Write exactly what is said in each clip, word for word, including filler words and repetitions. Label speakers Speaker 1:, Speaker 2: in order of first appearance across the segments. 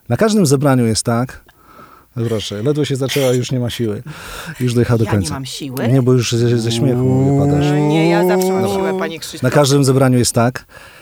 Speaker 1: Na każdym zebraniu jest tak, proszę, ledwo się zaczęła, już nie ma siły. Już dojechała do
Speaker 2: Ja
Speaker 1: końca.
Speaker 2: nie mam siły?
Speaker 1: Nie, bo już ze, ze śmiechu wypadasz.
Speaker 2: Nie, ja zawsze mam siłę, panie Krzysztof.
Speaker 1: Na każdym zebraniu jest tak,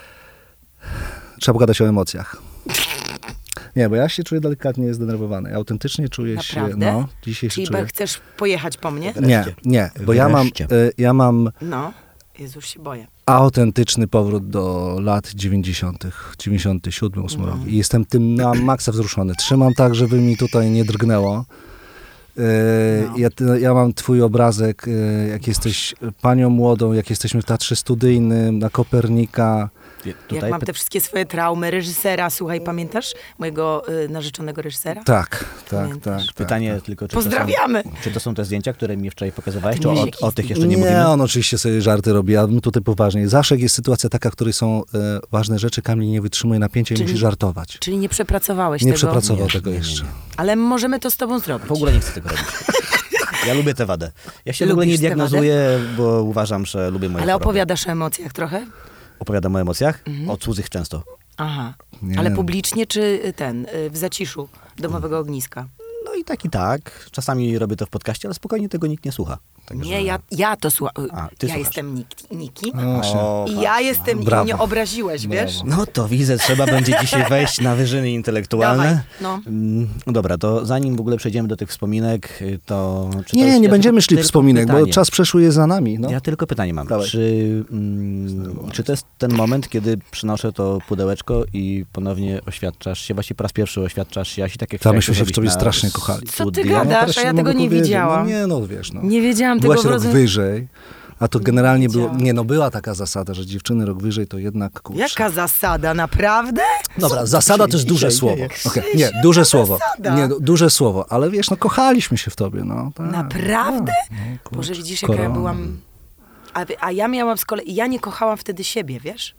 Speaker 1: trzeba pogadać o emocjach. Nie, bo ja się czuję delikatnie zdenerwowany. Autentycznie czuję
Speaker 2: Naprawdę?
Speaker 1: się... No, dzisiaj
Speaker 2: Czyli
Speaker 1: się czuję...
Speaker 2: chcesz pojechać po mnie?
Speaker 1: Nie, nie, bo ja mam,
Speaker 3: Wreszcie.
Speaker 1: y, ja mam
Speaker 2: No, Jezu, już się boję.
Speaker 1: autentyczny powrót do lat dziewięćdziesiątych, dziewięćdziesiąty siódmy, ósmy
Speaker 2: Mm.
Speaker 1: rok. I jestem tym na maksa wzruszony. Trzymam tak, żeby mi tutaj nie drgnęło. Y,
Speaker 2: No.
Speaker 1: ja, ty- ja mam twój obrazek, y, jak jesteś panią młodą, jak jesteśmy w Teatrze Studyjnym, na Kopernika.
Speaker 3: Tutaj
Speaker 2: Jak mam
Speaker 3: py-
Speaker 2: te wszystkie swoje traumy, reżysera, słuchaj, pamiętasz mojego y, narzeczonego reżysera?
Speaker 1: Tak, tak,
Speaker 2: Pamiętasz?
Speaker 1: tak.
Speaker 3: Pytanie
Speaker 1: tak.
Speaker 3: tylko, czy
Speaker 2: Pozdrawiamy!
Speaker 3: To są, czy to są te zdjęcia, które mi wczoraj pokazywałeś,
Speaker 2: A ty
Speaker 3: czy o,
Speaker 2: mówisz,
Speaker 3: o tych jeszcze nie,
Speaker 1: Nie,
Speaker 3: mówimy?
Speaker 1: on oczywiście sobie żarty robi, a my tutaj poważnie. Zawsze jak jest sytuacja taka, w której są e, ważne rzeczy, Kamil nie wytrzymuje napięcia i
Speaker 2: Czyli-
Speaker 1: musi żartować.
Speaker 2: Czyli nie przepracowałeś
Speaker 1: Nie
Speaker 2: tego,
Speaker 1: przepracował
Speaker 3: Nie,
Speaker 1: tego
Speaker 3: nie, nie,
Speaker 1: jeszcze.
Speaker 3: nie.
Speaker 2: ale możemy to z tobą zrobić.
Speaker 3: W ogóle nie chcę tego robić. Ja lubię tę wadę. Ja się w ogóle nie
Speaker 2: Lubisz tę
Speaker 3: diagnozuję, bo uważam, że lubię moje
Speaker 2: Ale
Speaker 3: choroby.
Speaker 2: opowiadasz o emocjach trochę?
Speaker 3: Opowiadam o emocjach? O cudzych często.
Speaker 2: Aha.
Speaker 1: Nie.
Speaker 2: Ale publicznie czy y, ten, y, w zaciszu domowego ogniska?
Speaker 3: No i tak i tak. Czasami robię to w podcaście, ale spokojnie tego nikt nie słucha. Także...
Speaker 2: Nie, ja, ja to słucham.
Speaker 3: A, ty
Speaker 2: Ja
Speaker 3: słuchasz.
Speaker 2: jestem Nik- Niki.
Speaker 1: No właśnie.
Speaker 3: O,
Speaker 2: I ja jestem, i
Speaker 1: Brawo.
Speaker 2: mnie obraziłeś, wiesz?
Speaker 3: No to widzę, trzeba będzie dzisiaj wejść na wyżyny intelektualne.
Speaker 2: Dawaj, no.
Speaker 3: Mm, No dobra, to zanim w ogóle przejdziemy do tych wspominek, y, to... czy to
Speaker 1: Nie,
Speaker 3: jest-
Speaker 1: nie
Speaker 3: ja
Speaker 1: będziemy
Speaker 3: tylko-
Speaker 1: szli
Speaker 3: tylko
Speaker 1: wspominek, bo
Speaker 3: pytanie.
Speaker 1: czas przeszły jest za nami. No.
Speaker 3: Ja tylko pytanie mam.
Speaker 1: Dawaj.
Speaker 3: Czy, mm, czy to jest ten moment, kiedy przynoszę to pudełeczko i ponownie oświadczasz się, właśnie po raz pierwszy oświadczasz się, Asi, tak jak
Speaker 1: Tam
Speaker 3: chciałeś
Speaker 1: myśmy się w
Speaker 3: robić
Speaker 1: tobie
Speaker 3: na
Speaker 1: strasznie kochali.
Speaker 2: Co ty
Speaker 3: studiach.
Speaker 2: gadasz?
Speaker 1: teraz
Speaker 2: a
Speaker 1: się
Speaker 2: ja
Speaker 1: nie
Speaker 2: tego
Speaker 1: mogę
Speaker 2: nie
Speaker 1: powiedzieć.
Speaker 2: widziałam.
Speaker 1: No nie, no wiesz, no.
Speaker 2: Nie wiedziałam
Speaker 1: Byłaś
Speaker 2: tego
Speaker 1: rok
Speaker 2: wrozu-
Speaker 1: wyżej, a to generalnie było,
Speaker 2: wiedziałam.
Speaker 1: nie no, była taka zasada, że dziewczyny rok wyżej to jednak, kurczę.
Speaker 2: Jaka zasada, naprawdę?
Speaker 1: Dobra, zasada to jest duże
Speaker 3: Dzisiaj
Speaker 1: słowo.
Speaker 3: dzieje?
Speaker 1: Okej, Nie, duże słowo.
Speaker 2: zasada?
Speaker 1: Nie, no, duże słowo, ale wiesz, no kochaliśmy się w tobie, no. Tak,
Speaker 2: Naprawdę?
Speaker 1: tak, no, kurczę,
Speaker 2: Boże, widzisz, jaka ja
Speaker 1: korona.
Speaker 2: byłam... A, a ja miałam z kolei... Ja nie kochałam wtedy siebie, wiesz?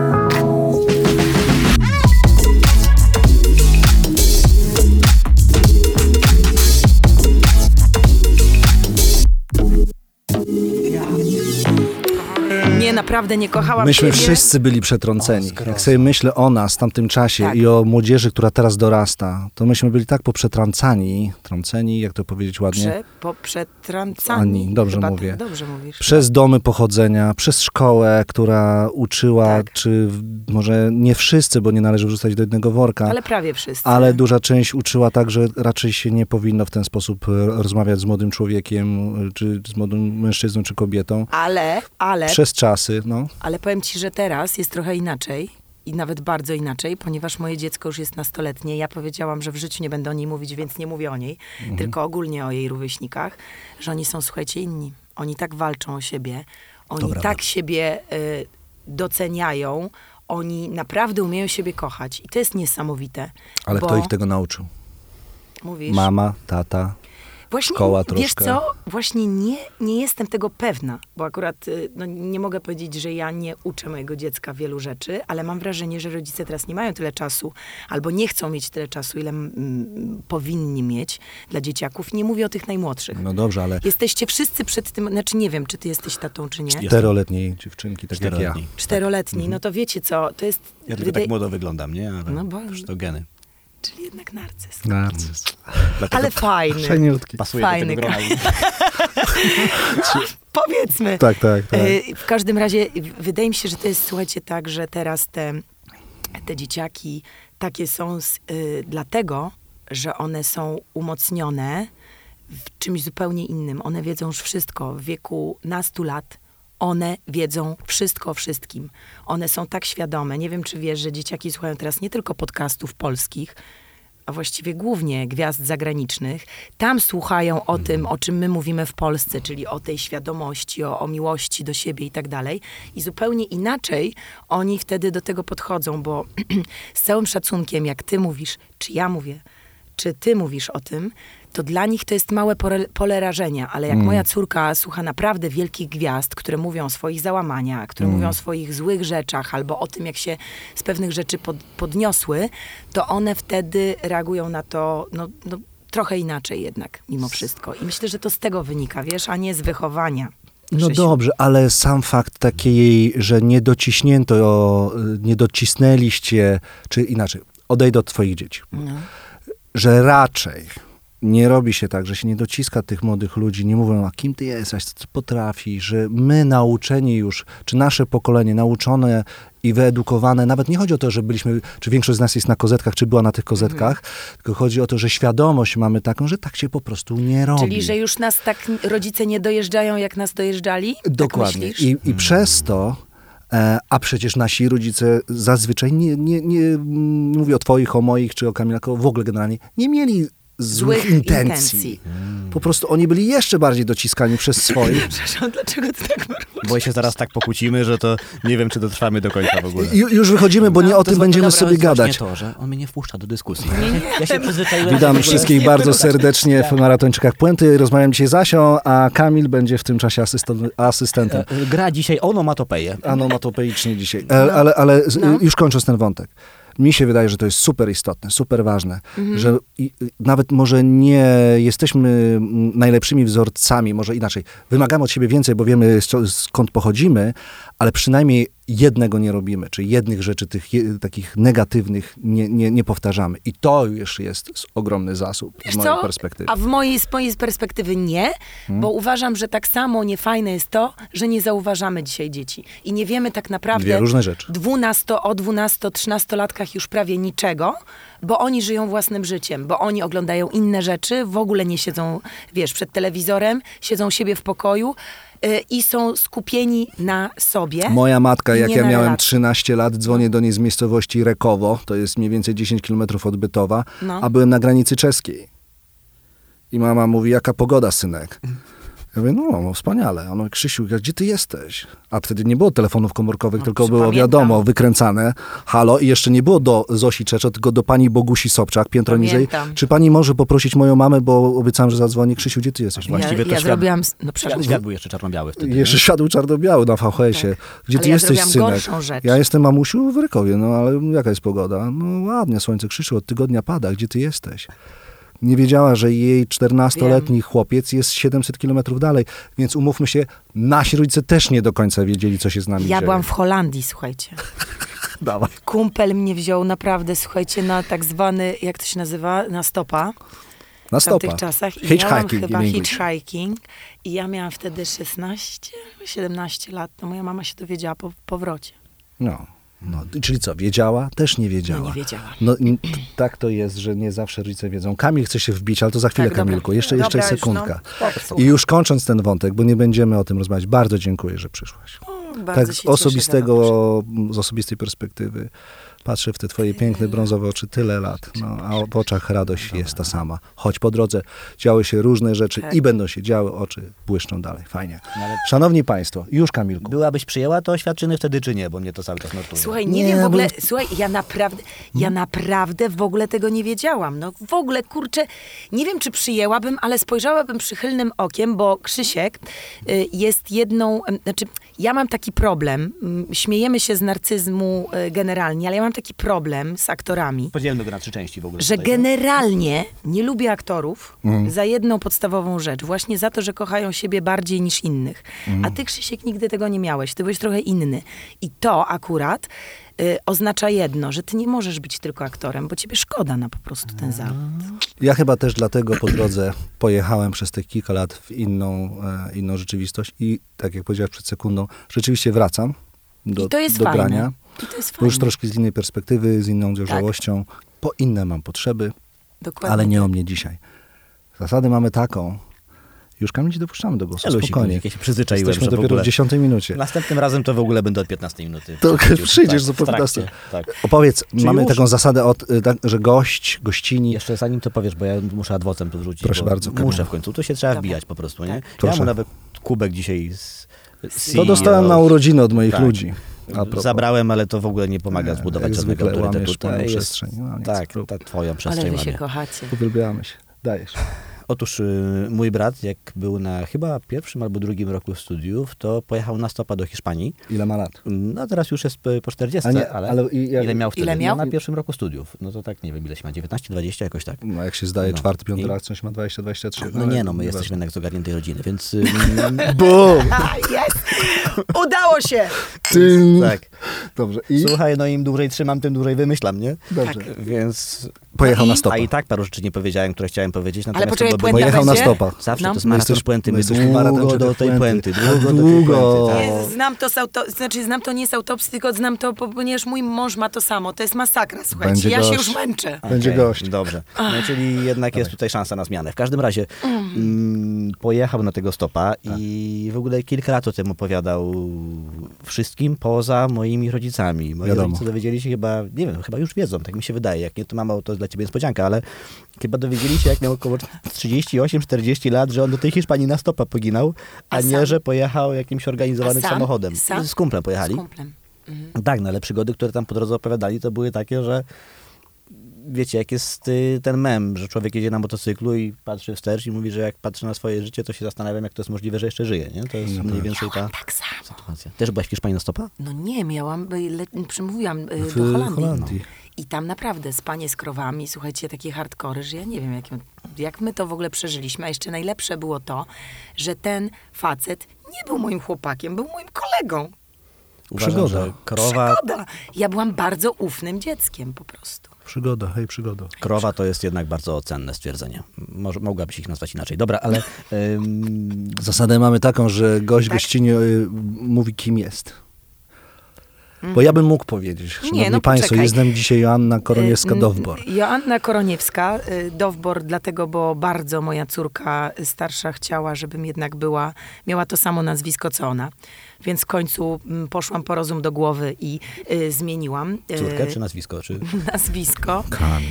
Speaker 2: Nie, naprawdę nie kochałam
Speaker 1: Myśmy
Speaker 2: siebie.
Speaker 1: wszyscy byli przetrąceni. Jak sobie myślę o nas w tamtym czasie
Speaker 2: Tak.
Speaker 1: i o młodzieży, która teraz dorasta, to myśmy byli tak poprzetrącani, trąceni, jak to powiedzieć ładnie,
Speaker 2: Prze, po przetrącani.
Speaker 1: Ani, dobrze
Speaker 2: Chyba
Speaker 1: mówię.
Speaker 2: Tak, dobrze mówisz.
Speaker 1: przez domy pochodzenia, przez szkołę, która uczyła,
Speaker 2: Tak.
Speaker 1: czy w- może nie wszyscy, bo nie należy wrzucać do jednego worka,
Speaker 2: Ale prawie wszyscy.
Speaker 1: ale duża część uczyła tak, że raczej się nie powinno w ten sposób e, rozmawiać z młodym człowiekiem, e, czy z młodym mężczyzną, czy kobietą.
Speaker 2: Ale, ale,
Speaker 1: Przez czasy, no.
Speaker 2: ale powiem ci, że teraz jest trochę inaczej. I nawet bardzo inaczej, ponieważ moje dziecko już jest nastoletnie. Ja powiedziałam, że w życiu nie będę o niej mówić, więc nie mówię o niej,
Speaker 1: Mhm.
Speaker 2: tylko ogólnie o jej rówieśnikach, że oni są, słuchajcie, inni. Oni tak walczą o siebie, oni
Speaker 1: To prawda.
Speaker 2: tak siebie y, doceniają, oni naprawdę umieją siebie kochać. I to jest niesamowite.
Speaker 1: Ale
Speaker 2: bo,
Speaker 1: kto ich tego nauczył?
Speaker 2: Mówisz,
Speaker 1: Mama, tata.
Speaker 2: Właśnie,
Speaker 1: Szkoła
Speaker 2: wiesz
Speaker 1: troszkę.
Speaker 2: co, właśnie nie, nie jestem tego pewna, bo akurat y, no, nie mogę powiedzieć, że ja nie uczę mojego dziecka wielu rzeczy, ale mam wrażenie, że rodzice teraz nie mają tyle czasu, albo nie chcą mieć tyle czasu, ile mm, powinni mieć dla dzieciaków. Nie mówię o tych najmłodszych.
Speaker 1: No dobrze, ale
Speaker 2: Jesteście wszyscy przed tym, znaczy nie wiem, czy ty jesteś tatą, czy nie.
Speaker 1: czteroletniej dziewczynki, tak jak ja.
Speaker 3: Czteroletniej.
Speaker 2: Czteroletni, no to wiecie co, to jest...
Speaker 3: Ja tylko
Speaker 2: wydaje-
Speaker 3: tak młodo wyglądam, nie? Ale
Speaker 2: No bo-
Speaker 3: już to geny.
Speaker 2: Czyli jednak narcyz.
Speaker 1: Narcyz.
Speaker 3: Dlatego
Speaker 2: Ale fajny.
Speaker 1: Fajniutki.
Speaker 3: pasuje
Speaker 2: fajny
Speaker 3: do tego grona.
Speaker 2: Powiedzmy.
Speaker 1: Tak, tak, tak.
Speaker 2: E, W każdym razie w- wydaje mi się, że to jest, słuchajcie, tak, że teraz te, te dzieciaki takie są z, y, dlatego, że one są umocnione w czymś zupełnie innym. One wiedzą już wszystko. W wieku nastu lat one wiedzą wszystko o wszystkim. One są tak świadome. Nie wiem, czy wiesz, że dzieciaki słuchają teraz nie tylko podcastów polskich, a właściwie głównie gwiazd zagranicznych. Tam słuchają o tym, o czym my mówimy w Polsce, czyli o tej świadomości, o, o miłości do siebie i tak dalej. I zupełnie inaczej oni wtedy do tego podchodzą, bo z całym szacunkiem, jak ty mówisz, czy ja mówię, czy ty mówisz o tym, to dla nich to jest małe pole, pole rażenia, ale jak moja córka słucha naprawdę wielkich gwiazd, które mówią o swoich załamaniach, które mówią o swoich złych rzeczach, albo o tym, jak się z pewnych rzeczy pod, podniosły, to one wtedy reagują na to, no, no trochę inaczej jednak, mimo wszystko. I myślę, że to z tego wynika, wiesz, a nie z wychowania.
Speaker 1: No
Speaker 2: Krzysiu.
Speaker 1: dobrze, ale sam fakt takiej, że nie dociśnięto, nie docisnęliście, czy inaczej, odejdę od twoich dzieci.
Speaker 2: No.
Speaker 1: Że raczej nie robi się tak, że się nie dociska tych młodych ludzi, nie mówią, a kim ty jesteś, co ty potrafisz, że my nauczeni już, czy nasze pokolenie nauczone i wyedukowane, nawet nie chodzi o to, że byliśmy, czy większość z nas jest na kozetkach, czy była na tych kozetkach, mm. tylko chodzi o to, że świadomość mamy taką, że tak się po prostu nie robi.
Speaker 2: Czyli, że już nas tak rodzice nie dojeżdżają, jak nas dojeżdżali?
Speaker 1: Dokładnie.
Speaker 2: Tak
Speaker 1: I, i hmm. przez to, e, a przecież nasi rodzice zazwyczaj, nie, nie, nie mówię o twoich, o moich, czy o Kamila, tylko w ogóle generalnie, nie mieli złych, złych intencji. intencji. Hmm. Po prostu oni byli jeszcze bardziej dociskani przez swoich.
Speaker 2: Przepraszam, dlaczego ty tak mówisz?
Speaker 3: Bo się zaraz tak pokłócimy, że to nie wiem, czy dotrwamy do końca w ogóle.
Speaker 1: Ju, już wychodzimy, bo no, nie o tym będziemy
Speaker 3: dobra,
Speaker 1: sobie gadać.
Speaker 3: to, że on mnie nie wpuszcza do dyskusji.
Speaker 2: Nie, nie,
Speaker 3: ja się przyzwyczaiłem.
Speaker 1: Witam wszystkich bardzo serdecznie w Maratończykach Puenty. Rozmawiam dzisiaj z Asią, a Kamil będzie w tym czasie asystent, asystentem.
Speaker 3: Gra dzisiaj onomatopeję.
Speaker 1: Onomatopeicznie dzisiaj. Ale, ale, ale no. już kończąc ten wątek. Mi się wydaje, że to jest super istotne, super ważne, mhm. że i, nawet może nie jesteśmy najlepszymi wzorcami, może inaczej. Wymagamy od siebie więcej, bo wiemy skąd pochodzimy, ale przynajmniej jednego nie robimy, czy jednych rzeczy tych je, takich negatywnych nie, nie, nie powtarzamy. I to już jest ogromny zasób
Speaker 2: Wiesz
Speaker 1: z mojej
Speaker 2: co?
Speaker 1: perspektywy.
Speaker 2: A w mojej, z mojej perspektywy nie, hmm. bo uważam, że tak samo niefajne jest to, że nie zauważamy dzisiaj dzieci. I nie wiemy tak naprawdę
Speaker 1: Dwie różne rzeczy.
Speaker 2: dwunasto, o dwunasto trzynastolatkach już prawie niczego, bo oni żyją własnym życiem, bo oni oglądają inne rzeczy, w ogóle nie siedzą, wiesz, przed telewizorem, siedzą siebie w pokoju, i są skupieni na sobie.
Speaker 1: Moja matka, jak ja miałem
Speaker 2: relacji.
Speaker 1: trzynaście lat, dzwonię no. do niej z miejscowości Rekowo, to jest mniej więcej dziesięć kilometrów od Bytowa, no. a byłem na granicy czeskiej. I mama mówi, jaka pogoda, synek? Ja mówię, no, no wspaniale. Ona mówi, Krzysiu, gdzie ty jesteś? A wtedy nie było telefonów komórkowych,
Speaker 2: no,
Speaker 1: tylko było, wiadomo, wykręcane. Halo, i jeszcze nie było do Zosi Czeczo, tylko do pani Bogusi Sobczak, piętro niżej. Czy pani może poprosić moją mamę, bo obiecałam, że zadzwoni. Krzysiu, gdzie ty jesteś?
Speaker 3: Właściwie
Speaker 2: ja,
Speaker 3: to
Speaker 2: ja
Speaker 3: świat,
Speaker 2: zrobiłam, no
Speaker 3: świat, świat był jeszcze czarno-biały wtedy.
Speaker 1: Jeszcze świat był czarno-biały na V H S-ie.
Speaker 2: Tak.
Speaker 1: Gdzie
Speaker 2: ale
Speaker 1: ty
Speaker 2: ja
Speaker 1: jesteś, synek?
Speaker 2: Gorszą rzecz.
Speaker 1: Ja jestem, mamusiu, w Rekowie, no ale jaka jest pogoda? No ładnie, słońce, Krzysiu, od tygodnia pada. Gdzie ty jesteś? Nie wiedziała, że jej czternastoletni Wiem. chłopiec jest siedemset kilometrów dalej, więc umówmy się, nasi rodzice też nie do końca wiedzieli, co się z nami
Speaker 2: ja
Speaker 1: dzieje.
Speaker 2: Ja byłam w Holandii, słuchajcie.
Speaker 1: Dawaj.
Speaker 2: Kumpel mnie wziął naprawdę, słuchajcie, na tak zwany, jak to się nazywa, na stopa.
Speaker 1: Na stopa.
Speaker 2: W tamtych czasach. I
Speaker 1: hitchhiking.
Speaker 2: Chyba hitchhiking. I ja miałam wtedy szesnaście, siedemnaście lat. No moja mama się dowiedziała po powrocie.
Speaker 1: No. No, czyli co, wiedziała? Też nie wiedziała.
Speaker 2: No nie wiedziała.
Speaker 1: No, n- t- tak to jest, że nie zawsze rodzice wiedzą. Kamil chce się wbić, ale to za chwilę, tak, Kamilku. Jeszcze, jeszcze dobra, sekundka. Już, no. I już kończąc ten wątek, bo nie będziemy o tym rozmawiać, bardzo dziękuję, że przyszłaś.
Speaker 2: O,
Speaker 1: tak z osobistego, z osobistej perspektywy patrzę w te twoje piękne, brązowe oczy tyle lat, no, a w oczach radość Dobra. jest ta sama. Choć po drodze działy się różne rzeczy tak. i będą się działy, oczy błyszczą dalej. Fajnie. Ale... Szanowni Państwo, już Kamilku.
Speaker 3: Byłabyś przyjęła to oświadczyny wtedy, czy nie? Bo mnie to cały czas nurtuje.
Speaker 2: Słuchaj, nie, nie wiem w ogóle, bo... słuchaj, ja naprawdę, ja naprawdę w ogóle tego nie wiedziałam. No w ogóle, kurczę, nie wiem, czy przyjęłabym, ale spojrzałabym przychylnym okiem, bo Krzysiek y, jest jedną, y, znaczy, ja mam taki problem, y, śmiejemy się z narcyzmu y, generalnie, ale ja mam taki problem z aktorami.
Speaker 3: Podzielmy go na trzy części w ogóle.
Speaker 2: Że
Speaker 3: tutaj,
Speaker 2: generalnie nie lubię aktorów
Speaker 1: mm.
Speaker 2: za jedną podstawową rzecz. Właśnie za to, że kochają siebie bardziej niż innych. Mm. A ty, Krzysiek, nigdy tego nie miałeś. Ty byłeś trochę inny. I to akurat y, oznacza jedno, że ty nie możesz być tylko aktorem, bo ciebie szkoda na po prostu ten zawód.
Speaker 1: Ja chyba też dlatego po drodze pojechałem przez te kilka lat w inną, e, inną rzeczywistość i tak jak powiedziałeś przed sekundą, rzeczywiście wracam do,
Speaker 2: I to jest
Speaker 1: do
Speaker 2: fajne.
Speaker 1: grania.
Speaker 2: I to jest fajne.
Speaker 1: Już troszkę z innej perspektywy, z inną dojrzałością. Tak. Po inne mam potrzeby,
Speaker 2: Dokładnie.
Speaker 1: ale nie o mnie dzisiaj. Zasady mamy taką. Już Kamil ci dopuszczamy do głosu,
Speaker 3: Lusik,
Speaker 1: spokojnie.
Speaker 3: Ja się przyzwyczaiłem,
Speaker 1: Jesteśmy
Speaker 3: że
Speaker 1: dopiero w, ogóle... w dziesiątej minucie.
Speaker 3: Następnym razem to w ogóle będę od piętnastej minuty.
Speaker 1: To przyjdziesz
Speaker 3: tak,
Speaker 1: do piętnastej.
Speaker 3: Tak.
Speaker 1: Opowiedz,
Speaker 3: Czy
Speaker 1: mamy
Speaker 3: już?
Speaker 1: taką zasadę, od, tak, że gość, gościni...
Speaker 3: Jeszcze zanim to powiesz, bo ja muszę adwocem tu wrzucić.
Speaker 1: Proszę bardzo. Kamil.
Speaker 3: Muszę w końcu, to się trzeba Dobra. wbijać po prostu, nie?
Speaker 1: Proszę.
Speaker 3: Ja mu nawet kubek dzisiaj z... z
Speaker 1: to dostałem na urodziny od moich
Speaker 3: tak.
Speaker 1: ludzi.
Speaker 3: Zabrałem, ale to w ogóle nie pomaga nie, zbudować żadnego autorytetu.
Speaker 1: Tutaj jest, przestrzeń. No,
Speaker 3: tak, ta twoją przestrzeń
Speaker 2: Ale wy się
Speaker 3: łamie.
Speaker 2: kochacie.
Speaker 1: Uwielbiamy się. Dajesz.
Speaker 3: Otóż y, mój brat, jak był na chyba pierwszym albo drugim roku studiów, to pojechał na stopa do Hiszpanii.
Speaker 1: Ile ma lat?
Speaker 3: No teraz już jest po, po czterdziestce,
Speaker 1: nie,
Speaker 3: ale,
Speaker 1: ale i jak-
Speaker 3: ile miał wtedy?
Speaker 2: Ile miał?
Speaker 3: No, na pierwszym roku studiów. No to tak, nie wiem, ile się ma, dziewiętnaście, dwadzieścia, jakoś tak.
Speaker 1: No, jak się zdaje
Speaker 3: No.
Speaker 1: czwarty, piąty
Speaker 3: I-
Speaker 1: lat, coś ma dwadzieścia, dwadzieścia trzy.
Speaker 3: No nie, no my
Speaker 1: nieważne.
Speaker 3: jesteśmy jednak z ogarniętej rodziny, więc... y,
Speaker 1: Bum!
Speaker 2: A, jest! Udało się!
Speaker 1: Tym.
Speaker 3: tak.
Speaker 1: Dobrze. I?
Speaker 3: Słuchaj, no im dłużej trzymam, tym dłużej wymyślam, nie?
Speaker 1: Dobrze.
Speaker 3: Więc...
Speaker 1: Pojechał
Speaker 2: No
Speaker 1: na
Speaker 2: i-
Speaker 1: stopa.
Speaker 3: A i tak paru rzeczy nie powiedziałem, które chciałem powiedzieć. Natomiast
Speaker 2: poczekaj,
Speaker 3: to byłby-
Speaker 2: puenta
Speaker 1: Pojechał na
Speaker 2: będzie?
Speaker 1: stopa.
Speaker 3: Zawsze
Speaker 2: No.
Speaker 3: to jest
Speaker 1: My
Speaker 3: maraton
Speaker 1: jesteś-
Speaker 3: puenty.
Speaker 1: my
Speaker 3: My
Speaker 1: jesteśmy
Speaker 3: długo
Speaker 1: maratończycy
Speaker 3: do tej
Speaker 1: puenty.
Speaker 3: puenty. Długo,
Speaker 1: Długo.
Speaker 3: do tej puenty. Tak.
Speaker 2: Znam to z auto, znaczy znam to nie z autopsji, tylko znam to, ponieważ mój mąż ma to samo. To jest masakra, słuchajcie.
Speaker 1: Będzie
Speaker 2: ja się
Speaker 1: gość.
Speaker 2: już męczę.
Speaker 1: Będzie
Speaker 3: Okej,
Speaker 1: gość.
Speaker 3: Dobrze. No, czyli jednak jest tutaj szansa na zmianę. W każdym razie mm, pojechał na tego stopa i w ogóle kilka lat o tym opowiadał wszystkim poza moimi rodzicami. Moi
Speaker 1: Wiadomo.
Speaker 3: rodzice dowiedzieli się chyba, nie wiem, chyba już wiedzą, tak mi się wydaje. Jak nie, to mamo, to jest dla ciebie niespodzianka, ale chyba dowiedzieli się, jak miał około trzydzieści osiem czterdzieści lat, że on do tej Hiszpanii na stopa poginał, a,
Speaker 2: A
Speaker 3: nie,
Speaker 2: sam?
Speaker 3: że pojechał jakimś organizowanym
Speaker 2: A sam?
Speaker 3: samochodem.
Speaker 2: Sam?
Speaker 3: Z kumplem pojechali.
Speaker 2: Z kumplem. Mhm.
Speaker 3: Tak, no ale przygody, które tam po drodze opowiadali, to były takie, że wiecie, jak jest y, ten mem, że człowiek jedzie na motocyklu i patrzy wstecz i mówi, że jak patrzy na swoje życie, to się zastanawiam, jak to jest możliwe, że jeszcze żyje, nie? To jest mniej więcej ta
Speaker 2: Tak samo.
Speaker 3: sytuacja. Też byłaś w Hiszpanii na stopa?
Speaker 2: No nie, miałam, y, le, przemówiłam y,
Speaker 1: W
Speaker 2: do Holandii.
Speaker 1: Holandii.
Speaker 2: I tam naprawdę spanie z krowami, słuchajcie, takie hardkory, że ja nie wiem, jak, jak my to w ogóle przeżyliśmy. A jeszcze najlepsze było to, że ten facet nie był moim chłopakiem, był moim kolegą.
Speaker 3: Uważam,
Speaker 1: Przygoda.
Speaker 3: że krowa,
Speaker 2: Przygoda. Ja byłam bardzo ufnym dzieckiem po prostu.
Speaker 1: Przygoda, hej, przygoda.
Speaker 3: krowa to jest jednak bardzo cenne stwierdzenie. Może, mogłabyś ich nazwać inaczej. Dobra, ale ym,
Speaker 1: Zasadę mamy taką, że gość
Speaker 2: Tak.
Speaker 1: gościnie y, mówi, kim jest. Bo ja bym mógł powiedzieć, szanowni
Speaker 2: no
Speaker 1: państwo,
Speaker 2: poczekaj.
Speaker 1: jestem dzisiaj Joanna
Speaker 2: Y,
Speaker 1: Koroniewska-Dowbor.
Speaker 2: n- Joanna Koroniewska, y, Dowbor, dlatego, bo bardzo moja córka starsza chciała, żebym jednak była, miała to samo nazwisko, co ona. Więc w końcu mm, poszłam po rozum do głowy i y, zmieniłam y,
Speaker 3: córkę czy nazwisko? Czy...
Speaker 2: nazwisko.
Speaker 1: Kamil.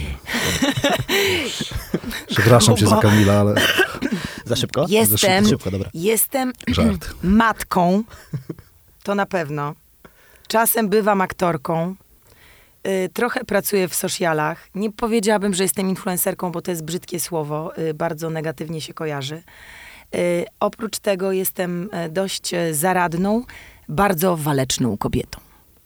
Speaker 1: Przepraszam cię za Kamila, ale
Speaker 3: Za szybko?
Speaker 2: Jestem,
Speaker 3: Za szybko, dobra.
Speaker 2: jestem
Speaker 1: żart.
Speaker 2: matką, to na pewno. Czasem bywam aktorką. Y, trochę pracuję w socialach. Nie powiedziałabym, że jestem influencerką, bo to jest brzydkie słowo. Y, bardzo negatywnie się kojarzy. Y, oprócz tego jestem y, dość y, zaradną, bardzo waleczną kobietą.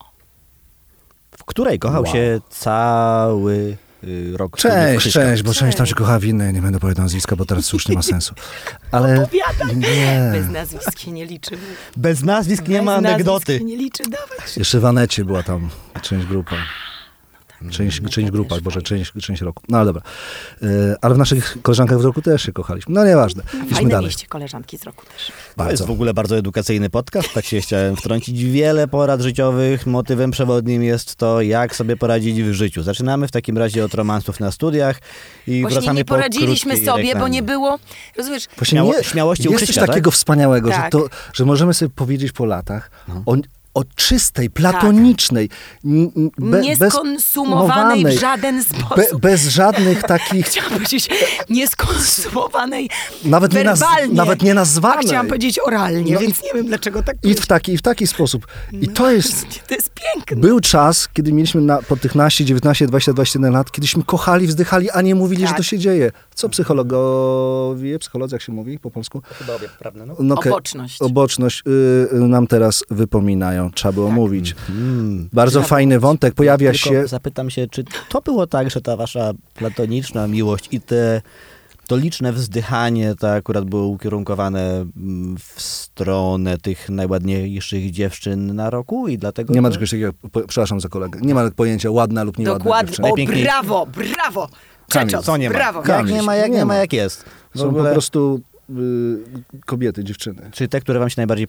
Speaker 3: W której kochał
Speaker 1: Wow.
Speaker 3: się cały y, rok studiów
Speaker 1: Cześć,
Speaker 3: Krzyśka.
Speaker 1: cześć, bo część tam się
Speaker 2: Cześć.
Speaker 1: kocha w innej, nie będę powiedział nazwiska, bo teraz już nie ma sensu. Ale
Speaker 2: Opowiadaj!
Speaker 1: nie.
Speaker 2: Bez nazwisk się nie liczy.
Speaker 3: Bez nazwisk nie
Speaker 2: Bez
Speaker 3: ma
Speaker 2: nazwisk
Speaker 3: anegdoty.
Speaker 2: się nie liczy, dawaj.
Speaker 1: Jeszcze w Anecie była tam część grupa. Część,
Speaker 2: No,
Speaker 1: część
Speaker 2: to
Speaker 1: grupa,
Speaker 2: też
Speaker 1: boże,
Speaker 2: fajnie.
Speaker 1: część, część roku. No ale dobra. Y, ale w naszych koleżankach w roku też się kochaliśmy. No nieważne. Idźmy
Speaker 2: Fajne
Speaker 1: dalej.
Speaker 2: mieście koleżanki z roku też.
Speaker 3: To jest
Speaker 1: Bardzo.
Speaker 3: w ogóle bardzo edukacyjny podcast, tak się chciałem wtrącić. Wiele porad życiowych. Motywem przewodnim jest to, jak sobie poradzić w życiu. Zaczynamy w takim razie od romansów na studiach i
Speaker 2: Właśnie
Speaker 3: wracamy
Speaker 2: nie
Speaker 3: po
Speaker 2: poradziliśmy
Speaker 3: krótkiej
Speaker 2: sobie, bo
Speaker 3: reklamie.
Speaker 2: nie było, rozumiesz,
Speaker 1: Właśnie
Speaker 3: Śmiało-
Speaker 1: nie,
Speaker 3: śmiałości u
Speaker 1: jest coś
Speaker 3: Krzyśka,
Speaker 1: takiego wspaniałego, że,
Speaker 2: Tak.
Speaker 1: to, że możemy sobie powiedzieć po latach
Speaker 3: No.
Speaker 1: o, o czystej, platonicznej, n- n- be,
Speaker 2: nieskonsumowanej w
Speaker 1: bez-
Speaker 2: żaden
Speaker 1: be,
Speaker 2: sposób.
Speaker 1: bez żadnych takich,
Speaker 2: Chciałam powiedzieć nieskonsumowanej
Speaker 1: nawet nie, naz,
Speaker 2: werbalnie,
Speaker 1: nawet nie
Speaker 2: a
Speaker 1: nazwanej.
Speaker 2: chciałam powiedzieć oralnie,
Speaker 1: No i-
Speaker 2: więc nie wiem, dlaczego tak
Speaker 1: I w taki, i w taki sposób. I
Speaker 2: No,
Speaker 1: to jest...
Speaker 2: To jest piękne.
Speaker 1: Był czas, kiedy mieliśmy na, po tych naście, dziewiętnaście, dwadzieścia, dwadzieścia jeden lat, kiedyśmy kochali, wzdychali, a nie mówili,
Speaker 2: Tak.
Speaker 1: że to się dzieje. Co psychologowie, psycholodzy, jak się mówi po polsku?
Speaker 3: Chyba obie poprawne, no.
Speaker 1: No, okej.
Speaker 2: Oboczność.
Speaker 1: Oboczność y, y, nam teraz wypominają. Trzeba było mówić.
Speaker 3: Mm.
Speaker 1: Bardzo
Speaker 2: Trzeba
Speaker 1: fajny wątek. Pojawia
Speaker 3: Tylko
Speaker 1: się...
Speaker 3: zapytam się, czy to było tak, że ta wasza platoniczna miłość i te, to liczne wzdychanie, to akurat było ukierunkowane mm, w stronę tych najładniejszych dziewczyn na roku i dlatego...
Speaker 1: Nie ma
Speaker 3: to-
Speaker 1: czegoś takiego, po, przepraszam za kolegę, nie ma pojęcia ładna lub nieładna
Speaker 2: Dokładnie.
Speaker 1: dziewczyna.
Speaker 2: O,
Speaker 3: Najpiękniej-
Speaker 2: brawo, brawo.
Speaker 1: Kamil,
Speaker 2: Czeczot,
Speaker 3: Co nie ma?
Speaker 2: brawo.
Speaker 3: Jak
Speaker 1: Kamil,
Speaker 3: nie ma, jak
Speaker 1: nie
Speaker 3: nie
Speaker 1: ma.
Speaker 3: ma, jak jest. W
Speaker 1: Są
Speaker 3: ogóle...
Speaker 1: po prostu y, kobiety, dziewczyny.
Speaker 3: Czy te, które wam się najbardziej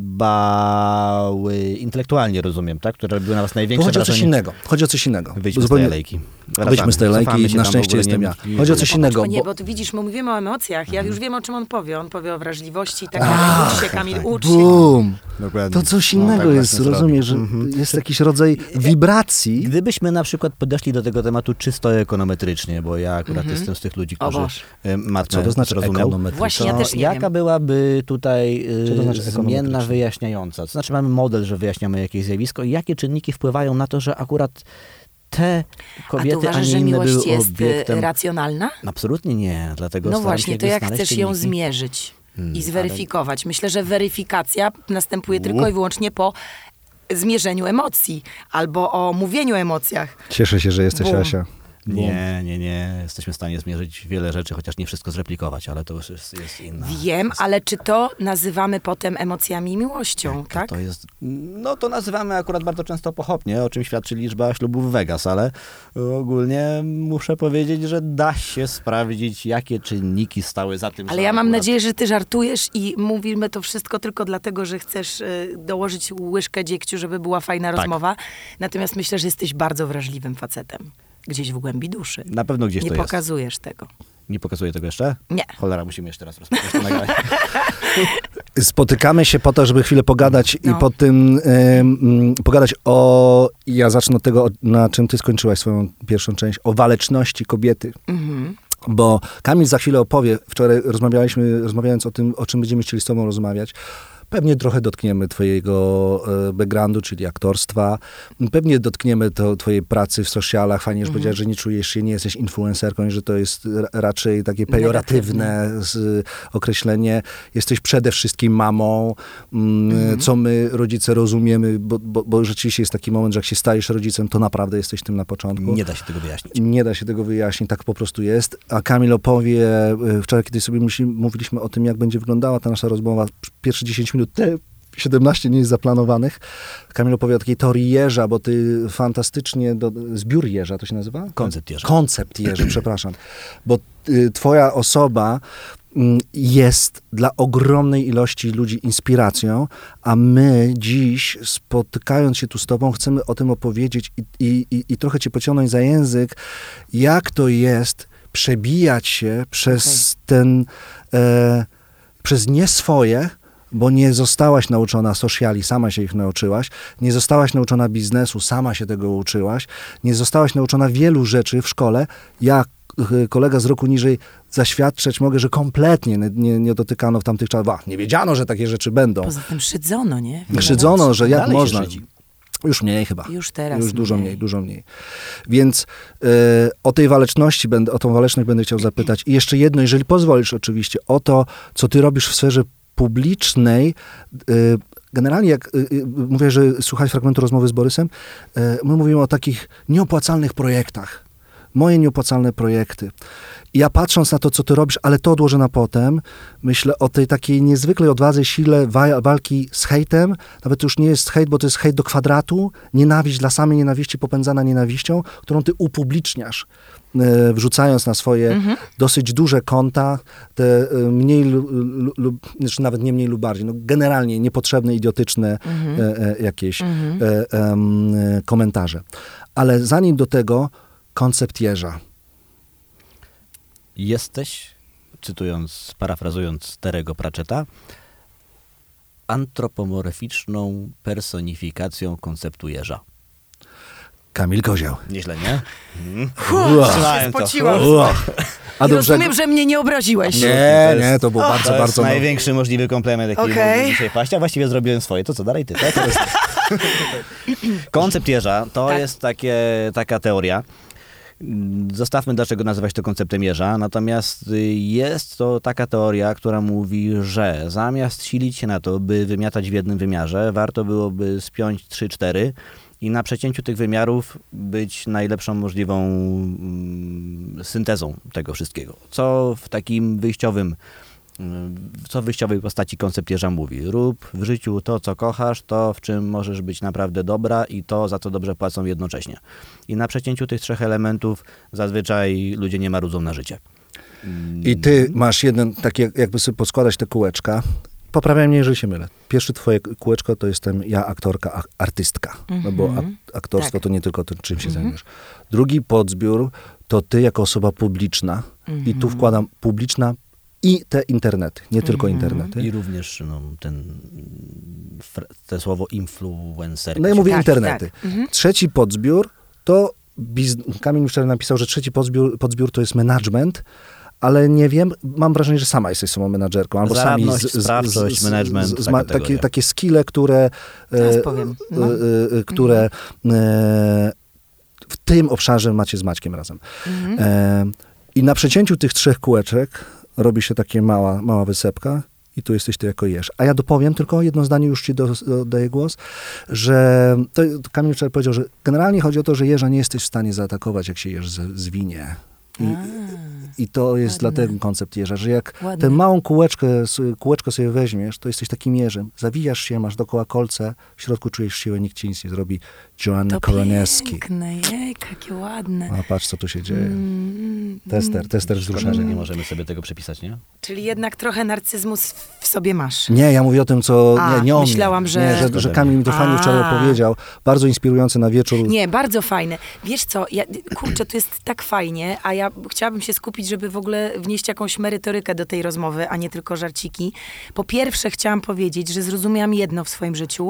Speaker 3: podobały intelektualnie, rozumiem, tak? Które były na was
Speaker 1: Tu
Speaker 3: największe
Speaker 1: chodzi o coś
Speaker 3: wrażenie?
Speaker 1: innego. Chodzi o coś innego.
Speaker 3: Wyjdźmy
Speaker 1: Zupełnie-
Speaker 3: z tej alejki.
Speaker 1: Wyjdźmy z tej
Speaker 3: Cofamy
Speaker 1: lejki i
Speaker 3: się
Speaker 1: na
Speaker 3: tam, w
Speaker 1: szczęście
Speaker 3: ogóle
Speaker 1: jestem
Speaker 3: nie-
Speaker 1: ja.
Speaker 3: nie-
Speaker 1: Chodzi o coś
Speaker 2: Popatrz,
Speaker 1: innego.
Speaker 2: bo nie,
Speaker 1: Bo,
Speaker 2: bo tu widzisz, my mówimy o emocjach. Ja już wiem, o czym on powie. On powie o wrażliwości i tak
Speaker 1: Ach,
Speaker 2: dalej. Ucz się, Kamil, ucz się.
Speaker 1: bum!
Speaker 3: Dokładnie.
Speaker 1: To coś
Speaker 3: No,
Speaker 1: innego
Speaker 3: tak
Speaker 1: jest,
Speaker 3: właśnie
Speaker 1: rozumiesz, że
Speaker 3: zrobił. Mhm.
Speaker 1: jest jakiś rodzaj wibracji.
Speaker 3: Gdybyśmy na przykład podeszli do tego tematu czysto ekonometrycznie, bo ja akurat jestem z tych ludzi,
Speaker 2: O
Speaker 3: którzy
Speaker 2: Boże.
Speaker 3: y, matmę
Speaker 1: Co to znaczy
Speaker 3: zrozumiał.
Speaker 1: ekonometrycznie?
Speaker 2: Właśnie ja
Speaker 3: To
Speaker 2: też nie
Speaker 3: jaka
Speaker 2: wiem.
Speaker 3: byłaby tutaj y,
Speaker 1: Co to znaczy
Speaker 3: zmienna
Speaker 1: ekonometrycznie?
Speaker 3: wyjaśniająca? To znaczy mamy model, że wyjaśniamy jakieś zjawisko i jakie czynniki wpływają na to, że akurat te kobiety,
Speaker 2: a, ty uważasz,
Speaker 3: a nie
Speaker 2: że
Speaker 3: inne
Speaker 2: miłość
Speaker 3: były
Speaker 2: jest
Speaker 3: obiektem...
Speaker 2: racjonalna?
Speaker 3: Absolutnie nie, dlatego
Speaker 2: No
Speaker 3: staram
Speaker 2: właśnie,
Speaker 3: się
Speaker 2: to jak
Speaker 3: znaleźć
Speaker 2: chcesz ją
Speaker 3: czynniki.
Speaker 2: zmierzyć
Speaker 3: Hmm,
Speaker 2: i zweryfikować? Myślę, że weryfikacja następuje
Speaker 3: U.
Speaker 2: tylko i wyłącznie po zmierzeniu emocji albo o mówieniu o emocjach.
Speaker 1: Cieszę się, że jesteś,
Speaker 2: Bum.
Speaker 1: Asia.
Speaker 3: Nie, nie, nie. Jesteśmy w stanie zmierzyć wiele rzeczy, chociaż nie wszystko zreplikować, ale to już jest, jest inna.
Speaker 2: Wiem, ale czy to nazywamy potem emocjami i miłością,
Speaker 3: To,
Speaker 2: tak?
Speaker 3: to jest, no to nazywamy akurat bardzo często pochopnie, o czym świadczy liczba ślubów w Vegas, ale ogólnie muszę powiedzieć, że da się sprawdzić, jakie czynniki stały za tym.
Speaker 2: Ale
Speaker 3: że
Speaker 2: ja mam
Speaker 3: akurat...
Speaker 2: nadzieję, że ty żartujesz i mówimy to wszystko tylko dlatego, że chcesz y, dołożyć łyżkę dziegciu, żeby była fajna
Speaker 3: Tak.
Speaker 2: rozmowa. Natomiast myślę, że jesteś bardzo wrażliwym facetem. Gdzieś w głębi duszy.
Speaker 3: Na pewno gdzieś
Speaker 2: Nie
Speaker 3: to
Speaker 2: pokazujesz tego.
Speaker 3: jest. Nie pokazuję tego jeszcze?
Speaker 2: Nie.
Speaker 3: Cholera, musimy jeszcze raz rozpocząć to nagranie.
Speaker 1: Spotykamy się po to, żeby chwilę pogadać
Speaker 2: No.
Speaker 1: i po tym ym, pogadać o... Ja zacznę od tego, na czym ty skończyłaś swoją pierwszą część. O waleczności kobiety.
Speaker 2: Mhm.
Speaker 1: Bo Kamil za chwilę opowie, wczoraj rozmawialiśmy, rozmawiając o tym, o czym będziemy chcieli z tobą rozmawiać. Pewnie trochę dotkniemy twojego e, backgroundu, czyli aktorstwa. Pewnie dotkniemy to, twojej pracy w socialach. Fajnie, że
Speaker 2: Mhm.
Speaker 1: powiedziałeś, że nie czujesz się, nie jesteś influencerką i że to jest ra- raczej takie pejoratywne z, określenie. Jesteś przede wszystkim mamą, mm,
Speaker 2: Mhm.
Speaker 1: co my, rodzice, rozumiemy, bo, bo, bo rzeczywiście jest taki moment, że jak się stajesz rodzicem, to naprawdę jesteś tym na początku.
Speaker 3: Nie da się tego wyjaśnić.
Speaker 1: Nie da się tego wyjaśnić, tak po prostu jest. A Kamil opowie, e, wczoraj, kiedy sobie myśli, mówiliśmy o tym, jak będzie wyglądała ta nasza rozmowa, pierwsze dziesięć minut, te siedemnaście nie jest zaplanowanych. Kamil opowie o takiej teorii jeża, bo ty fantastycznie, do, zbiór jeża to się nazywa?
Speaker 3: Koncept jeża.
Speaker 1: Koncept jeża, przepraszam. Bo y, twoja osoba y, jest dla ogromnej ilości ludzi inspiracją, a my dziś, spotykając się tu z tobą, chcemy o tym opowiedzieć i, i, i, i trochę cię pociągnąć za język, jak to jest przebijać się przez ten, e, przez nie swoje, bo nie zostałaś nauczona sociali, sama się ich nauczyłaś, nie zostałaś nauczona biznesu, sama się tego uczyłaś, nie zostałaś nauczona wielu rzeczy w szkole. Ja, y, kolega z roku niżej, zaświadczać mogę, że kompletnie nie, nie, nie dotykano w tamtych czasach. Nie wiedziano, że takie rzeczy będą.
Speaker 2: Poza tym szydzono, nie? Wiele
Speaker 1: Szydzono,
Speaker 2: razy.
Speaker 1: że jak
Speaker 3: Dalej się
Speaker 1: można.
Speaker 3: szydzi.
Speaker 1: Już mniej chyba.
Speaker 2: Już teraz
Speaker 1: Już dużo
Speaker 2: mniej.
Speaker 1: mniej, dużo mniej. Więc e, o tej waleczności, będę, o tą waleczność będę chciał zapytać. I jeszcze jedno, jeżeli pozwolisz oczywiście, o to, co ty robisz w sferze publicznej. E, generalnie jak e, e, mówię, że słuchać fragmentu rozmowy z Borysem, e, my mówimy o takich nieopłacalnych projektach. Moje nieopłacalne projekty. I ja patrząc na to, co ty robisz, ale to odłożę na potem, myślę o tej takiej niezwykłej odwadze, sile wa- walki z hejtem. Nawet to już nie jest hejt, bo to jest hejt do kwadratu. Nienawiść dla samej nienawiści popędzana nienawiścią, którą ty upubliczniasz, e, wrzucając na swoje
Speaker 2: Mhm.
Speaker 1: dosyć duże konta, te e, mniej lub, lub znaczy nawet nie mniej lub bardziej, no generalnie niepotrzebne, idiotyczne
Speaker 2: Mhm.
Speaker 1: e, e, jakieś
Speaker 2: Mhm.
Speaker 1: e, em, e, komentarze. Ale zanim do tego, koncept jeża.
Speaker 3: Jesteś, cytując, parafrazując Terry'ego Pratchetta, antropomorficzną personifikacją konceptu jeża.
Speaker 1: Kamil Kozioł.
Speaker 3: Nieźle, nie? Mhm.
Speaker 1: Ua.
Speaker 3: Trzymałem to.
Speaker 2: Spociłam.
Speaker 1: Ua. A
Speaker 2: I
Speaker 1: dobrze.
Speaker 2: rozumiem, że mnie nie obraziłeś.
Speaker 1: Nie,
Speaker 3: To jest-
Speaker 1: nie, to było bardzo,
Speaker 3: To jest
Speaker 1: bardzo... no-
Speaker 3: największy możliwy komplement, jaki
Speaker 2: Okej.
Speaker 3: mógłbym dzisiaj paść, a właściwie zrobiłem swoje. To co, dalej ty, tak? To jest... Koncept jeża to
Speaker 2: Tak.
Speaker 3: jest takie, taka teoria. Zostawmy, dlaczego nazywać to konceptem jeża. Natomiast y, jest to taka teoria, która mówi, że zamiast silić się na to, by wymiatać w jednym wymiarze, warto byłoby spiąć trzy cztery i na przecięciu tych wymiarów być najlepszą możliwą mm, syntezą tego wszystkiego. Co w takim wyjściowym co w wyjściowej postaci koncept jeża mówi. Rób w życiu to, co kochasz, to, w czym możesz być naprawdę dobra i to, za co dobrze płacą jednocześnie. I na przecięciu tych trzech elementów zazwyczaj ludzie nie marudzą na życie.
Speaker 1: I ty masz jeden, tak jak, jakby sobie poskładać te kółeczka. Poprawiam mnie, jeżeli się mylę. Pierwsze twoje kółeczko to jestem ja, aktorka, a- artystka. No bo
Speaker 2: Mhm.
Speaker 1: ak- aktorstwo
Speaker 2: Tak.
Speaker 1: to nie tylko to, czym się
Speaker 2: Mhm.
Speaker 1: zajmujesz. Drugi podzbiór to ty jako osoba publiczna. I tu wkładam publiczna i te internety, nie tylko
Speaker 2: Mhm.
Speaker 1: internety.
Speaker 3: I również no, ten, fr- te słowo influencer.
Speaker 1: No i mówię
Speaker 2: Tak,
Speaker 1: internety.
Speaker 2: tak. Mhm.
Speaker 1: Trzeci podzbiór to, bizn- Kamil mi wczoraj napisał, że trzeci podzbiór, podzbiór to jest management, ale nie wiem, mam wrażenie, że sama jesteś samą menadżerką. Albo sami
Speaker 3: Zaradność, sprawczość, management, ta
Speaker 1: ma,
Speaker 3: kategoria.
Speaker 1: takie, takie skille, które,
Speaker 2: Teraz
Speaker 1: e,
Speaker 2: powiem. No.
Speaker 1: e, e, które e, w tym obszarze macie z Maćkiem razem.
Speaker 2: Mhm.
Speaker 1: E, I na przecięciu tych trzech kółeczek robi się taka mała, mała wysepka i tu jesteś ty jako jeż. A ja dopowiem, tylko jedno zdanie, już ci do, do, daję głos, że to, to Kamil wczoraj powiedział, że generalnie chodzi o to, że jeża nie jesteś w stanie zaatakować, jak się jeż z, zwinie. I, I to jest
Speaker 2: ładne.
Speaker 1: dlatego koncept jeża, że jak
Speaker 2: Ładne.
Speaker 1: tę małą kółeczkę, kółeczko sobie weźmiesz, to jesteś takim jeżem. Zawijasz się, masz dookoła kolce, w środku czujesz siłę, nikt ci nic nie zrobi. Joanna
Speaker 2: To
Speaker 1: Koroneski.
Speaker 2: piękne, jej, jakie ładne.
Speaker 1: A patrz, co tu się dzieje.
Speaker 2: Mm,
Speaker 1: Tester, tester
Speaker 3: Szkoda,
Speaker 1: wzruszenia.
Speaker 3: że nie możemy sobie tego przepisać, nie?
Speaker 2: Czyli jednak trochę narcyzmu w sobie masz.
Speaker 1: Nie, ja mówię o tym, co...
Speaker 2: A,
Speaker 1: nie, nie o
Speaker 2: myślałam,
Speaker 1: mnie.
Speaker 2: że-
Speaker 1: Nie, że, że Kamil mi to fajnie
Speaker 2: A.
Speaker 1: wczoraj opowiedział. Bardzo inspirujące na wieczór.
Speaker 2: Nie, bardzo fajne. Wiesz co, ja, kurczę, to jest tak fajnie, a ja chciałabym się skupić, żeby w ogóle wnieść jakąś merytorykę do tej rozmowy, a nie tylko żarciki. Po pierwsze chciałam powiedzieć, że zrozumiałam jedno w swoim życiu,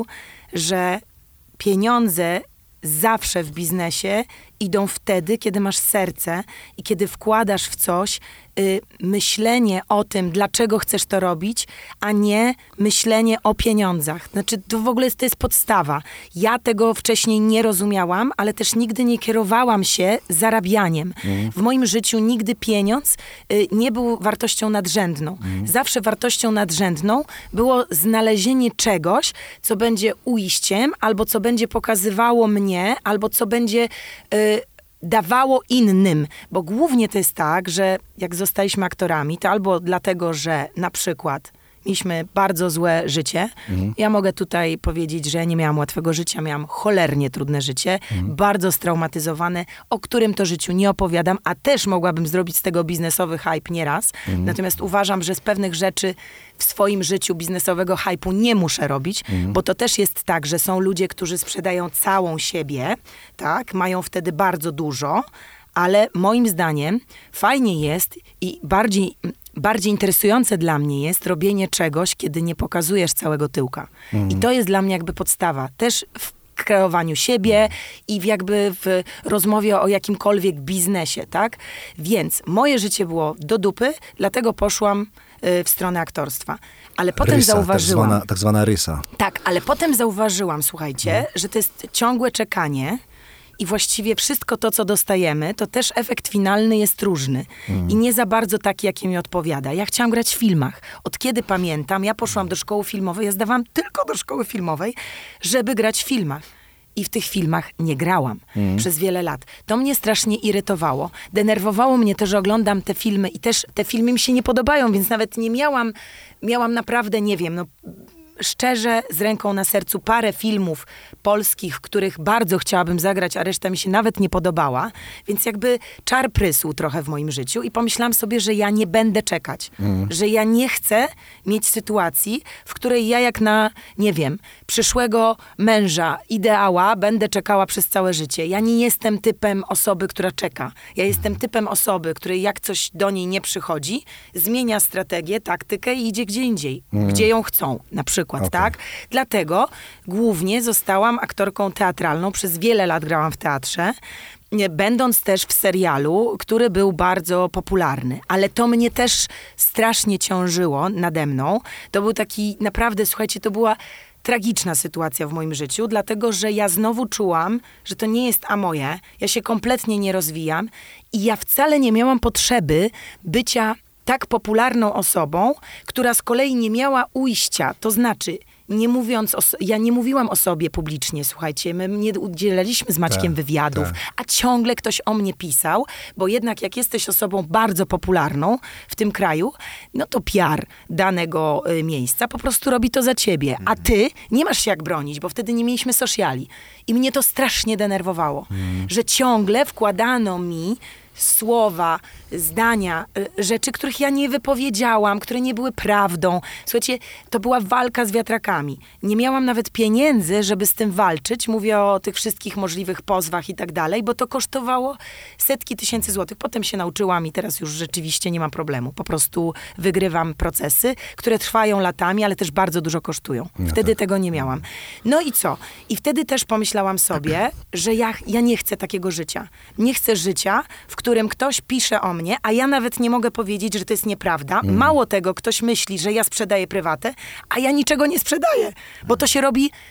Speaker 2: że pieniądze zawsze w biznesie idą wtedy, kiedy masz serce i kiedy wkładasz w coś y, myślenie o tym, dlaczego chcesz to robić, a nie myślenie o pieniądzach. Znaczy, to w ogóle jest, to jest podstawa. Ja tego wcześniej nie rozumiałam, ale też nigdy nie kierowałam się zarabianiem.
Speaker 1: Mhm.
Speaker 2: W moim życiu nigdy pieniądz y, nie był wartością nadrzędną.
Speaker 1: Mhm.
Speaker 2: Zawsze wartością nadrzędną było znalezienie czegoś, co będzie ujściem, albo co będzie pokazywało mnie, albo co będzie y, dawało innym. Bo głównie to jest tak, że jak zostaliśmy aktorami, to albo dlatego, że na przykład mieliśmy bardzo złe życie.
Speaker 1: Mhm.
Speaker 2: Ja mogę tutaj powiedzieć, że ja nie miałam łatwego życia, miałam cholernie trudne życie, bardzo straumatyzowane, o którym to życiu nie opowiadam, a też mogłabym zrobić z tego biznesowy hype nieraz. Natomiast uważam, że z pewnych rzeczy w swoim życiu biznesowego hype'u nie muszę robić, bo to też jest tak, że są ludzie, którzy sprzedają całą siebie, tak, mają wtedy bardzo dużo, ale moim zdaniem fajnie jest i bardziej, bardziej interesujące dla mnie jest robienie czegoś, kiedy nie pokazujesz całego tyłka. I to jest dla mnie jakby podstawa. Też w kreowaniu siebie i w jakby w rozmowie o jakimkolwiek biznesie, tak? Więc moje życie było do dupy, dlatego poszłam y, w stronę aktorstwa. Ale potem
Speaker 1: Rysa,
Speaker 2: zauważyłam...
Speaker 1: Tak zwana, tak zwana rysa.
Speaker 2: Tak, ale potem zauważyłam, słuchajcie,
Speaker 1: No.
Speaker 2: że to jest ciągłe czekanie i właściwie wszystko to, co dostajemy, to też efekt finalny jest różny.
Speaker 1: Mm.
Speaker 2: I nie za bardzo taki, jaki mi odpowiada. Ja chciałam grać w filmach. Od kiedy pamiętam, ja poszłam do szkoły filmowej, ja zdawałam tylko do szkoły filmowej, żeby grać w filmach. I w tych filmach nie grałam
Speaker 1: Mm.
Speaker 2: przez wiele lat. To mnie strasznie irytowało. Denerwowało mnie to, że oglądam te filmy i też te filmy mi się nie podobają, więc nawet nie miałam, miałam naprawdę, nie wiem, no szczerze, z ręką na sercu, parę filmów polskich, w których bardzo chciałabym zagrać, a reszta mi się nawet nie podobała. Więc jakby czar prysł trochę w moim życiu i pomyślałam sobie, że ja nie będę czekać.
Speaker 1: Mm.
Speaker 2: Że ja nie chcę mieć sytuacji, w której ja jak na, nie wiem, przyszłego męża, ideała, będę czekała przez całe życie. Ja nie jestem typem osoby, która czeka. Ja jestem typem osoby, której jak coś do niej nie przychodzi, zmienia strategię, taktykę i idzie gdzie indziej. Gdzie ją chcą, na przykład.
Speaker 1: Okej.
Speaker 2: Tak? Dlatego głównie zostałam aktorką teatralną. Przez wiele lat grałam w teatrze, nie, będąc też w serialu, który był bardzo popularny. Ale to mnie też strasznie ciążyło nade mną. To był taki, naprawdę, słuchajcie, to była tragiczna sytuacja w moim życiu, dlatego, że ja znowu czułam, że to nie jest a moje. Ja się kompletnie nie rozwijam i ja wcale nie miałam potrzeby bycia tak popularną osobą, która z kolei nie miała ujścia, to znaczy, nie mówiąc o, so- ja nie mówiłam o sobie publicznie, słuchajcie, my nie udzielaliśmy z Maćkiem
Speaker 1: Tak,
Speaker 2: wywiadów,
Speaker 1: tak.
Speaker 2: a ciągle ktoś o mnie pisał, bo jednak jak jesteś osobą bardzo popularną w tym kraju, no to P R danego y, miejsca po prostu robi to za ciebie, a ty nie masz się jak bronić, bo wtedy nie mieliśmy sociali. I mnie to strasznie denerwowało, że ciągle wkładano mi słowa, zdania, y, rzeczy, których ja nie wypowiedziałam, które nie były prawdą. Słuchajcie, to była walka z wiatrakami. Nie miałam nawet pieniędzy, żeby z tym walczyć. Mówię o tych wszystkich możliwych pozwach i tak dalej, bo to kosztowało setki tysięcy złotych. Potem się nauczyłam i teraz już rzeczywiście nie mam problemu. Po prostu wygrywam procesy, które trwają latami, ale też bardzo dużo kosztują. Wtedy tego nie miałam. No i co? I wtedy też pomyślałam sobie, że ja, ja nie chcę takiego życia. Nie chcę życia, w którym ktoś pisze o mnie, a ja nawet nie mogę powiedzieć, że to jest nieprawda.
Speaker 1: Mm.
Speaker 2: Mało tego, ktoś myśli, że ja sprzedaję prywatę, a ja niczego nie sprzedaję, bo to się robi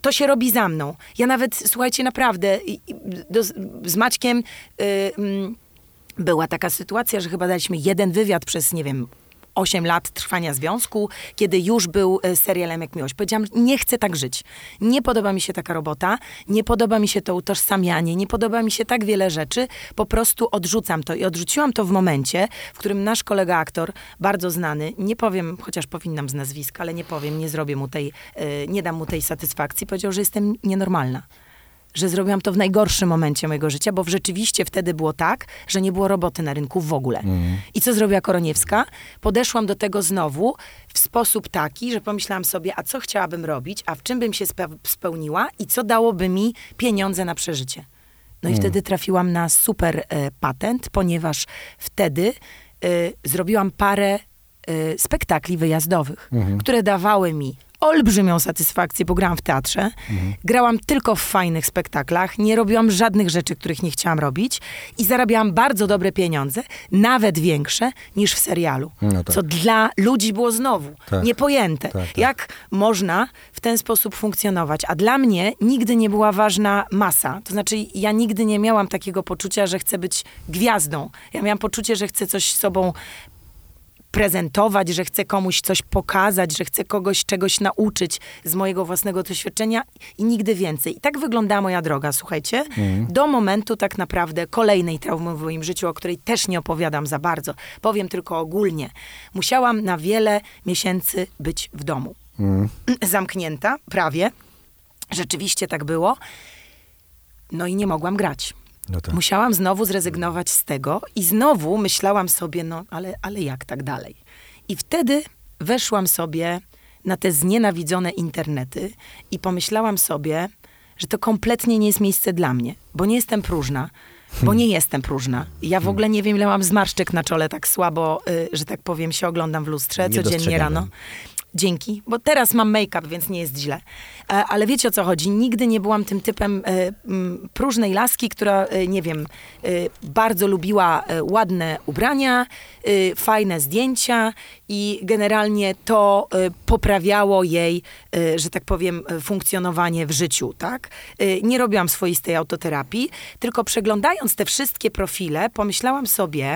Speaker 2: to się robi za mną. Ja nawet, słuchajcie, naprawdę, do, z Maćkiem y, y, była taka sytuacja, że chyba daliśmy jeden wywiad przez, nie wiem, osiem lat trwania związku, kiedy już był serialem Jak Miłość. Powiedziałam, nie chcę tak żyć. Nie podoba mi się taka robota, nie podoba mi się to utożsamianie, nie podoba mi się tak wiele rzeczy, po prostu odrzucam to. I odrzuciłam to w momencie, w którym nasz kolega aktor, bardzo znany, nie powiem, chociaż powinnam z nazwiska, ale nie powiem, nie zrobię mu tej, nie dam mu tej satysfakcji, powiedział, że jestem nienormalna. Że zrobiłam to w najgorszym momencie mojego życia, bo rzeczywiście wtedy było tak, że nie było roboty na rynku w ogóle. Mm. I co zrobiła Koroniewska? Podeszłam do tego znowu w sposób taki, że pomyślałam sobie, a co chciałabym robić, a w czym bym się spe- spełniła i co dałoby mi pieniądze na przeżycie. No mm. i wtedy trafiłam na super e, patent, ponieważ wtedy e, zrobiłam parę e, spektakli wyjazdowych, mm. które dawały mi olbrzymią satysfakcję, bo grałam w teatrze. Mhm. Grałam tylko w fajnych spektaklach. Nie robiłam żadnych rzeczy, których nie chciałam robić. I zarabiałam bardzo dobre pieniądze, nawet większe niż w serialu. No tak. Co dla ludzi było znowu tak. niepojęte. Tak, tak. Jak można w ten sposób funkcjonować? A dla mnie nigdy nie była ważna masa. To znaczy, ja nigdy nie miałam takiego poczucia, że chcę być gwiazdą. Ja miałam poczucie, że chcę coś sobą prezentować, że chcę komuś coś pokazać, że chcę kogoś czegoś nauczyć z mojego własnego doświadczenia i nigdy więcej. I tak wyglądała moja droga, słuchajcie, mm. do momentu tak naprawdę kolejnej traumy w moim życiu, o której też nie opowiadam za bardzo. Powiem tylko ogólnie. Musiałam na wiele miesięcy być w domu. Mm. Zamknięta, prawie. Rzeczywiście tak było. No i nie mogłam grać. No tak. Musiałam znowu zrezygnować z tego i znowu myślałam sobie, no ale, ale jak tak dalej? I wtedy weszłam sobie na te znienawidzone internety i pomyślałam sobie, że to kompletnie nie jest miejsce dla mnie, bo nie jestem próżna, bo hmm. nie jestem próżna. Ja w ogóle nie wiem, ile mam zmarszczek na czole, tak słabo, y, że tak powiem, się oglądam w lustrze nie codziennie rano. Dzięki, bo teraz mam make-up, więc nie jest źle. E, ale wiecie, o co chodzi? Nigdy nie byłam tym typem e, m, próżnej laski, która, e, nie wiem, e, bardzo lubiła e, ładne ubrania, e, fajne zdjęcia i generalnie to e, poprawiało jej, e, że tak powiem, funkcjonowanie w życiu, tak? E, nie robiłam swoistej autoterapii, tylko przeglądając te wszystkie profile, pomyślałam sobie,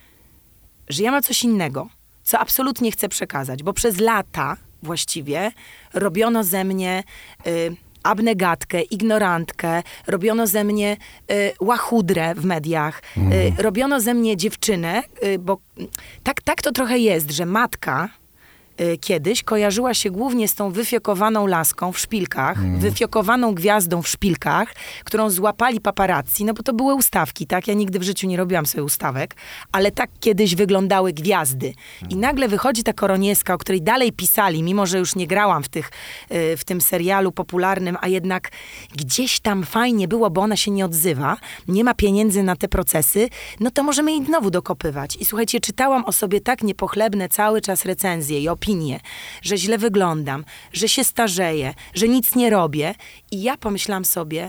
Speaker 2: że ja mam coś innego, co absolutnie chcę przekazać, bo przez lata właściwie robiono ze mnie y, abnegatkę, ignorantkę, robiono ze mnie y, łachudrę w mediach, mm. y, robiono ze mnie dziewczynę, y, bo tak, tak to trochę jest, że matka y, kiedyś kojarzyła się głównie z tą wyfiokowaną laską w szpilkach, mm. wyfiokowaną gwiazdą w szpilkach, którą złapali paparazzi, no bo to były ustawki, tak? Ja nigdy w życiu nie robiłam sobie ustawek, ale tak kiedyś wyglądały gwiazdy. Mm. I nagle wychodzi ta Koroniewska, o której dalej pisali, mimo że już nie grałam w, tych, y, w tym serialu popularnym, a jednak gdzieś tam fajnie było, bo ona się nie odzywa, nie ma pieniędzy na te procesy, no to możemy jej znowu dokopywać. I słuchajcie, czytałam o sobie tak niepochlebne cały czas recenzje i opinie, że źle wyglądam, że się starzeję, że nic nie robię. I ja pomyślałam sobie,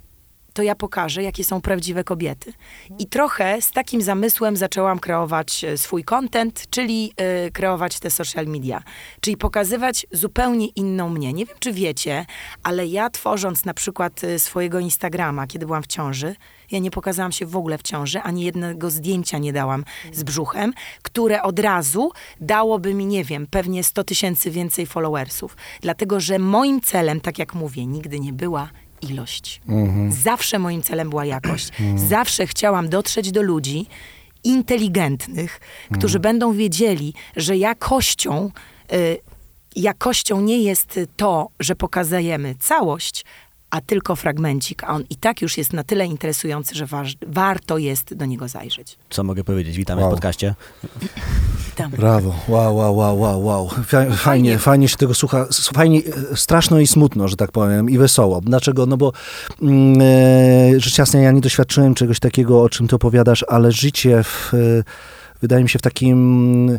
Speaker 2: to ja pokażę, jakie są prawdziwe kobiety. I trochę z takim zamysłem zaczęłam kreować swój content, czyli y, kreować te social media. Czyli pokazywać zupełnie inną mnie. Nie wiem, czy wiecie, ale ja tworząc na przykład y, swojego Instagrama, kiedy byłam w ciąży, ja nie pokazałam się w ogóle w ciąży, ani jednego zdjęcia nie dałam z brzuchem, które od razu dałoby mi, nie wiem, pewnie sto tysięcy więcej followersów. Dlatego, że moim celem, tak jak mówię, nigdy nie była ilość. Mhm. Zawsze moim celem była jakość. Mhm. Zawsze chciałam dotrzeć do ludzi inteligentnych, którzy mhm. będą wiedzieli, że jakością, y, jakością nie jest to, że pokazujemy całość, a tylko fragmencik, a on i tak już jest na tyle interesujący, że waż, warto jest do niego zajrzeć.
Speaker 3: Co mogę powiedzieć? Witamy wow. w podcaście.
Speaker 2: Witamy.
Speaker 1: Brawo. Wow, wow, wow, wow, wow. Fajnie, fajnie, fajnie się tego słucha. Fajnie, straszno i smutno, że tak powiem, i wesoło. Dlaczego? No bo mm, e, rzecz jasna, ja nie doświadczyłem czegoś takiego, o czym ty opowiadasz, ale życie w, e, wydaje mi się w takim...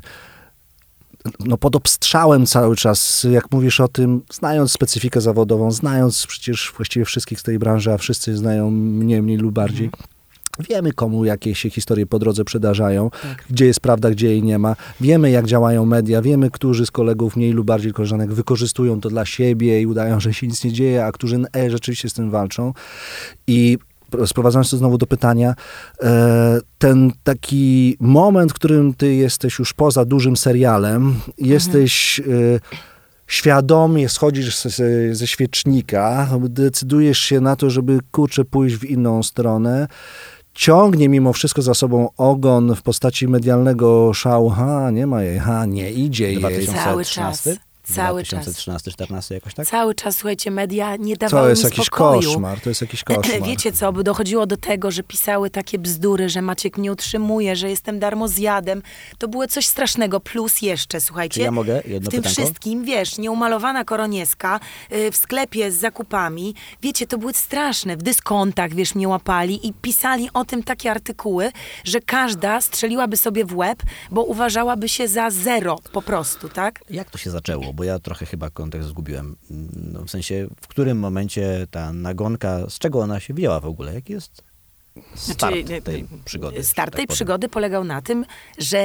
Speaker 1: no pod obstrzałem cały czas, jak mówisz o tym, znając specyfikę zawodową, znając przecież właściwie wszystkich z tej branży, a wszyscy znają mnie mniej lub bardziej, Wiemy, komu jakie się historie po drodze przydarzają,
Speaker 2: Tak.
Speaker 1: gdzie jest prawda, gdzie jej nie ma. Wiemy, jak działają media, wiemy, którzy z kolegów mniej lub bardziej koleżanek wykorzystują to dla siebie i udają, że się nic nie dzieje, a którzy e, rzeczywiście z tym walczą. I sprowadzając to znowu do pytania, e, ten taki moment, w którym ty jesteś już poza dużym serialem, jesteś e, świadomie, schodzisz z, z, ze świecznika, decydujesz się na to, żeby kurczę pójść w inną stronę, ciągnie mimo wszystko za sobą ogon w postaci medialnego szału, ha, nie ma jej, ha, nie idzie jej.
Speaker 3: dwa tysiące trzynasty?
Speaker 2: Cały
Speaker 3: dwa tysiące trzynasty czternasty jakoś tak?
Speaker 2: Cały czas, słuchajcie, media nie dawały
Speaker 1: To jest
Speaker 2: mi
Speaker 1: jakiś
Speaker 2: spokoju.
Speaker 1: koszmar, to jest jakiś koszmar.
Speaker 2: Wiecie co, by dochodziło do tego, że pisały takie bzdury, że Maciek mnie utrzymuje, że jestem darmozjadem. To było coś strasznego. Plus jeszcze, słuchajcie,
Speaker 3: Czy ja mogę jedno
Speaker 2: w tym
Speaker 3: pytanko?
Speaker 2: wszystkim, wiesz, nieumalowana koronieska y, w sklepie z zakupami. Wiecie, to były straszne. W dyskontach, wiesz, mnie łapali i pisali o tym takie artykuły, że każda strzeliłaby sobie w łeb, bo uważałaby się za zero po prostu, tak?
Speaker 3: Jak to się zaczęło? Bo ja trochę chyba kontekst zgubiłem. No, w sensie, w którym momencie ta nagonka, z czego ona się wzięła w ogóle? Jaki jest start
Speaker 2: Znaczy,
Speaker 3: tej przygody?
Speaker 2: Start
Speaker 3: tak
Speaker 2: tej
Speaker 3: powiem?
Speaker 2: przygody polegał na tym, że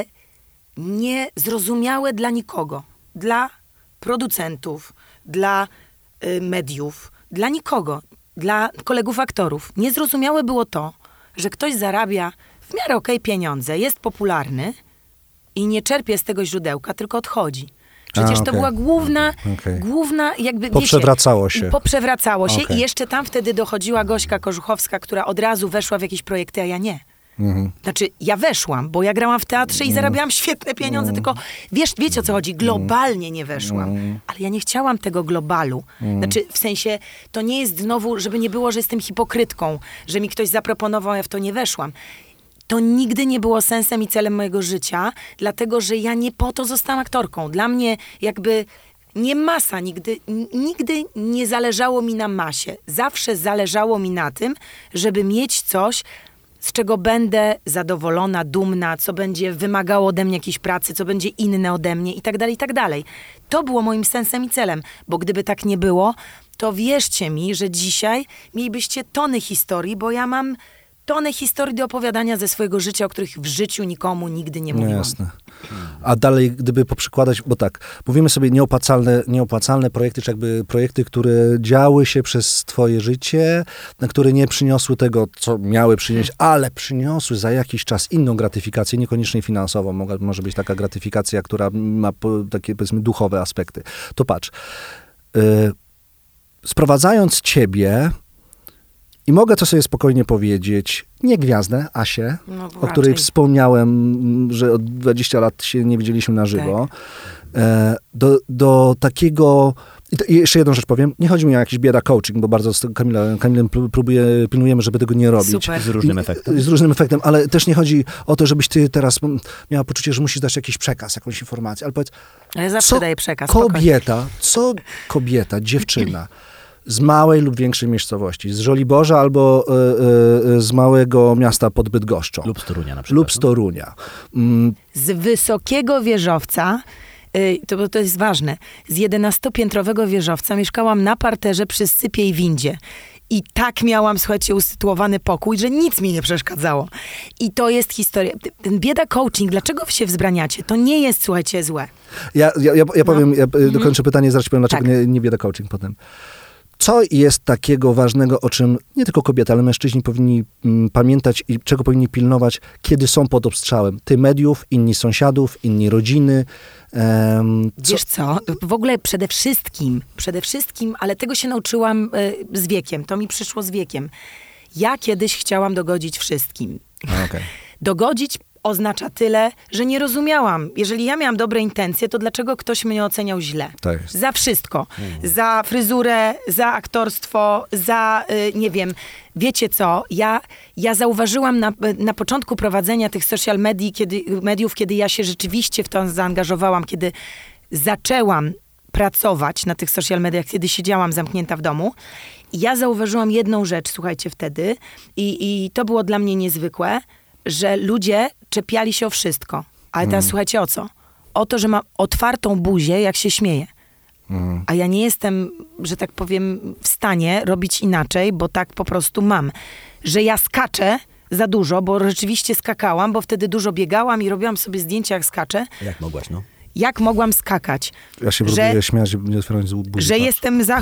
Speaker 2: niezrozumiałe dla nikogo, dla producentów, dla y, mediów, dla nikogo, dla kolegów aktorów, niezrozumiałe było to, że ktoś zarabia w miarę okej pieniądze, jest popularny i nie czerpie z tego źródełka, tylko odchodzi. Przecież
Speaker 1: A,
Speaker 2: to
Speaker 1: okej.
Speaker 2: była główna,
Speaker 1: Okej.
Speaker 2: główna jakby,
Speaker 1: Poprzewracało
Speaker 2: wiecie,
Speaker 1: się.
Speaker 2: Poprzewracało się
Speaker 1: Okej.
Speaker 2: i jeszcze tam wtedy dochodziła Gośka Kożuchowska, która od razu weszła w jakieś projekty, a ja nie.
Speaker 1: Mhm.
Speaker 2: Znaczy, ja weszłam, bo ja grałam w teatrze i zarabiałam świetne pieniądze, tylko wiesz, wiecie o co chodzi, globalnie nie weszłam. Ale ja nie chciałam tego globalu. Znaczy, w sensie, to nie jest znowu, żeby nie było, że jestem hipokrytką, że mi ktoś zaproponował, a ja w to nie weszłam. To nigdy nie było sensem i celem mojego życia, dlatego, że ja nie po to zostałam aktorką. Dla mnie jakby nie masa, nigdy, n- nigdy nie zależało mi na masie. Zawsze zależało mi na tym, żeby mieć coś, z czego będę zadowolona, dumna, co będzie wymagało ode mnie jakiejś pracy, co będzie inne ode mnie i tak dalej, i tak dalej. To było moim sensem i celem, bo gdyby tak nie było, to wierzcie mi, że dzisiaj mielibyście tony historii, bo ja mam tonę historii do opowiadania ze swojego życia, o których w życiu nikomu nigdy nie
Speaker 1: No
Speaker 2: mówiłam.
Speaker 1: jasne. A dalej, gdyby poprzykładać, bo tak, mówimy sobie nieopłacalne, nieopłacalne projekty, czy jakby projekty, które działy się przez twoje życie, na które nie przyniosły tego, co miały przynieść, ale przyniosły za jakiś czas inną gratyfikację, niekoniecznie finansową. Mogła, może być taka gratyfikacja, która ma po, takie, powiedzmy, duchowe aspekty. To patrz, y, sprowadzając ciebie, i mogę to sobie spokojnie powiedzieć, nie Gwiazdę, Asię,
Speaker 2: No,
Speaker 1: o której
Speaker 2: raczej.
Speaker 1: wspomniałem, że od dwudziestu lat się nie widzieliśmy na żywo, e, do, do takiego... I, to, I jeszcze jedną rzecz powiem, nie chodzi mi o jakiś bieda coaching, bo bardzo z Kamila, Kamilem pró- próbuję, pilnujemy, żeby tego nie robić.
Speaker 2: Super.
Speaker 3: Z różnym efektem.
Speaker 1: Z różnym efektem, ale też nie chodzi o to, żebyś ty teraz miała poczucie, że musisz dać jakiś przekaz, jakąś informację, ale powiedz,
Speaker 2: Ale ja zawsze
Speaker 1: co
Speaker 2: daję przekaz. spokojnie.
Speaker 1: kobieta, co kobieta, dziewczyna z małej lub większej miejscowości, z Żoliborza albo y, y, z małego miasta pod Bydgoszczą.
Speaker 3: Lub z Torunia na przykład.
Speaker 1: Lub z Torunia. Mm,
Speaker 2: Z wysokiego wieżowca, y, to, bo to jest ważne, z jedenastopiętrowego wieżowca mieszkałam na parterze przy sypie i windzie. I tak miałam, słuchajcie, usytuowany pokój, że nic mi nie przeszkadzało. I to jest historia. Ten bieda coaching, dlaczego wy się wzbraniacie? To nie jest, słuchajcie, złe.
Speaker 1: ja, ja, ja, ja powiem, ja
Speaker 2: Mhm.
Speaker 1: y, dokończę pytanie, zaraz ci powiem, dlaczego
Speaker 2: Tak.
Speaker 1: nie, nie bieda coaching potem. Co jest takiego ważnego, o czym nie tylko kobiety, ale mężczyźni powinni mm, pamiętać i czego powinni pilnować, kiedy są pod obstrzałem? Ty mediów, inni sąsiadów, inni rodziny. em, co,
Speaker 2: Wiesz co, w ogóle przede wszystkim, przede wszystkim, ale tego się nauczyłam y, z wiekiem, to mi przyszło z wiekiem. Ja kiedyś chciałam dogodzić wszystkim.
Speaker 1: A, okej.
Speaker 2: Dogodzić oznacza tyle, że nie rozumiałam. Jeżeli ja miałam dobre intencje, to dlaczego ktoś mnie oceniał źle?
Speaker 1: Tak jest.
Speaker 2: Za wszystko. Za fryzurę, za aktorstwo, za, y, nie wiem, wiecie co, ja, ja zauważyłam na, na początku prowadzenia tych social medii, kiedy, mediów, kiedy ja się rzeczywiście w to zaangażowałam, kiedy zaczęłam pracować na tych social mediach, kiedy siedziałam zamknięta w domu. I ja zauważyłam jedną rzecz, słuchajcie, wtedy i, i to było dla mnie niezwykłe, że ludzie czepiali się o wszystko. Ale teraz słuchajcie o co? O to, że mam otwartą buzię, jak się śmieję. A ja nie jestem, że tak powiem, w stanie robić inaczej, bo tak po prostu mam. Że ja skaczę za dużo, bo rzeczywiście skakałam, bo wtedy dużo biegałam i robiłam sobie zdjęcia, jak skaczę.
Speaker 3: Jak mogłaś, no?
Speaker 2: Jak mogłam skakać?
Speaker 1: Ja się
Speaker 2: że,
Speaker 1: próbuję śmiać, żeby nie otwierać buzi.
Speaker 2: Że patrz. jestem za...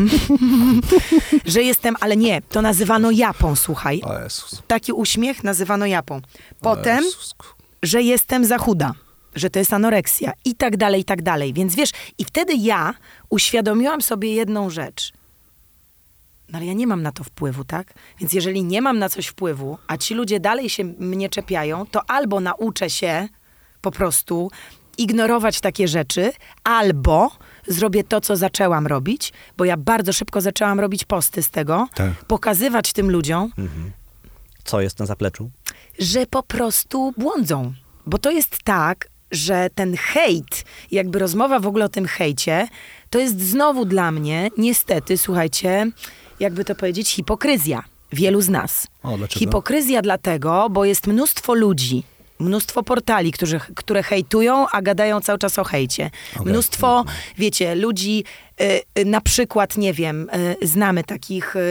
Speaker 2: że jestem, ale nie, to nazywano japą, słuchaj.
Speaker 1: O Jezus.
Speaker 2: Taki uśmiech nazywano japą. Potem, że jestem za chuda, że to jest anoreksja i tak dalej, i tak dalej. Więc wiesz, i wtedy ja uświadomiłam sobie jedną rzecz. No ale ja nie mam na to wpływu, tak? Więc jeżeli nie mam na coś wpływu, a ci ludzie dalej się mnie czepiają, to albo nauczę się po prostu ignorować takie rzeczy, albo zrobię to, co zaczęłam robić, bo ja bardzo szybko zaczęłam robić posty z tego,
Speaker 1: tak.
Speaker 2: pokazywać tym ludziom,
Speaker 3: mhm. co jest na zapleczu?
Speaker 2: Że po prostu błądzą. Bo to jest tak, że ten hejt, jakby rozmowa w ogóle o tym hejcie, to jest znowu dla mnie, niestety, słuchajcie, jakby to powiedzieć, hipokryzja wielu z nas.
Speaker 1: O, dlaczego?
Speaker 2: Hipokryzja dlatego, bo jest mnóstwo ludzi, mnóstwo portali, którzy, które hejtują, a gadają cały czas o hejcie. Okay. Mnóstwo, wiecie, ludzi, y, y, na przykład, nie wiem, y, znamy takich y,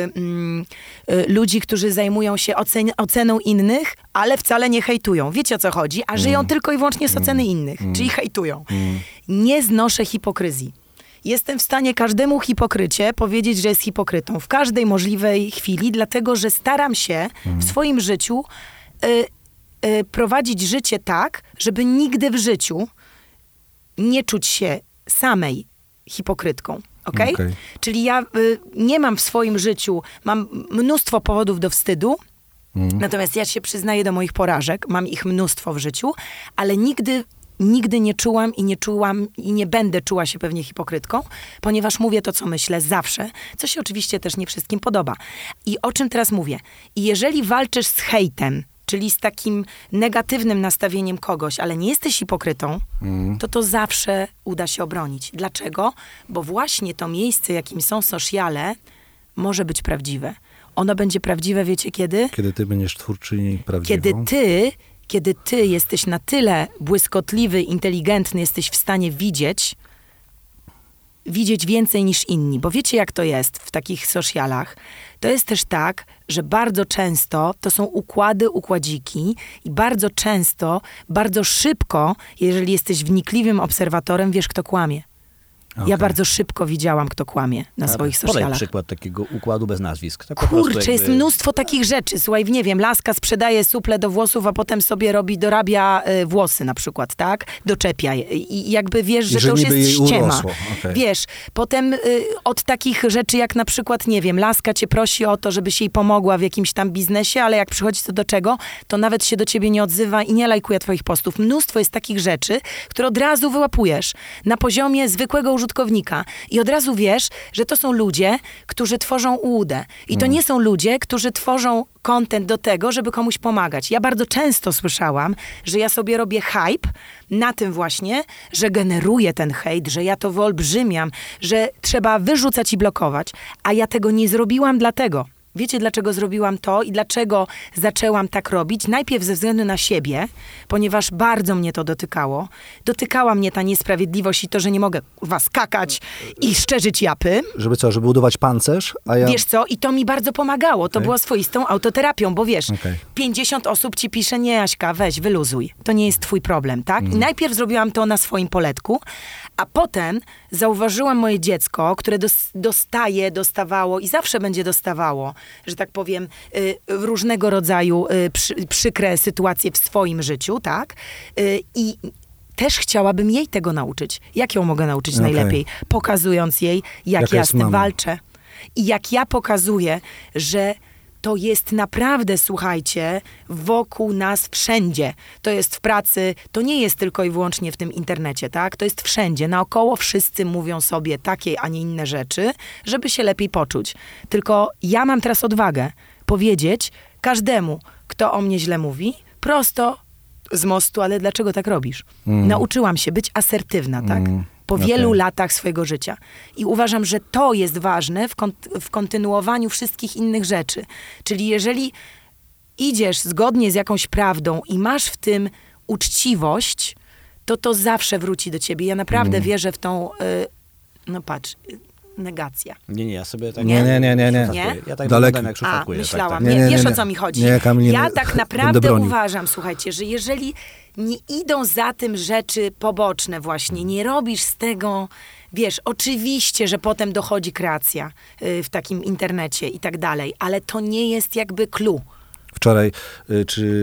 Speaker 2: y, ludzi, którzy zajmują się ocen oceną innych, ale wcale nie hejtują. Wiecie, o co chodzi? A żyją mm. tylko i wyłącznie z oceny innych, mm. czyli hejtują. Mm. Nie znoszę hipokryzji. Jestem w stanie każdemu hipokrycie powiedzieć, że jest hipokrytą w każdej możliwej chwili, dlatego, że staram się mm. w swoim życiu y, y, prowadzić życie tak, żeby nigdy w życiu nie czuć się samej hipokrytką. Okay? Okay. Czyli ja y, nie mam w swoim życiu, mam mnóstwo powodów do wstydu, mm. natomiast ja się przyznaję do moich porażek, mam ich mnóstwo w życiu, ale nigdy Nigdy nie czułam i nie czułam i nie będę czuła się pewnie hipokrytką, ponieważ mówię to, co myślę zawsze, co się oczywiście też nie wszystkim podoba. I o czym teraz mówię? I jeżeli walczysz z hejtem, czyli z takim negatywnym nastawieniem kogoś, ale nie jesteś hipokrytą, mm. to to zawsze uda się obronić. Dlaczego? Bo właśnie to miejsce, jakim są sociale, może być prawdziwe. Ono będzie prawdziwe, wiecie kiedy?
Speaker 1: Kiedy ty będziesz twórczyni prawdziwą.
Speaker 2: Kiedy ty... Kiedy ty jesteś na tyle błyskotliwy, inteligentny, jesteś w stanie widzieć, widzieć więcej niż inni. Bo wiecie, jak to jest w takich socialach? To jest też tak, że bardzo często to są układy, układziki i bardzo często, bardzo szybko, jeżeli jesteś wnikliwym obserwatorem, wiesz, kto kłamie. Okay. Ja bardzo szybko widziałam, kto kłamie na A, swoich socialach.
Speaker 3: Podaj przykład takiego układu bez nazwisk. Tak
Speaker 2: Kurczę,
Speaker 3: jakby...
Speaker 2: jest mnóstwo takich rzeczy. Słuchaj, nie wiem, laska sprzedaje suple do włosów, a potem sobie robi, dorabia y, włosy na przykład, tak? Doczepia je. I jakby wiesz, że, że to już jest ściema. Okay. Wiesz, potem y, od takich rzeczy jak na przykład, nie wiem, laska cię prosi o to, żebyś jej pomogła w jakimś tam biznesie, ale jak przychodzi to do czego, to nawet się do ciebie nie odzywa i nie lajkuje twoich postów. Mnóstwo jest takich rzeczy, które od razu wyłapujesz na poziomie zwykłego użytkownika. użytkownika. I od razu wiesz, że to są ludzie, którzy tworzą ułudę. I to mm. nie są ludzie, którzy tworzą content do tego, żeby komuś pomagać. Ja bardzo często słyszałam, że ja sobie robię hype na tym właśnie, że generuję ten hejt, że ja to wyolbrzymiam, że trzeba wyrzucać i blokować. A ja tego nie zrobiłam dlatego. Wiecie, dlaczego zrobiłam to i dlaczego zaczęłam tak robić? Najpierw ze względu na siebie, ponieważ bardzo mnie to dotykało. Dotykała mnie ta niesprawiedliwość i to, że nie mogę was skakać i szczerzyć japy.
Speaker 1: Żeby co, żeby budować pancerz? A ja...
Speaker 2: Wiesz co? I to mi bardzo pomagało. To okay. było swoistą autoterapią, bo wiesz,
Speaker 1: okay.
Speaker 2: pięćdziesiąt osób ci pisze, nie Jaśka, weź, wyluzuj. To nie jest twój problem, tak? Mm. I najpierw zrobiłam to na swoim poletku, a potem zauważyłam moje dziecko, które dos- dostaje, dostawało i zawsze będzie dostawało, że tak powiem, y, różnego rodzaju y, przy, przykre sytuacje w swoim życiu, tak? Y, I też chciałabym jej tego nauczyć. Jak ją mogę nauczyć okay. najlepiej? Pokazując jej, jak
Speaker 1: Jaka
Speaker 2: ja z tym walczę. I jak ja pokazuję, że to jest naprawdę, słuchajcie, wokół nas wszędzie. To jest w pracy, to nie jest tylko i wyłącznie w tym internecie, tak? To jest wszędzie. Naokoło wszyscy mówią sobie takie, a nie inne rzeczy, żeby się lepiej poczuć. Tylko ja mam teraz odwagę powiedzieć każdemu, kto o mnie źle mówi, prosto z mostu, ale dlaczego tak robisz? Mm. Nauczyłam się być asertywna, tak? Mm. Po okay. wielu latach swojego życia. I uważam, że to jest ważne w, kont- w kontynuowaniu wszystkich innych rzeczy. Czyli jeżeli idziesz zgodnie z jakąś prawdą i masz w tym uczciwość, to to zawsze wróci do ciebie. Ja naprawdę mm. wierzę w tą... Y- no patrz, negacja.
Speaker 3: Nie, nie, ja sobie tak...
Speaker 1: Nie, nie, nie, nie, nie.
Speaker 2: Nie?
Speaker 3: Ja tak
Speaker 1: Daleki.
Speaker 3: wyglądam, jak
Speaker 2: A,
Speaker 3: szufladkuję.
Speaker 2: myślałam.
Speaker 3: Tak,
Speaker 2: Nie,
Speaker 1: Nie, nie,
Speaker 2: wiesz
Speaker 1: nie,
Speaker 2: o
Speaker 1: nie.
Speaker 2: co mi chodzi.
Speaker 1: Nie, Kamil, nie,
Speaker 2: ja
Speaker 1: nie.
Speaker 2: tak
Speaker 1: Będę
Speaker 2: naprawdę
Speaker 1: bronił.
Speaker 2: uważam, słuchajcie, że jeżeli nie idą za tym rzeczy poboczne właśnie, nie robisz z tego, wiesz, oczywiście, że potem dochodzi kreacja y, w takim internecie i tak dalej, ale to nie jest jakby clue.
Speaker 1: Wczoraj, y,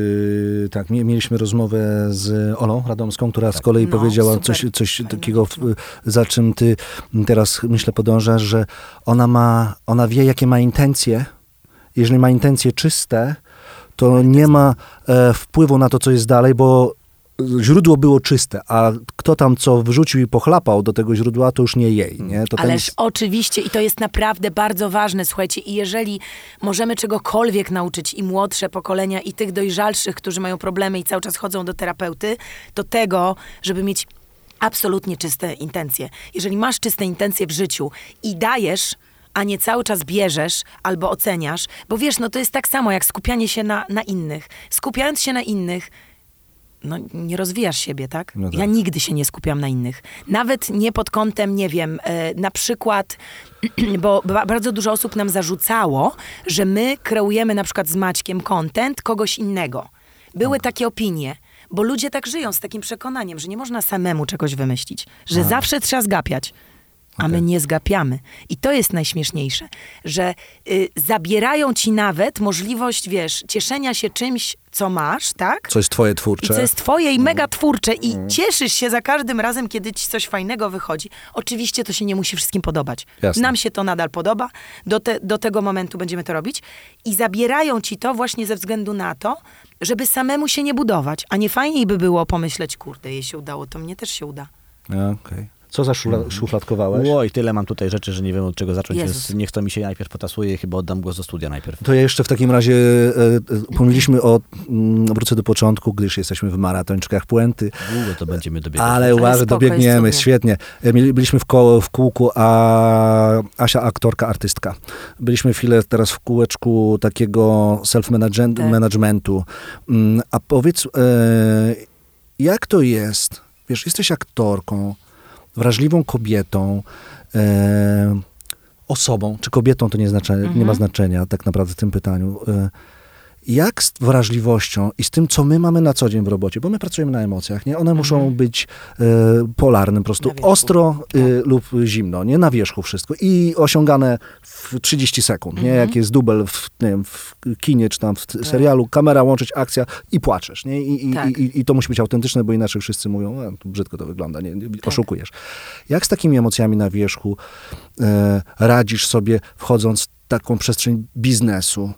Speaker 1: czy tak, mie- mieliśmy rozmowę z Olą Radomską, która z kolei
Speaker 2: No,
Speaker 1: powiedziała
Speaker 2: super.
Speaker 1: coś, coś
Speaker 2: Fajna
Speaker 1: takiego, w,
Speaker 2: rozmowa.
Speaker 1: za czym ty teraz, myślę, podążasz, że ona ma, ona wie, jakie ma intencje. Jeżeli ma intencje czyste, to nie ma e, wpływu na to, co jest dalej, bo źródło było czyste, a kto tam co wrzucił i pochlapał do tego źródła, to już nie jej. Nie? To ten
Speaker 2: Ależ
Speaker 1: jest-
Speaker 2: oczywiście i to jest naprawdę bardzo ważne, słuchajcie, i jeżeli możemy czegokolwiek nauczyć i młodsze pokolenia i tych dojrzalszych, którzy mają problemy i cały czas chodzą do terapeuty, to tego, żeby mieć absolutnie czyste intencje. Jeżeli masz czyste intencje w życiu i dajesz, a nie cały czas bierzesz albo oceniasz, bo wiesz, no to jest tak samo jak skupianie się na, na innych. Skupiając się na innych, no nie rozwijasz siebie, tak?
Speaker 1: No tak.
Speaker 2: Ja nigdy się nie skupiam na innych. Nawet nie pod kątem, nie wiem, e, na przykład, bo ba- bardzo dużo osób nam zarzucało, że my kreujemy na przykład z Maćkiem content kogoś innego. Były takie opinie, bo ludzie tak żyją z takim przekonaniem, że nie można samemu czegoś wymyślić, że zawsze trzeba zgapiać. A my
Speaker 1: Okej.
Speaker 2: nie zgapiamy. I to jest najśmieszniejsze, że y, zabierają ci nawet możliwość, wiesz, cieszenia się czymś, co masz, tak?
Speaker 1: Co jest twoje
Speaker 2: I
Speaker 1: twórcze.
Speaker 2: co jest twoje i mega twórcze i cieszysz się za każdym razem, kiedy ci coś fajnego wychodzi. Oczywiście to się nie musi wszystkim podobać.
Speaker 1: Jasne.
Speaker 2: Nam się to nadal podoba, do, te, do tego momentu będziemy to robić i zabierają ci to właśnie ze względu na to, żeby samemu się nie budować. A nie fajniej by było pomyśleć, kurde, jej się udało, to mnie też się uda.
Speaker 1: A, okej. Co za szula- szufladkowałeś?
Speaker 3: Oj, tyle mam tutaj rzeczy, że nie wiem od czego zacząć,
Speaker 2: Jezus.
Speaker 3: więc niech to mi się najpierw potasuje, chyba oddam głos do studia najpierw.
Speaker 1: To ja jeszcze w takim razie e, e, pomówiliśmy o, mm, wrócę do początku, gdyż jesteśmy w maratończykach Puenty,
Speaker 3: Długo to będziemy dobiegać.
Speaker 1: ale uważaj,
Speaker 2: spoko,
Speaker 1: dobiegniemy,
Speaker 2: jest
Speaker 1: świetnie. E, mieli- Byliśmy w, koło, w kółku, a Asia aktorka, artystka. Byliśmy chwilę teraz w kółeczku takiego self-managementu. Mm, A powiedz, e, jak to jest? Wiesz, jesteś aktorką, wrażliwą kobietą, e, osobą, czy kobietą to nie, znaczy, nie ma znaczenia tak naprawdę w tym pytaniu. E, jak z wrażliwością i z tym, co my mamy na co dzień w robocie, bo my pracujemy na emocjach, nie? One muszą być e, polarne, po prostu
Speaker 2: Na wierzchu.
Speaker 1: ostro e, lub zimno, nie na wierzchu wszystko i osiągane w trzydzieści sekund, nie? Jak jest dubel w, nie wiem, w kinie czy tam w t- serialu, kamera, łączyć, akcja i płaczesz, nie? I, i,
Speaker 2: Tak.
Speaker 1: i, i to musi być autentyczne, bo inaczej wszyscy mówią, e, to brzydko to wygląda, nie? Oszukujesz. Jak z takimi emocjami na wierzchu e, radzisz sobie, wchodząc w taką przestrzeń biznesu?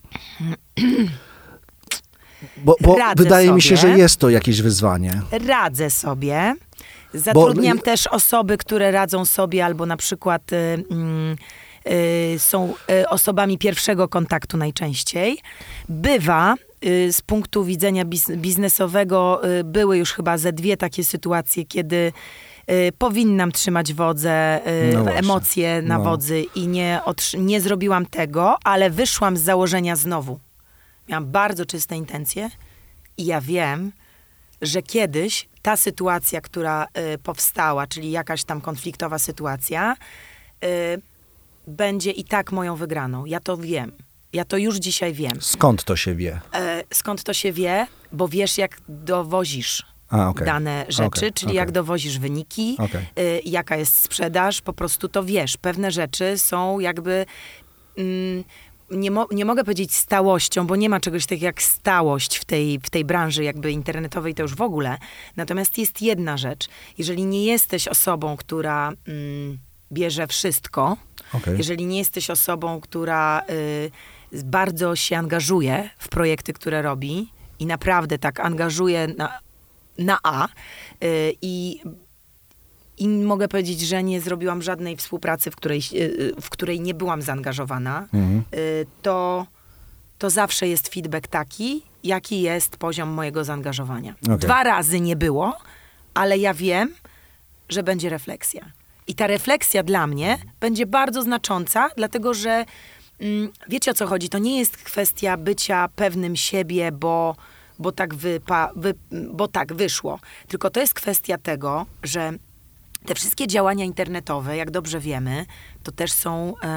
Speaker 1: Bo, bo
Speaker 2: Radzę
Speaker 1: wydaje mi się,
Speaker 2: sobie.
Speaker 1: że jest to jakieś wyzwanie.
Speaker 2: Radzę sobie. Zatrudniam
Speaker 1: Bo-
Speaker 2: też osoby, które radzą sobie albo na przykład y, mm, y, są y, osobami pierwszego kontaktu najczęściej. Bywa y, z punktu widzenia biz, biznesowego, y, były już chyba ze dwie takie sytuacje, kiedy y, powinnam trzymać wodze, y,
Speaker 1: No właśnie.
Speaker 2: emocje na
Speaker 1: No.
Speaker 2: wodzy i nie, otrzy- nie zrobiłam tego, ale wyszłam z założenia znowu. Miałam bardzo czyste intencje i ja wiem, że kiedyś ta sytuacja, która y, powstała, czyli jakaś tam konfliktowa sytuacja, y, będzie i tak moją wygraną. Ja to wiem. Ja to już dzisiaj wiem.
Speaker 1: Skąd to się wie?
Speaker 2: E, skąd to się wie? Bo wiesz, jak dowozisz
Speaker 1: A, okej.
Speaker 2: dane rzeczy,
Speaker 1: Okej,
Speaker 2: czyli
Speaker 1: okej.
Speaker 2: jak dowozisz wyniki,
Speaker 1: Okej.
Speaker 2: y, jaka jest sprzedaż, po prostu to wiesz. Pewne rzeczy są jakby... Mm, nie, mo- nie mogę powiedzieć stałością, bo nie ma czegoś takiego jak stałość w tej, w tej branży jakby internetowej, to już w ogóle. Natomiast jest jedna rzecz. Jeżeli nie jesteś osobą, która mm, bierze wszystko,
Speaker 1: Okej.
Speaker 2: jeżeli nie jesteś osobą, która y, bardzo się angażuje w projekty, które robi i naprawdę tak angażuje na, na A y, i I mogę powiedzieć, że nie zrobiłam żadnej współpracy, w której, y, w której nie byłam zaangażowana,
Speaker 1: Mhm.
Speaker 2: y, to, to zawsze jest feedback taki, jaki jest poziom mojego zaangażowania.
Speaker 1: Okej.
Speaker 2: Dwa razy nie było, ale ja wiem, że będzie refleksja. I ta refleksja dla mnie będzie bardzo znacząca, dlatego że mm, wiecie, o co chodzi. To nie jest kwestia bycia pewnym siebie, bo, bo, tak, wypa, wy, bo tak wyszło. Tylko to jest kwestia tego, że te wszystkie działania internetowe, jak dobrze wiemy, to też są... E,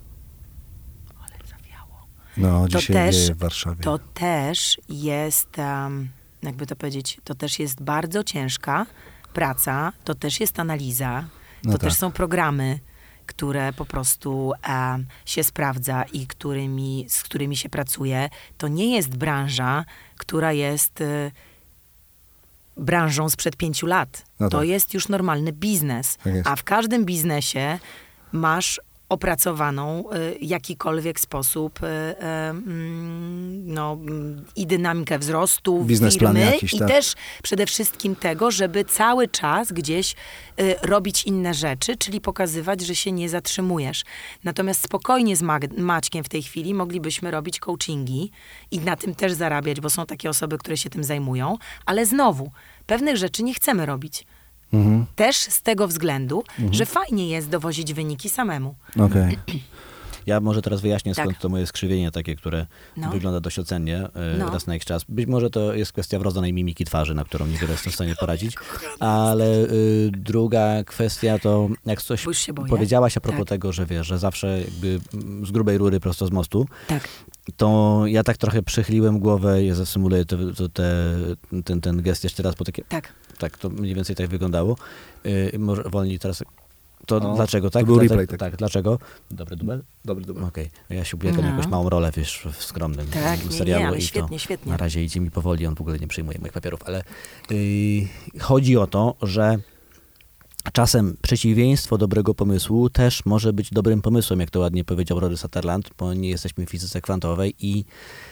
Speaker 2: ale zawiało.
Speaker 1: No,
Speaker 2: To
Speaker 1: dzisiaj
Speaker 2: też,
Speaker 1: wieje w Warszawie.
Speaker 2: to też jest, um, jakby to powiedzieć, to też jest bardzo ciężka praca, to też jest analiza,
Speaker 1: No
Speaker 2: to
Speaker 1: tak.
Speaker 2: też są programy, które po prostu um, się sprawdza i którymi, z którymi się pracuje. To nie jest branża, która jest y, branżą sprzed pięciu lat.
Speaker 1: No
Speaker 2: to
Speaker 1: tak.
Speaker 2: jest już normalny biznes.
Speaker 1: Tak jest.
Speaker 2: A w każdym biznesie masz opracowaną y, jakikolwiek sposób y, y, mm, no, mm, i dynamikę wzrostu
Speaker 1: Biznesplan
Speaker 2: firmy
Speaker 1: jakiś,
Speaker 2: i
Speaker 1: tak.
Speaker 2: też przede wszystkim tego, żeby cały czas gdzieś y, robić inne rzeczy, czyli pokazywać, że się nie zatrzymujesz. Natomiast spokojnie z Mag- Maćkiem w tej chwili moglibyśmy robić coachingi i na tym też zarabiać, bo są takie osoby, które się tym zajmują, ale znowu, pewnych rzeczy nie chcemy robić.
Speaker 1: Mhm.
Speaker 2: Też z tego względu, że fajnie jest dowozić wyniki samemu.
Speaker 1: Okej.
Speaker 3: Ja może teraz wyjaśnię, skąd
Speaker 2: Tak.
Speaker 3: to moje skrzywienie takie, które
Speaker 2: No.
Speaker 3: wygląda dość ocennie e,
Speaker 2: No.
Speaker 3: raz na jakiś czas. Być może to jest kwestia wrodzonej mimiki twarzy, na którą niewiele jestem w stanie poradzić. Ale y, druga kwestia to, jak coś
Speaker 2: Bo już się boję.
Speaker 3: powiedziałaś a propos
Speaker 2: Tak.
Speaker 3: tego, że wiesz, że zawsze jakby mm, z grubej rury prosto z mostu,
Speaker 2: Tak.
Speaker 3: to ja tak trochę przychyliłem głowę, ja zasymuluję te, to te, ten, ten gest jeszcze raz, bo takie,
Speaker 2: Tak.
Speaker 3: tak, to mniej więcej tak wyglądało. Y, może wolniej teraz... To
Speaker 1: O,
Speaker 3: dlaczego, tak?
Speaker 1: to był
Speaker 3: Dlate-
Speaker 1: replay taki.
Speaker 3: Tak, dlaczego? Dobry dubel?
Speaker 1: Dobry, dobry.
Speaker 3: Okej. Ja się ubiegam
Speaker 2: No.
Speaker 3: jakąś małą rolę, wiesz, w skromnym
Speaker 2: Tak, nie,
Speaker 3: serialu.
Speaker 2: nie, ale
Speaker 3: i
Speaker 2: świetnie,
Speaker 3: to
Speaker 2: świetnie.
Speaker 3: Na razie idzie mi powoli, on w ogóle nie przyjmuje moich papierów, ale yy, chodzi o to, że czasem przeciwieństwo dobrego pomysłu też może być dobrym pomysłem, jak to ładnie powiedział Rory Sutherland, bo nie jesteśmy w fizyce kwantowej i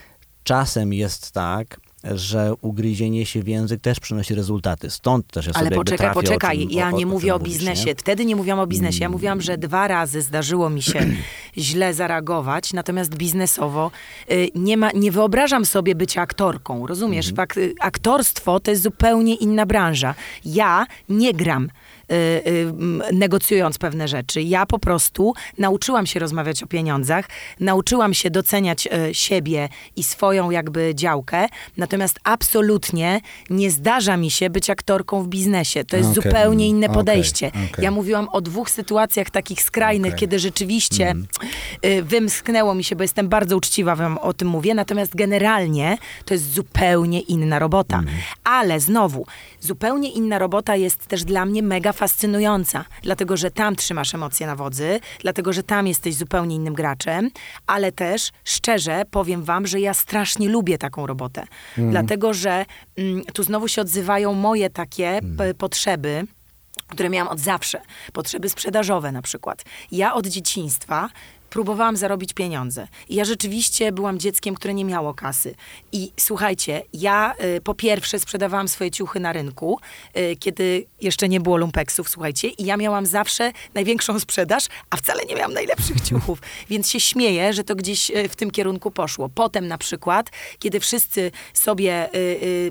Speaker 3: czasem jest tak, że ugryzienie się w język też przynosi rezultaty. Stąd też ja sobie
Speaker 2: Ale
Speaker 3: jakby
Speaker 2: poczekaj,
Speaker 3: trafię,
Speaker 2: poczekaj,
Speaker 3: o czym,
Speaker 2: ja
Speaker 3: o, o,
Speaker 2: nie
Speaker 3: o
Speaker 2: mówię o
Speaker 3: czym mówisz,
Speaker 2: biznesie.
Speaker 3: nie?
Speaker 2: Wtedy nie mówiłam o biznesie. Ja mówiłam, że dwa razy zdarzyło mi się źle zareagować, natomiast biznesowo y, nie ma, nie wyobrażam sobie bycia aktorką. Rozumiesz? Fakt, y, aktorstwo to jest zupełnie inna branża. Ja nie gram. Y, y, m, negocjując pewne rzeczy. Ja po prostu nauczyłam się rozmawiać o pieniądzach, nauczyłam się doceniać y, siebie i swoją jakby działkę, natomiast absolutnie nie zdarza mi się być aktorką w biznesie. To jest
Speaker 1: Okej.
Speaker 2: zupełnie inne
Speaker 1: Okej,
Speaker 2: podejście.
Speaker 1: okej.
Speaker 2: Ja mówiłam o dwóch sytuacjach takich skrajnych,
Speaker 1: Okej.
Speaker 2: kiedy rzeczywiście y, wymsknęło mi się, bo jestem bardzo uczciwa, wam o tym mówię, natomiast generalnie to jest zupełnie inna robota. Ale znowu, zupełnie inna robota jest też dla mnie mega fascynująca, dlatego, że tam trzymasz emocje na wodzy, dlatego, że tam jesteś zupełnie innym graczem, ale też szczerze powiem wam, że ja strasznie lubię taką robotę, dlatego, że mm, tu znowu się odzywają moje takie p- potrzeby, które miałam od zawsze. Potrzeby sprzedażowe na przykład. Ja od dzieciństwa próbowałam zarobić pieniądze. I ja rzeczywiście byłam dzieckiem, które nie miało kasy. I słuchajcie, ja y, po pierwsze sprzedawałam swoje ciuchy na rynku, y, kiedy jeszcze nie było lumpeksów, słuchajcie, i ja miałam zawsze największą sprzedaż, a wcale nie miałam najlepszych ciuchów. Więc się śmieję, że to gdzieś y, w tym kierunku poszło. Potem na przykład, kiedy wszyscy sobie y, y,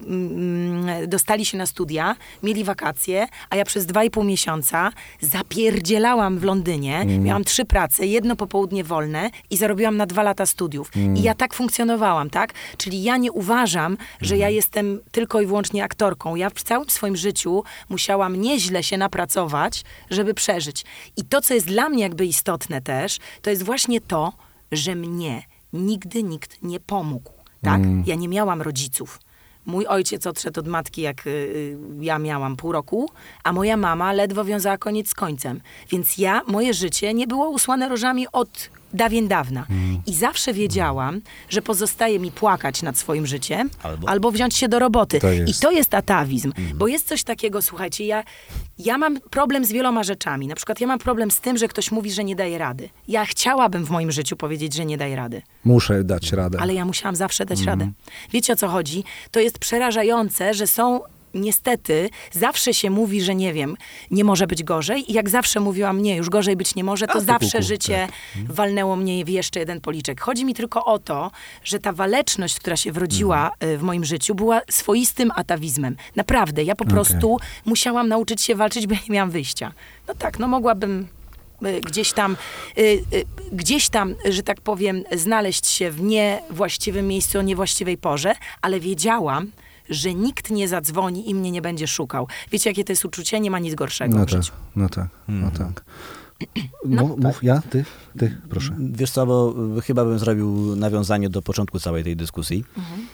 Speaker 2: mm, dostali się na studia, mieli wakacje, a ja przez dwa i pół miesiąca zapierdzielałam w Londynie, miałam trzy prace, jedno popołudnie wolne i zarobiłam na dwa lata studiów. I ja tak funkcjonowałam, tak? Czyli ja nie uważam, że ja jestem tylko i wyłącznie aktorką. Ja w całym swoim życiu musiałam nieźle się napracować, żeby przeżyć. I to, co jest dla mnie jakby istotne też, to jest właśnie to, że mnie nigdy nikt nie pomógł, tak? Ja nie miałam rodziców. Mój ojciec odszedł od matki, jak y, ja miałam pół roku, a moja mama ledwo wiązała koniec z końcem. Więc ja, moje życie nie było usłane różami od dawien dawna.
Speaker 1: Mm.
Speaker 2: I zawsze wiedziałam, że pozostaje mi płakać nad swoim życiem,
Speaker 3: Albo-
Speaker 2: albo, wziąć się do roboty.
Speaker 1: To jest.
Speaker 2: I to jest atawizm, bo jest coś takiego, słuchajcie, ja, ja mam problem z wieloma rzeczami. Na przykład ja mam problem z tym, że ktoś mówi, że nie daje rady. Ja chciałabym w moim życiu powiedzieć, że nie daje rady.
Speaker 1: Muszę dać radę.
Speaker 2: Ale ja musiałam zawsze dać
Speaker 1: Mhm.
Speaker 2: radę. Wiecie, o co chodzi? To jest przerażające, że są niestety, zawsze się mówi, że nie wiem, nie może być gorzej i jak zawsze mówiłam, nie, już gorzej być nie może, to
Speaker 1: A, ty
Speaker 2: zawsze
Speaker 1: kuku,
Speaker 2: życie
Speaker 1: tak.
Speaker 2: walnęło mnie w jeszcze jeden policzek. Chodzi mi tylko o to, że ta waleczność, która się wrodziła y, w moim życiu, była swoistym atawizmem. Naprawdę, ja po prostu musiałam nauczyć się walczyć, bo ja nie miałam wyjścia. No tak, no mogłabym y, gdzieś tam, y, y, gdzieś tam, że tak powiem, znaleźć się w niewłaściwym miejscu o niewłaściwej porze, ale wiedziałam, że nikt nie zadzwoni i mnie nie będzie szukał. Wiecie, jakie to jest uczucie? Nie ma nic gorszego
Speaker 1: No
Speaker 2: w
Speaker 1: tak,
Speaker 2: życiu.
Speaker 1: no tak, no
Speaker 3: Mhm.
Speaker 1: tak. No, mów, tak. ja? Ty? Ty, proszę.
Speaker 3: Wiesz co, bo chyba bym zrobił nawiązanie do początku całej tej dyskusji,
Speaker 2: Mhm.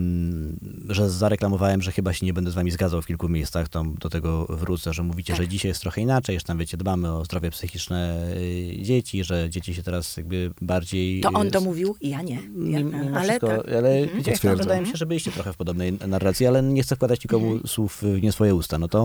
Speaker 3: że zareklamowałem, że chyba się nie będę z wami zgadzał w kilku miejscach, to do tego wrócę, że mówicie,
Speaker 2: Tak.
Speaker 3: że dzisiaj jest trochę inaczej, że tam, wiecie, dbamy o zdrowie psychiczne y, dzieci, że dzieci się teraz jakby bardziej...
Speaker 2: To on
Speaker 3: y,
Speaker 2: to mówił, ja nie. Ja,
Speaker 3: Mimo
Speaker 2: ale
Speaker 3: wszystko,
Speaker 2: tak.
Speaker 3: ale
Speaker 2: Mhm.
Speaker 3: wiecie,
Speaker 1: Potwierdzam.
Speaker 3: wydaje mi się, że byliście trochę w podobnej narracji, ale nie chcę wkładać nikomu
Speaker 2: Mhm.
Speaker 3: słów w nie swoje usta. No to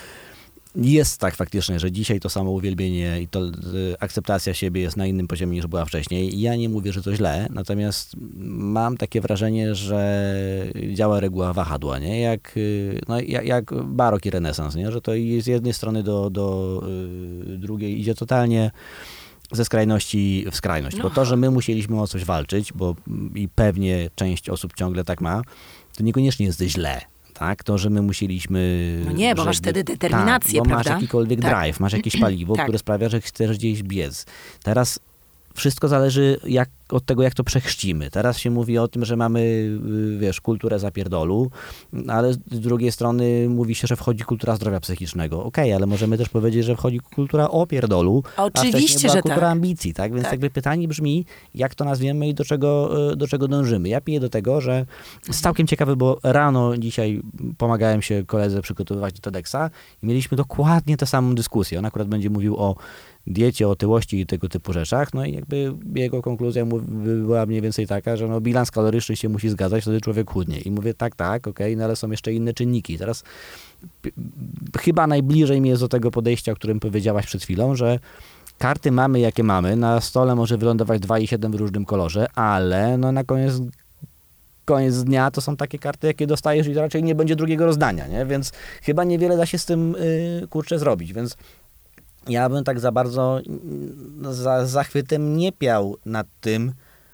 Speaker 3: jest tak faktycznie, że dzisiaj to samo uwielbienie i to y, akceptacja siebie jest na innym poziomie niż była wcześniej. Ja nie mówię, że to źle, natomiast mam takie wrażenie, że działa reguła wahadła, nie? Jak, y, no, jak, jak barok i renesans, nie? Że to i z jednej strony do, do y, drugiej idzie totalnie ze skrajności w skrajność.
Speaker 2: No.
Speaker 3: Bo to, że my musieliśmy o coś walczyć, bo i pewnie część osób ciągle tak ma, to niekoniecznie jest źle. Tak, to, że my musieliśmy...
Speaker 2: No nie, bo
Speaker 3: żeby,
Speaker 2: masz wtedy determinację,
Speaker 3: tak, bo
Speaker 2: prawda?
Speaker 3: masz jakikolwiek
Speaker 2: Tak.
Speaker 3: drive, masz jakieś paliwo,
Speaker 2: Tak.
Speaker 3: które sprawia, że chcesz gdzieś biec. Teraz wszystko zależy jak, od tego, jak to przechrzcimy. Teraz się mówi o tym, że mamy, y, wiesz, kulturę zapierdolu, ale z drugiej strony mówi się, że wchodzi kultura zdrowia psychicznego. Okej, okay, ale możemy też powiedzieć, że wchodzi kultura opierdolu,
Speaker 2: Oczywiście,
Speaker 3: a wcześniej była
Speaker 2: że
Speaker 3: kultura
Speaker 2: tak.
Speaker 3: ambicji, tak? Więc
Speaker 2: Tak.
Speaker 3: jakby pytanie brzmi, jak to nazwiemy i do czego, y, do czego dążymy. Ja piję do tego, że jest całkiem ciekawy, bo rano dzisiaj pomagałem się koledze przygotowywać do TEDxa i mieliśmy dokładnie tę samą dyskusję. On akurat będzie mówił o diecie, otyłości i tego typu rzeczach, no i jakby jego konkluzja była mniej więcej taka, że no bilans kaloryczny się musi zgadzać, wtedy człowiek chudnie. I mówię tak, tak, okej, okay, no ale są jeszcze inne czynniki. Teraz p- chyba najbliżej mi jest do tego podejścia, o którym powiedziałaś przed chwilą, że karty mamy jakie mamy, na stole może wylądować dwa i siedem w różnym kolorze, ale no na koniec koniec dnia to są takie karty, jakie dostajesz i raczej nie będzie drugiego rozdania, nie? Więc chyba niewiele da się z tym yy, kurczę zrobić, więc ja bym tak za bardzo za zachwytem nie piał nad tym,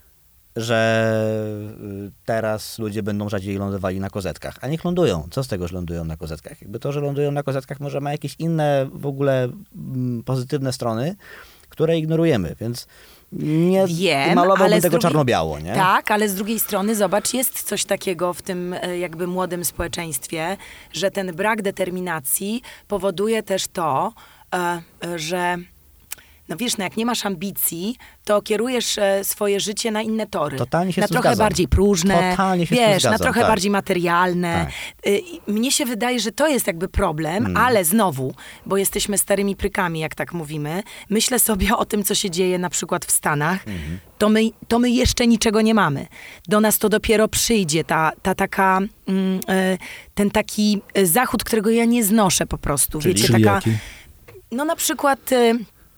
Speaker 3: że teraz ludzie będą rzadziej lądowali na kozetkach. A niech lądują. Co z tego, że lądują na kozetkach? Jakby to, że lądują na kozetkach może ma jakieś inne w ogóle pozytywne strony, które ignorujemy, więc nie
Speaker 2: Wiem,
Speaker 3: malowałbym
Speaker 2: ale z
Speaker 3: tego
Speaker 2: drugiej-
Speaker 3: czarno-biało, nie?
Speaker 2: Tak, ale z drugiej strony, zobacz, jest coś takiego w tym e, jakby młodym społeczeństwie, że ten brak determinacji powoduje też to, e, e, że no wiesz, no jak nie masz ambicji, to kierujesz e, swoje życie na inne tory.
Speaker 3: Totalnie się
Speaker 2: na
Speaker 3: z tym
Speaker 2: trochę
Speaker 3: zgadzam.
Speaker 2: bardziej próżne,
Speaker 3: Totalnie się z tym
Speaker 2: wiesz, na
Speaker 3: zgadzam,
Speaker 2: trochę
Speaker 3: tak.
Speaker 2: bardziej materialne.
Speaker 3: Tak.
Speaker 2: Y, i mnie się wydaje, że to jest jakby problem,
Speaker 3: Mm.
Speaker 2: ale znowu, bo jesteśmy starymi prykami, jak tak mówimy, myślę sobie o tym, co się dzieje na przykład w Stanach,
Speaker 3: Mhm.
Speaker 2: to, my, to my jeszcze niczego nie mamy. Do nas to dopiero przyjdzie, ta, ta taka, mm, y, ten taki zachód, którego ja nie znoszę po prostu.
Speaker 3: Czyli?
Speaker 2: Wiecie,
Speaker 1: Czyli
Speaker 2: taka...
Speaker 1: jaki?
Speaker 2: No na przykład... Y,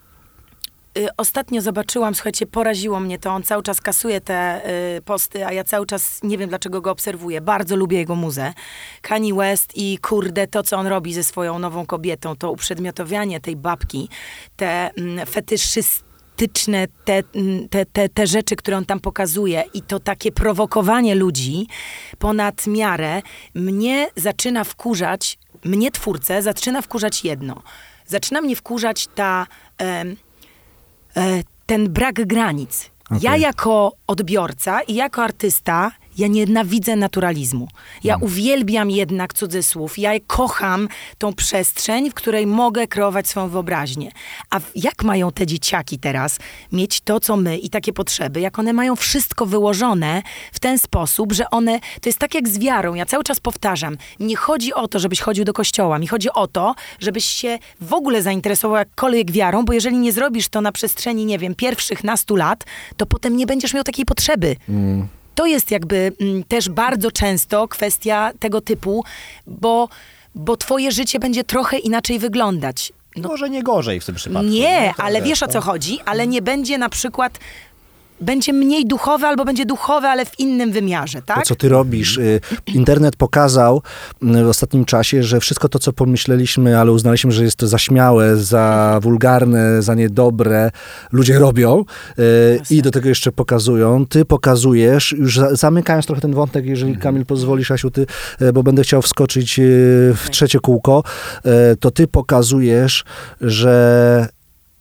Speaker 2: y, Ostatnio zobaczyłam, słuchajcie, poraziło mnie to, on cały czas kasuje te y, posty, a ja cały czas nie wiem, dlaczego go obserwuję. Bardzo lubię jego muzę. Kanye West i kurde, to, co on robi ze swoją nową kobietą, to uprzedmiotowianie tej babki, te mm, fetyszystyczne, te, mm, te, te, te rzeczy, które on tam pokazuje i to takie prowokowanie ludzi ponad miarę, mnie zaczyna wkurzać, mnie twórcę zaczyna wkurzać jedno. Zaczyna mnie wkurzać ta... em, e, ten brak granic.
Speaker 1: Okej.
Speaker 2: Ja jako odbiorca i jako artysta, ja nienawidzę naturalizmu. Ja
Speaker 1: Mm.
Speaker 2: uwielbiam jednak cudzysłów. Ja kocham tą przestrzeń, w której mogę kreować swoją wyobraźnię. A w- jak mają te dzieciaki teraz mieć to, co my i takie potrzeby, jak one mają wszystko wyłożone w ten sposób, że one, to jest tak jak z wiarą. Ja cały czas powtarzam, nie chodzi o to, żebyś chodził do kościoła. Mi chodzi o to, żebyś się w ogóle zainteresował jakkolwiek wiarą, bo jeżeli nie zrobisz to na przestrzeni, nie wiem, pierwszych nastu lat, to potem nie będziesz miał takiej potrzeby.
Speaker 1: Mm.
Speaker 2: To jest jakby mm, też bardzo często kwestia tego typu, bo, bo twoje życie będzie trochę inaczej wyglądać. No,
Speaker 3: Może nie gorzej w tym przypadku.
Speaker 2: nie,
Speaker 3: No to
Speaker 2: ale
Speaker 3: wiesz,
Speaker 2: wiesz o
Speaker 3: to-
Speaker 2: co chodzi, ale nie będzie na przykład, będzie mniej duchowe albo będzie duchowe, ale w innym wymiarze, tak?
Speaker 1: To, co ty robisz. y, Internet pokazał y, w ostatnim czasie, że wszystko to, co pomyśleliśmy, ale uznaliśmy, że jest to za śmiałe, za wulgarne, za niedobre, ludzie robią y, i do tego jeszcze pokazują. Ty pokazujesz, już za, zamykając trochę ten wątek, jeżeli Kamil pozwolisz, Asiu, ty, y, bo będę chciał wskoczyć y, w trzecie kółko, y, to ty pokazujesz, że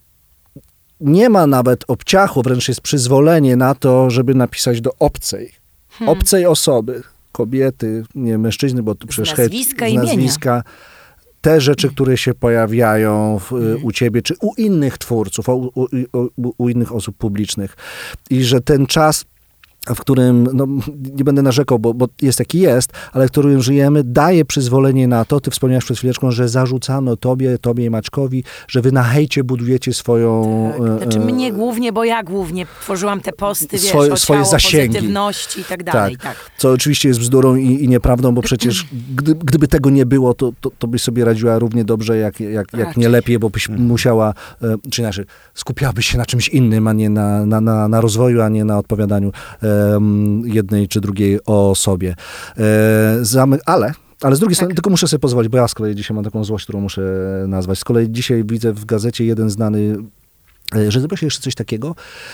Speaker 1: nie ma nawet obciachu, wręcz jest przyzwolenie na to, żeby napisać do obcej,
Speaker 2: Hmm.
Speaker 1: obcej osoby, kobiety, nie mężczyzny, bo tu przecież
Speaker 2: z nazwiska,
Speaker 1: z
Speaker 2: imienia.
Speaker 1: nazwiska, te rzeczy, które się pojawiają w, mm. u ciebie, czy u innych twórców, u, u, u, u innych osób publicznych. I że ten czas, w którym, no nie będę narzekał, bo, bo jest jaki jest, ale w którym żyjemy, daje przyzwolenie na to, ty wspomniałeś przed chwileczką, że zarzucano tobie, tobie i Maćkowi, że wy na hejcie budujecie swoją...
Speaker 2: Tak. Znaczy mnie głównie, bo ja głównie tworzyłam te posty, wiesz,
Speaker 1: swoje,
Speaker 2: o
Speaker 1: swoje
Speaker 2: ciało,
Speaker 1: zasięgi.
Speaker 2: pozytywności i tak dalej.
Speaker 1: Tak.
Speaker 2: Tak.
Speaker 1: Co oczywiście jest bzdurą i, i nieprawdą, bo przecież gdy, gdyby tego nie było, to, to, to byś sobie radziła równie dobrze, jak, jak, jak nie lepiej, bo byś musiała, czy inaczej, skupiałabyś się na czymś innym, a nie na, na, na, na rozwoju, a nie na odpowiadaniu um, jednej czy drugiej osobie. E, zamy, ale, ale z drugiej tak. strony, tylko muszę sobie pozwolić, bo ja z kolei dzisiaj mam taką złość, którą muszę nazwać. Z kolei dzisiaj widzę w gazecie jeden znany, że zrobiło się jeszcze coś takiego.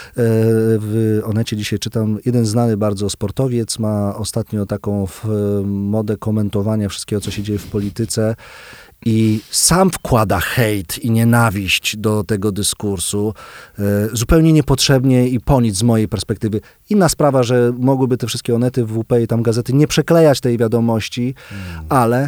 Speaker 1: W Onecie dzisiaj czytam, jeden znany bardzo sportowiec ma ostatnio taką modę komentowania wszystkiego, co się dzieje w polityce i sam wkłada hejt i nienawiść do tego dyskursu, zupełnie niepotrzebnie i po nic z mojej perspektywy. Inna sprawa, że mogłyby te wszystkie Onety, W P i tam gazety nie przeklejać tej wiadomości, mm. ale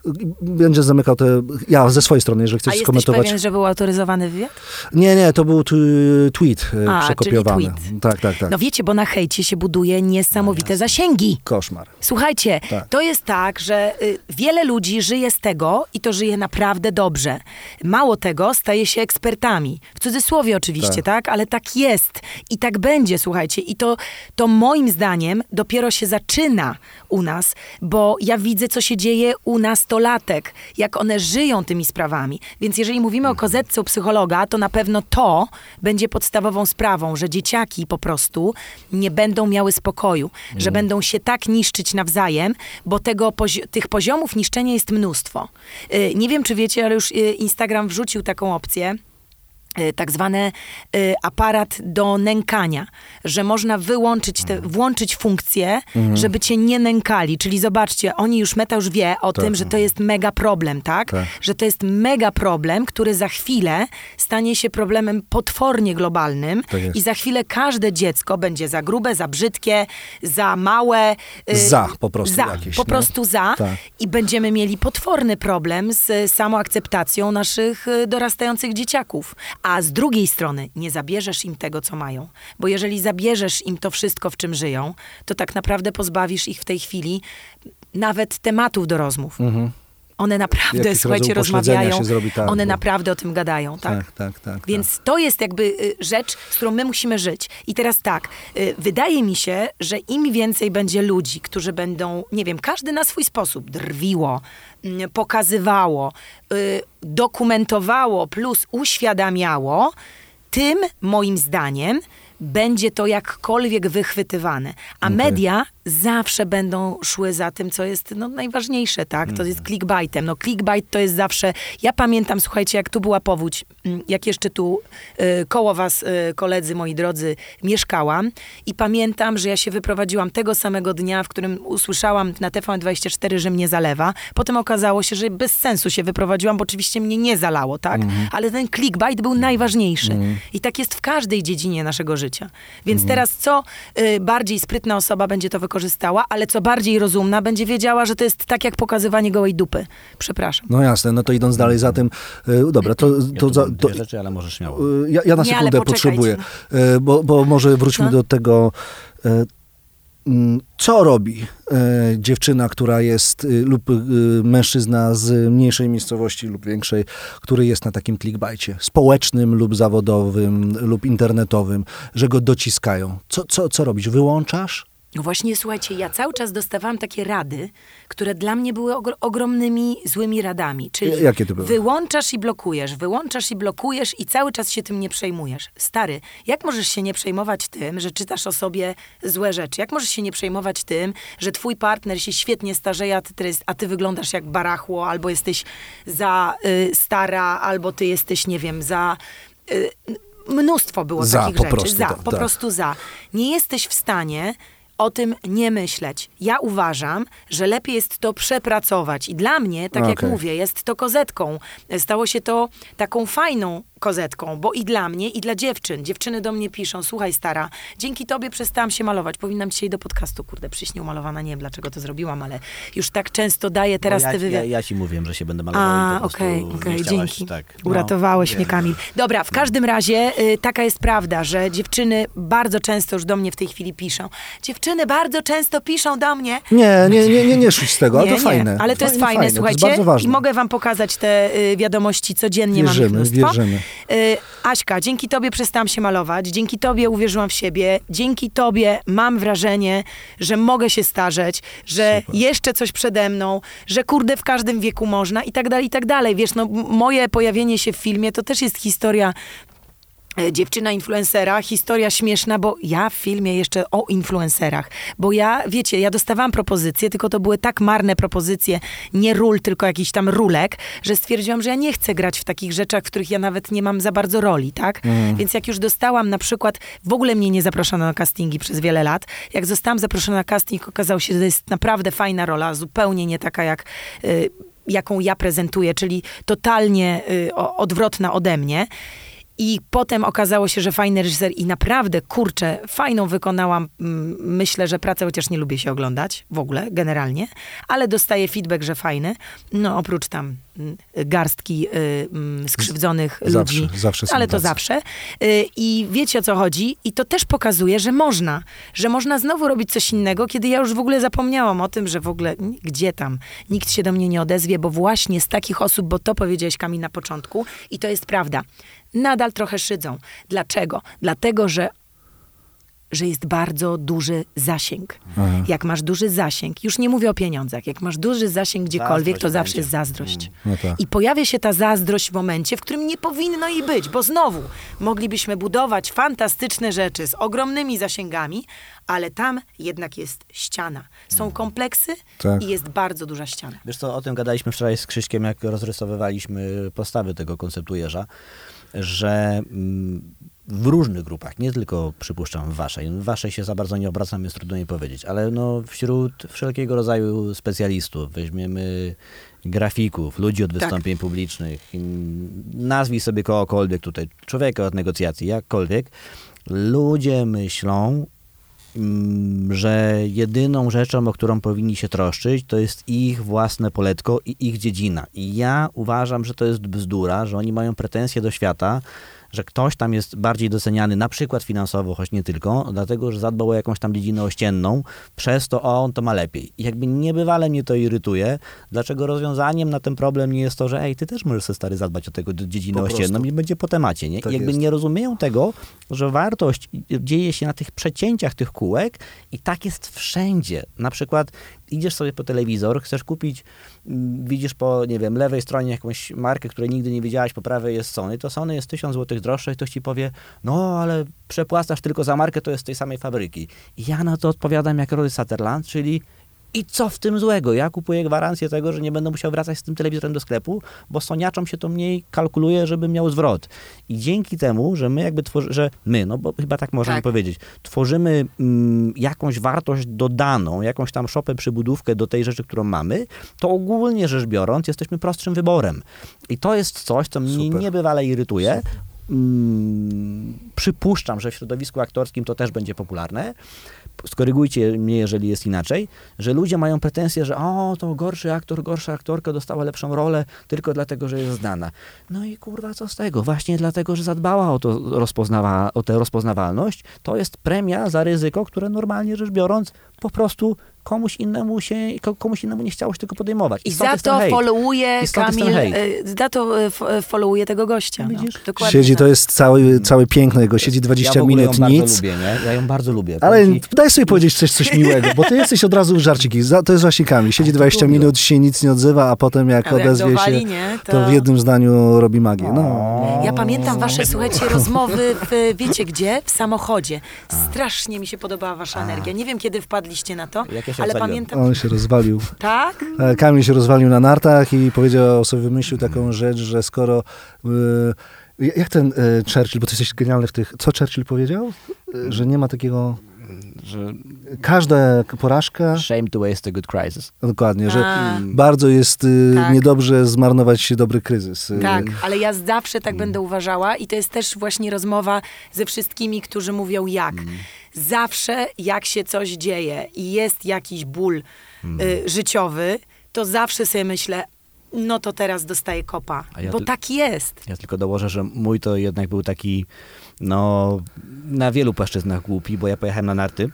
Speaker 1: będzie zamykał te... Ja ze swojej strony, jeżeli chcesz skomentować... A jesteś
Speaker 2: pewien, że był autoryzowany wywiad?
Speaker 1: Nie, nie, to był t- tweet
Speaker 2: A,
Speaker 1: przekopiowany.
Speaker 2: Czyli tweet.
Speaker 1: Tak, tak, tak.
Speaker 2: No wiecie, bo na hejcie się buduje niesamowite no zasięgi.
Speaker 1: Koszmar.
Speaker 2: Słuchajcie,
Speaker 1: tak.
Speaker 2: to jest tak, że y, wiele ludzi żyje z tego i to żyje naprawdę dobrze. Mało tego, staje się ekspertami. W cudzysłowie oczywiście, tak? tak? Ale tak jest. I tak będzie, słuchajcie. I to, to moim zdaniem dopiero się zaczyna u nas, bo ja widzę, co się dzieje u nastolatek, jak one żyją tymi sprawami. Więc jeżeli mówimy o kozetce u psychologa, to na pewno to będzie podstawową sprawą, że dzieciaki po prostu nie będą miały spokoju, mm. że będą się tak niszczyć nawzajem, bo tego pozi- tych poziomów niszczenia jest mnóstwo. Yy, nie wiem, czy wiecie, ale już yy, Instagram wrzucił taką opcję, tak zwany y, aparat do nękania, że można wyłączyć te, włączyć funkcję, mhm. żeby cię nie nękali. Czyli zobaczcie, oni już, Meta już wie o tak. tym, że to jest mega problem, tak? tak? Że to jest mega problem, który za chwilę stanie się problemem potwornie globalnym tak i za chwilę każde dziecko będzie za grube, za brzydkie, za małe.
Speaker 1: Y, za po prostu
Speaker 2: za,
Speaker 1: jakieś.
Speaker 2: Po
Speaker 1: nie?
Speaker 2: prostu za. Tak. I będziemy mieli potworny problem z samoakceptacją naszych dorastających dzieciaków. A z drugiej strony nie zabierzesz im tego, co mają. Bo jeżeli zabierzesz im to wszystko, w czym żyją, to tak naprawdę pozbawisz ich w tej chwili nawet tematów do rozmów. Mhm. One naprawdę, Jakiś słuchajcie, rozmawiają, zrobi, tak, one bo... naprawdę o tym gadają, tak?
Speaker 1: Tak, tak, tak.
Speaker 2: Więc
Speaker 1: tak.
Speaker 2: to jest jakby y, rzecz, z którą my musimy żyć. I teraz tak, y, wydaje mi się, że im więcej będzie ludzi, którzy będą, nie wiem, każdy na swój sposób drwiło, y, pokazywało, y, dokumentowało plus uświadamiało, tym moim zdaniem będzie to jakkolwiek wychwytywane. A okay. media zawsze będą szły za tym, co jest no, najważniejsze, tak? To mm. jest clickbaitem. No clickbait to jest zawsze... Ja pamiętam, słuchajcie, jak tu była powódź, jak jeszcze tu y, koło was, y, koledzy moi drodzy, mieszkałam i pamiętam, że ja się wyprowadziłam tego samego dnia, w którym usłyszałam na T V N dwadzieścia cztery, że mnie zalewa. Potem okazało się, że bez sensu się wyprowadziłam, bo oczywiście mnie nie zalało, tak? Mm. Ale ten clickbait był najważniejszy. Mm. I tak jest w każdej dziedzinie naszego życia. Więc mm. teraz co y, bardziej sprytna osoba będzie to wykorzystała, ale co bardziej rozumna będzie wiedziała, że to jest tak jak pokazywanie gołej dupy. Przepraszam.
Speaker 1: No jasne, no to idąc dalej za tym, y, dobra, to... to,
Speaker 3: ja to,
Speaker 1: za,
Speaker 3: to rzeczy, ale możesz śmiało.
Speaker 1: Y, ja, ja na
Speaker 2: nie,
Speaker 1: sekundę potrzebuję, y, bo, bo może wróćmy Co? do tego... Y, Co robi e, dziewczyna, która jest, y, lub y, mężczyzna z mniejszej miejscowości lub większej, który jest na takim clickbaicie, społecznym lub zawodowym lub internetowym, że go dociskają? Co, co, co robić? Wyłączasz?
Speaker 2: No właśnie, słuchajcie, ja cały czas dostawałam takie rady, które dla mnie były ogr- ogromnymi, złymi radami. Czyli
Speaker 1: jakie to były?
Speaker 2: Wyłączasz i blokujesz, wyłączasz i blokujesz i cały czas się tym nie przejmujesz. Stary, jak możesz się nie przejmować tym, że czytasz o sobie złe rzeczy? Jak możesz się nie przejmować tym, że twój partner się świetnie starzeje, a ty, a ty wyglądasz jak barachło, albo jesteś za y, stara, albo ty jesteś, nie wiem, za... Y, mnóstwo było
Speaker 1: za,
Speaker 2: takich
Speaker 1: po
Speaker 2: rzeczy.
Speaker 1: Prostu,
Speaker 2: za,
Speaker 1: tak,
Speaker 2: po
Speaker 1: tak.
Speaker 2: prostu za. Nie jesteś w stanie o tym nie myśleć. Ja uważam, że lepiej jest to przepracować. I dla mnie, tak okay. jak mówię, jest to kozetką. Stało się to taką fajną kozetką, bo i dla mnie, i dla dziewczyn. Dziewczyny do mnie piszą, słuchaj stara, dzięki tobie przestałam się malować. Powinnam dzisiaj do podcastu, kurde, przyjść nieumalowana, nie wiem dlaczego to zrobiłam, ale już tak często daję teraz
Speaker 3: no ja,
Speaker 2: te wywiady.
Speaker 3: Ja, ja ci mówiłem, że się będę malował.
Speaker 2: A, okej, okej, okay, dzięki.
Speaker 3: Tak.
Speaker 2: Uratowałeś
Speaker 3: no,
Speaker 2: mnie, Kamil. Dobra, w każdym razie y, taka jest prawda, że dziewczyny bardzo często już do mnie w tej chwili piszą. Dziewczyny bardzo często piszą do mnie.
Speaker 1: Nie, nie, nie, nie, nie szuć z tego, ale
Speaker 2: nie,
Speaker 1: to fajne.
Speaker 2: Nie, ale to
Speaker 1: fajne,
Speaker 2: jest fajne,
Speaker 1: fajne,
Speaker 2: słuchajcie.
Speaker 1: To jest bardzo ważne.
Speaker 2: I mogę wam pokazać te y, wiadomości codziennie,
Speaker 1: wierzymy,
Speaker 2: mam ich mnóstwo.
Speaker 1: Wierzymy.
Speaker 2: Y, Aśka, dzięki tobie przestałam się malować, dzięki tobie uwierzyłam w siebie, dzięki tobie mam wrażenie, że mogę się starzeć, że
Speaker 1: Super.
Speaker 2: jeszcze coś przede mną, że kurde w każdym wieku można i tak dalej, i tak dalej. Wiesz, no moje pojawienie się w filmie to też jest historia dziewczyna influencera, historia śmieszna, bo ja w filmie jeszcze o influencerach, bo ja, wiecie, ja dostawałam propozycje, tylko to były tak marne propozycje, nie ról, tylko jakiś tam rulek, że stwierdziłam, że ja nie chcę grać w takich rzeczach, w których ja nawet nie mam za bardzo roli, tak? Mm. Więc jak już dostałam na przykład, w ogóle mnie nie zaproszono na castingi przez wiele lat, jak zostałam zaproszona na casting, okazało się, że to jest naprawdę fajna rola, zupełnie nie taka jak... Y, jaką ja prezentuję, czyli totalnie y, o, odwrotna ode mnie. I potem okazało się, że fajny reżyser i naprawdę, kurczę, fajną wykonałam, mm, myślę, że pracę, chociaż nie lubię się oglądać w ogóle, generalnie, ale dostaję feedback, że fajny. No oprócz tam mm, garstki y, mm, skrzywdzonych
Speaker 1: zawsze,
Speaker 2: ludzi.
Speaker 1: Zawsze
Speaker 2: ale to
Speaker 1: tacy.
Speaker 2: zawsze. Y, I wiecie, o co chodzi? I to też pokazuje, że można. Że można znowu robić coś innego, kiedy ja już w ogóle zapomniałam o tym, że w ogóle gdzie tam? Nikt się do mnie nie odezwie, bo właśnie z takich osób, bo to powiedziałeś, Kamil, na początku i to jest prawda. Nadal trochę szydzą. Dlaczego? Dlatego, że, że jest bardzo duży zasięg. Aha. Jak masz duży zasięg, już nie mówię o pieniądzach, jak masz duży zasięg gdziekolwiek, zazdrość to zawsze będzie. Jest zazdrość.
Speaker 1: No tak.
Speaker 2: I pojawia się ta zazdrość w momencie, w którym nie powinno jej być, bo znowu moglibyśmy budować fantastyczne rzeczy z ogromnymi zasięgami, ale tam jednak jest ściana. Są kompleksy tak. i jest bardzo duża ściana.
Speaker 3: Wiesz co, o tym gadaliśmy wczoraj z Krzyśkiem, jak rozrysowywaliśmy postawy tego konceptu Jerza, że w różnych grupach, nie tylko przypuszczam w waszej, w waszej się za bardzo nie obracam, jest trudno mi powiedzieć, ale no wśród wszelkiego rodzaju specjalistów, weźmiemy grafików, ludzi od wystąpień tak. publicznych, nazwij sobie kogokolwiek tutaj, człowieka od negocjacji, jakkolwiek, ludzie myślą, że jedyną rzeczą, o którą powinni się troszczyć, to jest ich własne poletko i ich dziedzina. I ja uważam, że to jest bzdura, że oni mają pretensje do świata, że ktoś tam jest bardziej doceniany, na przykład finansowo, choć nie tylko, dlatego, że zadbał o jakąś tam dziedzinę ościenną, przez to o, on to ma lepiej. I jakby niebywale mnie to irytuje, dlaczego rozwiązaniem na ten problem nie jest to, że ej, ty też możesz sobie stary zadbać o tego dziedzinę po ościenną prostu. I będzie po temacie, nie? Tak I jakby jest. Nie rozumieją tego, że wartość dzieje się na tych przecięciach tych kółek i tak jest wszędzie. Na przykład idziesz sobie po telewizor, chcesz kupić, widzisz po, nie wiem, lewej stronie jakąś markę, której nigdy nie widziałaś, po prawej jest Sony, to Sony jest tysiąc złotych droższe i ktoś ci powie, no ale przepłacasz tylko za markę, to jest z tej samej fabryki. I ja na to odpowiadam jak Rory Sutherland, czyli i co w tym złego? Ja kupuję gwarancję tego, że nie będę musiał wracać z tym telewizorem do sklepu, bo soniaczom się to mniej kalkuluje, żeby miał zwrot. I dzięki temu, że my jakby tworzymy, że my, no bo chyba tak możemy tak. powiedzieć, tworzymy mm, jakąś wartość dodaną, jakąś tam szopę, przybudówkę do tej rzeczy, którą mamy, to ogólnie rzecz biorąc jesteśmy prostszym wyborem. I to jest coś, co mnie Super. niebywale irytuje. Super. Hmm, przypuszczam, że w środowisku aktorskim to też będzie popularne. Skorygujcie mnie, jeżeli jest inaczej, że ludzie mają pretensje, że o, to gorszy aktor, gorsza aktorka dostała lepszą rolę tylko dlatego, że jest znana. No i kurwa, co z tego? Właśnie dlatego, że zadbała o, to rozpoznawa, o tę rozpoznawalność, to jest premia za ryzyko, które normalnie rzecz biorąc po prostu komuś innemu się, komuś innemu nie chciało się tego podejmować.
Speaker 2: I, I za to followuje Kamil, za to followuje tego gościa.
Speaker 3: No,
Speaker 2: no,
Speaker 1: siedzi, tak. To jest cały, cały piękno jego, siedzi dwadzieścia
Speaker 3: ja
Speaker 1: minut,
Speaker 3: ją
Speaker 1: nic.
Speaker 3: Bardzo lubię, nie? Ja ją bardzo lubię.
Speaker 1: Ale
Speaker 3: ci...
Speaker 1: daj sobie powiedzieć coś, coś miłego, bo ty jesteś od razu żarciki. To jest właśnie Kamil. Siedzi dwadzieścia minut, się nic nie odzywa, a potem jak Ale odezwie jak dowali, się, nie, to... to w jednym zdaniu robi magię. No.
Speaker 2: Ja pamiętam wasze, słuchajcie, rozmowy w, wiecie gdzie? W samochodzie. Strasznie mi się podobała wasza a. energia. Nie wiem, kiedy wpadliście na to, ale
Speaker 3: rozwaliłem.
Speaker 2: pamiętam...
Speaker 1: On się rozwalił.
Speaker 2: Tak?
Speaker 1: Kamil się rozwalił na nartach i powiedział sobie, wymyślił taką rzecz, że skoro... Yy, jak ten yy, Churchill, bo ty jesteś genialny w tych... Co Churchill powiedział? Yy, że nie ma takiego...
Speaker 3: Że
Speaker 1: Każda porażka...
Speaker 3: shame to waste a good crisis.
Speaker 1: Dokładnie, że
Speaker 2: A.
Speaker 1: bardzo jest y,
Speaker 2: Tak.
Speaker 1: niedobrze zmarnować dobry kryzys. Y,
Speaker 2: Tak, ale ja zawsze tak będę uważała i to jest też właśnie rozmowa ze wszystkimi, którzy mówią jak. Zawsze jak się coś dzieje i jest jakiś ból y, życiowy, to zawsze sobie myślę, no to teraz dostaję kopa,
Speaker 3: A ja
Speaker 2: bo
Speaker 3: ty-
Speaker 2: tak jest.
Speaker 3: Ja tylko dołożę, że mój to jednak był taki, no, na wielu płaszczyznach głupi, bo ja pojechałem na narty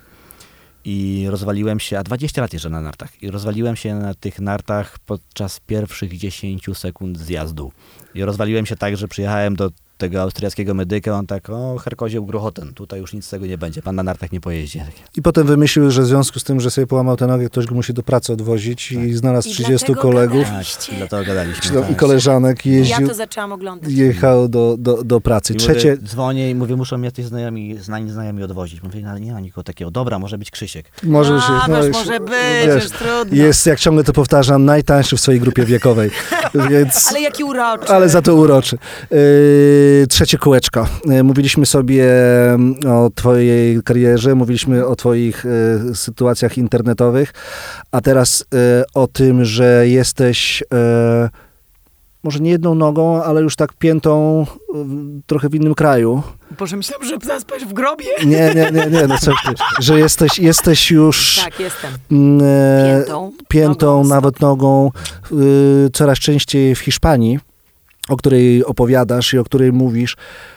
Speaker 3: i rozwaliłem się, a dwadzieścia lat jeżdżę na nartach, i rozwaliłem się na tych nartach podczas pierwszych dziesięciu sekund zjazdu. I rozwaliłem się tak, że przyjechałem do tego austriackiego medyka, on tak, o, Herkozieł Gruchoten, tutaj już nic z tego nie będzie, pan na nartach nie pojeździ.
Speaker 1: I potem wymyślił, że w związku z tym, że sobie połamał tę nogę, ktoś go musi do pracy odwozić i znalazł
Speaker 2: I
Speaker 1: trzydziestu
Speaker 2: dlatego
Speaker 1: kolegów
Speaker 3: Tak,
Speaker 2: Oczywiście.
Speaker 3: i dlatego gadaliśmy.
Speaker 1: czy tam, i
Speaker 3: tak.
Speaker 1: koleżanek i
Speaker 2: Ja
Speaker 1: jeździł,
Speaker 2: to zaczęłam oglądać.
Speaker 1: jechał do, do, do pracy.
Speaker 3: I
Speaker 1: Trzecie,
Speaker 3: mówię, dzwonię i mówię, muszą mnie jacyś znajomi, znani znajomi odwozić. Mówię, no ale nie ma nikogo takiego. Dobra, może być Krzysiek.
Speaker 1: może
Speaker 2: A,
Speaker 1: się...
Speaker 2: masz,
Speaker 1: już-
Speaker 2: może być,
Speaker 1: wiesz,
Speaker 2: już trudno.
Speaker 1: jest, jak ciągle to powtarzam, najtańszy w swojej grupie wiekowej. Więc...
Speaker 2: Ale jaki uroczy.
Speaker 1: Ale za to uroczy. Yy, trzecie kółeczko. Yy, mówiliśmy sobie o twojej karierze, mówiliśmy o twoich yy, sytuacjach internetowych, a teraz yy, o tym, że jesteś yy, może nie jedną nogą, ale już tak piętą yy, trochę w innym kraju.
Speaker 2: Boże, myślałam, że zaspać w grobie.
Speaker 1: Nie, nie, nie, nie, no coś ty, że jesteś, jesteś już
Speaker 2: Tak, jestem.
Speaker 1: yy,
Speaker 2: Piętą.
Speaker 1: piętą,
Speaker 2: nogą,
Speaker 1: nawet nogą, yy, coraz częściej w Hiszpanii, o której opowiadasz i o której mówisz,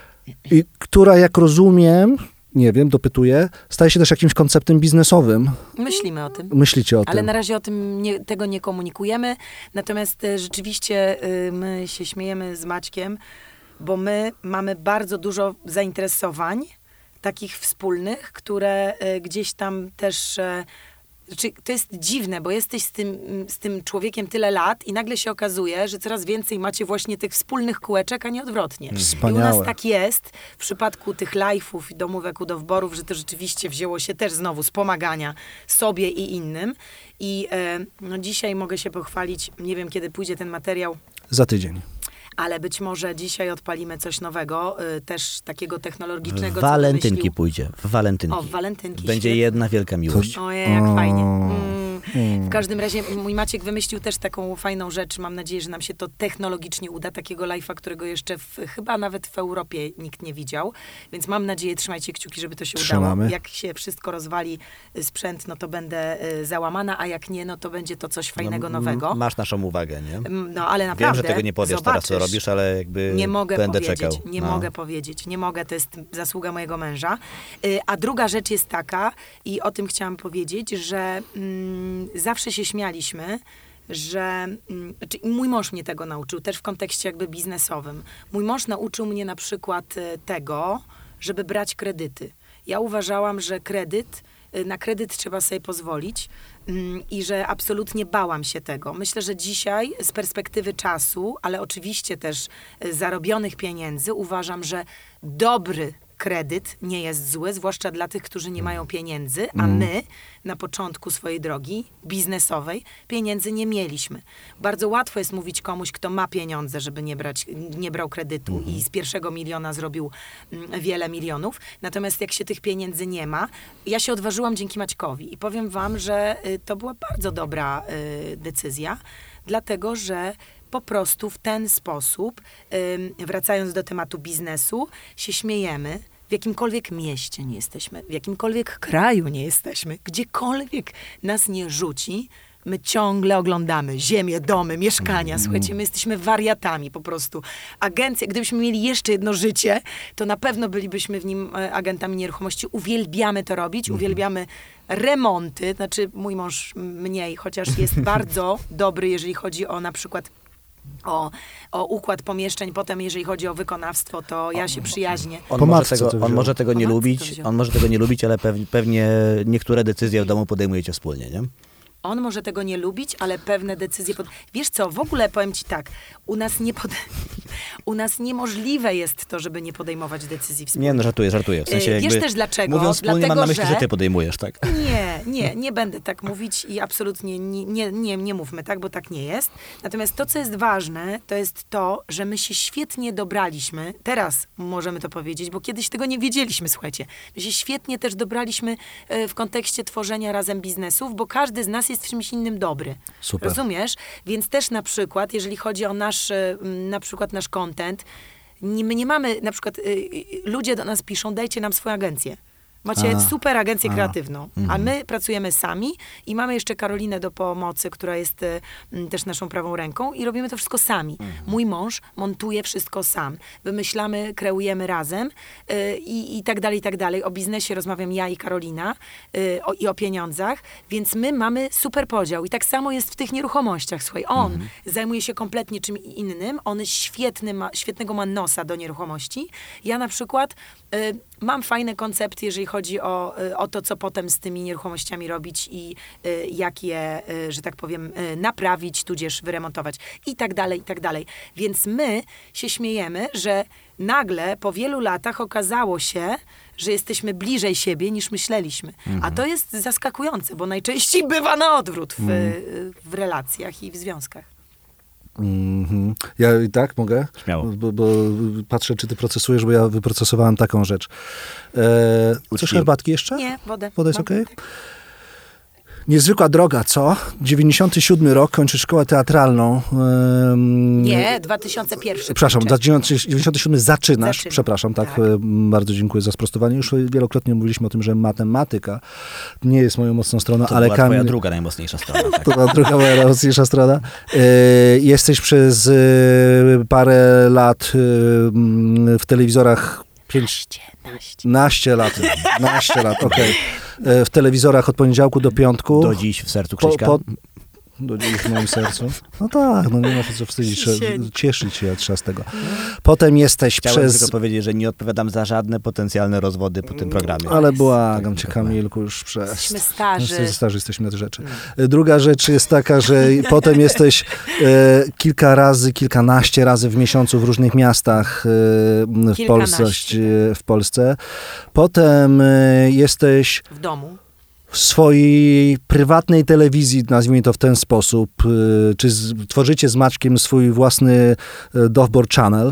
Speaker 1: i która, jak rozumiem, nie wiem, dopytuję, staje się też jakimś konceptem biznesowym.
Speaker 2: Myślimy o tym.
Speaker 1: Myślicie o
Speaker 2: Ale
Speaker 1: tym?
Speaker 2: na razie o tym nie, tego nie komunikujemy. Natomiast e, rzeczywiście e, my się śmiejemy z Maćkiem, bo my mamy bardzo dużo zainteresowań takich wspólnych, które e, gdzieś tam też... E, Znaczy, to jest dziwne, bo jesteś z tym, z tym człowiekiem tyle lat i nagle się okazuje, że coraz więcej macie właśnie tych wspólnych kółeczek, a nie odwrotnie.
Speaker 1: Wspaniałe.
Speaker 2: I u nas tak jest w przypadku tych live'ów i domówek udowborów, że to rzeczywiście wzięło się też znowu z pomagania sobie i innym. I e, no dzisiaj mogę się pochwalić, nie wiem kiedy pójdzie ten materiał,
Speaker 1: Za tydzień.
Speaker 2: ale być może dzisiaj odpalimy coś nowego, y, też takiego technologicznego.
Speaker 3: W
Speaker 2: co
Speaker 3: walentynki
Speaker 2: wymyślił.
Speaker 3: pójdzie, w walentynki.
Speaker 2: O, w walentynki.
Speaker 3: Będzie
Speaker 2: świetnie.
Speaker 3: jedna wielka miłość.
Speaker 2: Ojej, jak
Speaker 1: O.
Speaker 2: fajnie. Mm. W każdym razie mój Maciek wymyślił też taką fajną rzecz. Mam nadzieję, że nam się to technologicznie uda. Takiego live'a, którego jeszcze w, chyba nawet w Europie nikt nie widział. Więc mam nadzieję, trzymajcie kciuki, żeby to się
Speaker 1: Trzymamy.
Speaker 2: udało. Jak się wszystko rozwali y, sprzęt, no to będę y, załamana, a jak nie, no to będzie to coś fajnego,
Speaker 3: No, m-
Speaker 2: nowego.
Speaker 3: Masz naszą uwagę, nie?
Speaker 2: Mm, No ale
Speaker 3: Wiem,
Speaker 2: naprawdę
Speaker 3: że tego nie powiesz teraz, co
Speaker 2: zobaczysz.
Speaker 3: robisz, ale jakby
Speaker 2: Nie mogę
Speaker 3: będę
Speaker 2: powiedzieć,
Speaker 3: czekał.
Speaker 2: nie
Speaker 3: No.
Speaker 2: mogę powiedzieć, nie mogę, to jest zasługa mojego męża. Y, A druga rzecz jest taka, i o tym chciałam powiedzieć, że mm, zawsze się śmialiśmy, że mm, znaczy, mój mąż mnie tego nauczył, też w kontekście jakby biznesowym. Mój mąż nauczył mnie na przykład y, tego, żeby brać kredyty. Ja uważałam, że kredyt, y, na kredyt trzeba sobie pozwolić mm, i że absolutnie bałam się tego. Myślę, że dzisiaj z perspektywy czasu, ale oczywiście też y, zarobionych pieniędzy, uważam, że dobry kredyt nie jest zły, zwłaszcza dla tych, którzy nie mają pieniędzy, a my na początku swojej drogi biznesowej pieniędzy nie mieliśmy. Bardzo łatwo jest mówić komuś, kto ma pieniądze, żeby nie brać, nie brał kredytu i z pierwszego miliona zrobił mm, wiele milionów. Natomiast jak się tych pieniędzy nie ma, ja się odważyłam dzięki Maćkowi i powiem wam, że y, to była bardzo dobra y, decyzja, dlatego że po prostu w ten sposób, ym, wracając do tematu biznesu, się śmiejemy. W jakimkolwiek mieście nie jesteśmy, w jakimkolwiek kraju nie jesteśmy, gdziekolwiek nas nie rzuci, my ciągle oglądamy ziemię, domy, mieszkania. Słuchajcie, my jesteśmy wariatami po prostu. Agencje, gdybyśmy mieli jeszcze jedno życie, to na pewno bylibyśmy w nim e, agentami nieruchomości. Uwielbiamy to robić, uwielbiamy remonty. Znaczy, mój mąż mniej, chociaż jest bardzo dobry, jeżeli chodzi o na przykład O, o układ pomieszczeń, potem jeżeli chodzi o wykonawstwo, to ja się przyjaźnię.
Speaker 3: On,
Speaker 1: Po
Speaker 3: może
Speaker 1: matce
Speaker 3: tego,
Speaker 1: to
Speaker 3: on
Speaker 1: wziął.
Speaker 3: może tego nie
Speaker 2: Po matce to
Speaker 3: lubić,
Speaker 2: wziął.
Speaker 3: on może tego nie lubić, ale pewnie, pewnie niektóre decyzje w domu podejmujecie wspólnie, nie?
Speaker 2: On może tego nie lubić, ale pewne decyzje... Pod... Wiesz co, w ogóle powiem ci tak, u nas nie pod... U nas niemożliwe jest to, żeby nie podejmować decyzji wspólnie.
Speaker 3: Nie, no żartuję, żartuję. W sensie
Speaker 2: Wiesz
Speaker 3: jakby,
Speaker 2: też dlaczego?
Speaker 3: Mówiąc wspólnie,
Speaker 2: Dlatego,
Speaker 3: mam na myśli,
Speaker 2: że...
Speaker 3: że ty podejmujesz, tak?
Speaker 2: Nie, nie, nie będę tak mówić i absolutnie nie, nie, nie, nie mówmy tak, bo tak nie jest. Natomiast to, co jest ważne, to jest to, że my się świetnie dobraliśmy. Teraz możemy to powiedzieć, bo kiedyś tego nie wiedzieliśmy, słuchajcie. My się świetnie też dobraliśmy e, w kontekście tworzenia razem biznesów, bo każdy z nas jest w czymś innym dobry.
Speaker 1: Super.
Speaker 2: Rozumiesz? Więc też na przykład, jeżeli chodzi o nasz, e, na przykład nasz content, nie, my nie mamy, na przykład y, y, ludzie do nas piszą, dajcie nam swoją agencję. Macie
Speaker 1: A,
Speaker 2: super agencję
Speaker 1: a,
Speaker 2: kreatywną, a
Speaker 1: mhm.
Speaker 2: my pracujemy sami i mamy jeszcze Karolinę do pomocy, która jest y, m, też naszą prawą ręką i robimy to wszystko sami.
Speaker 1: Mhm.
Speaker 2: Mój mąż montuje wszystko sam. Wymyślamy, kreujemy razem y, i, i tak dalej, i tak dalej. O biznesie rozmawiam ja i Karolina y, o, i o pieniądzach, więc my mamy super podział. I tak samo jest w tych nieruchomościach. Słuchaj, on
Speaker 1: Mhm.
Speaker 2: zajmuje się kompletnie czym innym. On świetny ma, świetnego ma nosa do nieruchomości. Ja na przykład y, mam fajne koncepty, jeżeli chodzi o, o to, co potem z tymi nieruchomościami robić i y, jak je, y, że tak powiem, y, naprawić, tudzież wyremontować i tak dalej, i tak dalej. Więc my się śmiejemy, że nagle po wielu latach okazało się, że jesteśmy bliżej siebie niż myśleliśmy. Mhm. A to jest zaskakujące, bo najczęściej bywa na odwrót w, mhm. w relacjach i w związkach.
Speaker 1: Mm-hmm. Ja i tak mogę?
Speaker 3: Śmiało.
Speaker 1: Bo, bo patrzę, czy ty procesujesz, bo ja wyprocesowałem taką rzecz. E, coś herbatki jeszcze?
Speaker 2: Nie, wodę.
Speaker 1: Woda jest
Speaker 2: Mam.
Speaker 1: okej? Okay? Niezwykła droga, co? dziewięćdziesiąty siódmy rok, kończysz szkołę teatralną. Um,
Speaker 2: Nie, dwa tysiące pierwszy.
Speaker 1: Przepraszam, dziewięćdziesiąty siódmy zaczynasz.
Speaker 2: Zaczynam.
Speaker 1: Przepraszam, tak,
Speaker 2: Tak.
Speaker 1: bardzo dziękuję za sprostowanie. Już wielokrotnie mówiliśmy o tym, że matematyka nie jest moją mocną stroną,
Speaker 3: To
Speaker 1: ale
Speaker 3: była
Speaker 1: Kamil...
Speaker 3: twoja druga najmocniejsza strona. Tak?
Speaker 1: To była druga moja najmocniejsza strona. E, jesteś przez e, parę lat e, w telewizorach... Pięć...
Speaker 2: Naście.
Speaker 1: Naście lat. Naście lat, okej. Okay. W telewizorach od poniedziałku do piątku.
Speaker 3: Do dziś w sercu Krzyśka.
Speaker 1: Po, po, do dziś w moim sercu. No tak, no nie ma się co wstydzić. Trzeba
Speaker 2: Siedzi.
Speaker 1: cieszyć się trzeba z tego. Potem jesteś
Speaker 3: Chciałem
Speaker 1: przez...
Speaker 3: tylko powiedzieć, że nie odpowiadam za żadne potencjalne rozwody po tym programie.
Speaker 1: Ale błagam cię,
Speaker 3: Tak,
Speaker 1: Kamilku, już przez...
Speaker 2: Jesteśmy starzy.
Speaker 1: Jesteśmy starzy, jesteśmy na te rzeczy. Druga rzecz jest taka, że potem jesteś e, kilka razy, kilkanaście razy w miesiącu w różnych miastach e, w, Polsce, w Polsce. Potem e, jesteś...
Speaker 2: W domu.
Speaker 1: w swojej prywatnej telewizji, nazwijmy to w ten sposób, y, czy z, tworzycie z Maćkiem swój własny y, Doveboard Channel,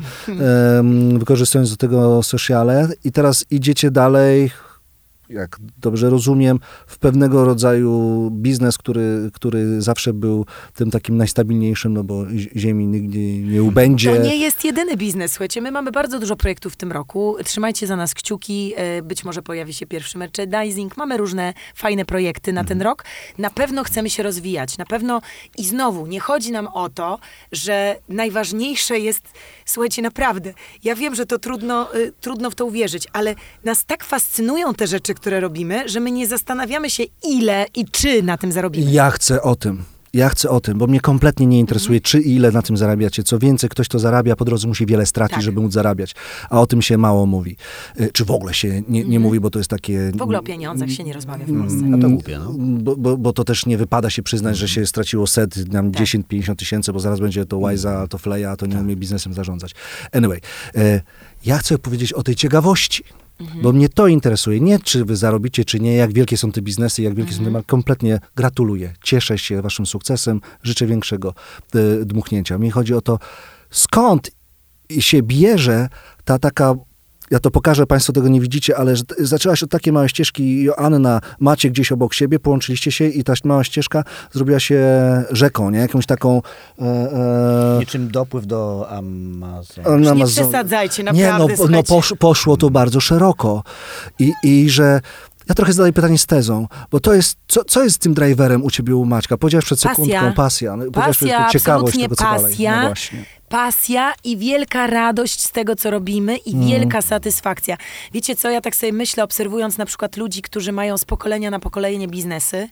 Speaker 1: y, wykorzystując do tego sociale i teraz idziecie dalej, jak dobrze rozumiem, w pewnego rodzaju biznes, który, który zawsze był tym takim najstabilniejszym, no bo ziemi nigdy nie ubędzie.
Speaker 2: To nie jest jedyny biznes, słuchajcie. My mamy bardzo dużo projektów w tym roku. Trzymajcie za nas kciuki. Być może pojawi się pierwszy merchandising. Mamy różne fajne projekty na ten rok. Na pewno chcemy się rozwijać. Na pewno i znowu nie chodzi nam o to, że najważniejsze jest, słuchajcie, naprawdę, ja wiem, że to trudno, y, trudno w to uwierzyć, ale nas tak fascynują te rzeczy, które robimy, że my nie zastanawiamy się, ile i czy na tym zarobimy.
Speaker 1: Ja chcę o tym. Ja chcę o tym, bo mnie kompletnie nie interesuje, mhm. czy i ile na tym zarabiacie. Co więcej, ktoś, kto zarabia, po drodze musi wiele stracić, tak. żeby móc zarabiać. A o tym się mało mówi. Czy w ogóle się nie, nie mhm. mówi, bo to jest takie...
Speaker 2: W ogóle o pieniądzach się nie rozmawia w Polsce.
Speaker 3: A to głupie, no.
Speaker 1: Bo, bo, bo to też nie wypada się przyznać, mhm. że się straciło set, nam tak. dziesięć pięćdziesiąt tysięcy, bo zaraz będzie to Wise'a, to Fleja, to nie tak. umie biznesem zarządzać. Anyway, e, ja chcę powiedzieć o tej ciekawości. Mhm. Bo mnie to interesuje. Nie, czy wy zarobicie, czy nie, jak wielkie są te biznesy, jak wielkie mhm. są te marki. Kompletnie gratuluję. Cieszę się waszym sukcesem. Życzę większego e, dmuchnięcia. Mnie chodzi o to, skąd się bierze ta taka... Ja to pokażę, państwo tego nie widzicie, ale że zaczęłaś od takiej małej ścieżki. Joanna, macie gdzieś obok siebie, połączyliście się i ta mała ścieżka zrobiła się rzeką, nie? Jakąś taką... E, e...
Speaker 3: Niczym dopływ do Amazon.
Speaker 2: Już nie przesadzajcie, naprawdę,
Speaker 1: Nie, no, no posz, poszło to bardzo szeroko. I, i że... Ja trochę zadaję pytanie z tezą, bo to jest, co, co jest z tym driverem u ciebie, u Maćka? Powiedziałeś przed sekundką pasja.
Speaker 2: Pasja,
Speaker 1: ciekawość
Speaker 2: absolutnie
Speaker 1: tego, co
Speaker 2: pasja.
Speaker 1: No właśnie.
Speaker 2: Pasja i wielka radość z tego, co robimy i mm. wielka satysfakcja. Wiecie co, ja tak sobie myślę, obserwując na przykład ludzi, którzy mają z pokolenia na pokolenie biznesy,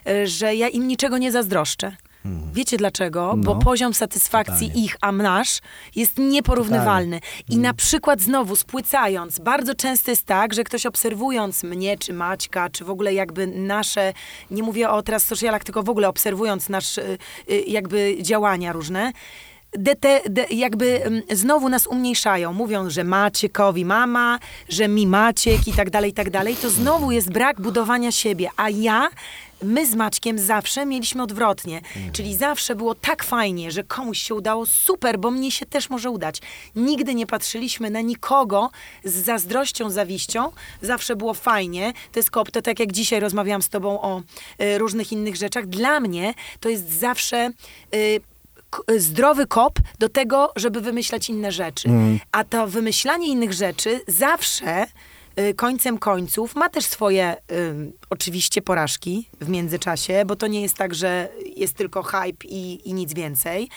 Speaker 2: że ja im niczego nie zazdroszczę. Hmm. Wiecie dlaczego? No. Bo poziom satysfakcji Totalnie. ich, a nasz jest nieporównywalny. Totalnie. I hmm. na przykład znowu spłycając, bardzo często jest tak, że ktoś obserwując mnie, czy Maćka, czy w ogóle jakby nasze, nie mówię o teraz socialach, tylko w ogóle obserwując nasze jakby działania różne, de, de, de, jakby um, znowu nas umniejszają. Mówią, że Maciekowi mama, że mi Maciek i tak dalej, i tak dalej. To znowu jest brak budowania siebie. A ja, my z Maćkiem zawsze mieliśmy odwrotnie. Mhm. Czyli zawsze było tak fajnie, że komuś się udało, super, bo mnie się też może udać. Nigdy nie patrzyliśmy na nikogo z zazdrością, zawiścią. Zawsze było fajnie. To jest kop, to tak jak dzisiaj rozmawiałam z tobą o y, różnych innych rzeczach. Dla mnie to jest zawsze... Y, zdrowy kop do tego, żeby wymyślać inne rzeczy. Mm. A to wymyślanie innych rzeczy zawsze y, końcem końców ma też swoje y, oczywiście porażki w międzyczasie, bo to nie jest tak, że jest tylko hype i, i nic więcej.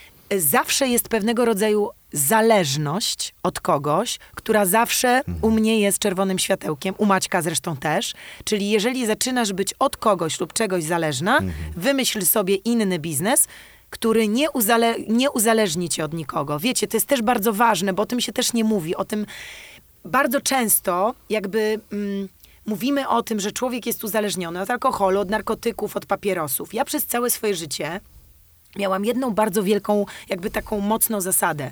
Speaker 2: Zawsze jest pewnego rodzaju zależność od kogoś, która zawsze mm. u mnie jest czerwonym światełkiem, u Maćka zresztą też. Czyli jeżeli zaczynasz być od kogoś lub czegoś zależna, mm. wymyśl sobie inny biznes, który nie, uzale- nie uzależni cię od nikogo. Wiecie, to jest też bardzo ważne, bo o tym się też nie mówi. O tym bardzo często jakby mm, mówimy o tym, że człowiek jest uzależniony od alkoholu, od narkotyków, od papierosów. Ja przez całe swoje życie miałam jedną bardzo wielką, jakby taką mocną zasadę,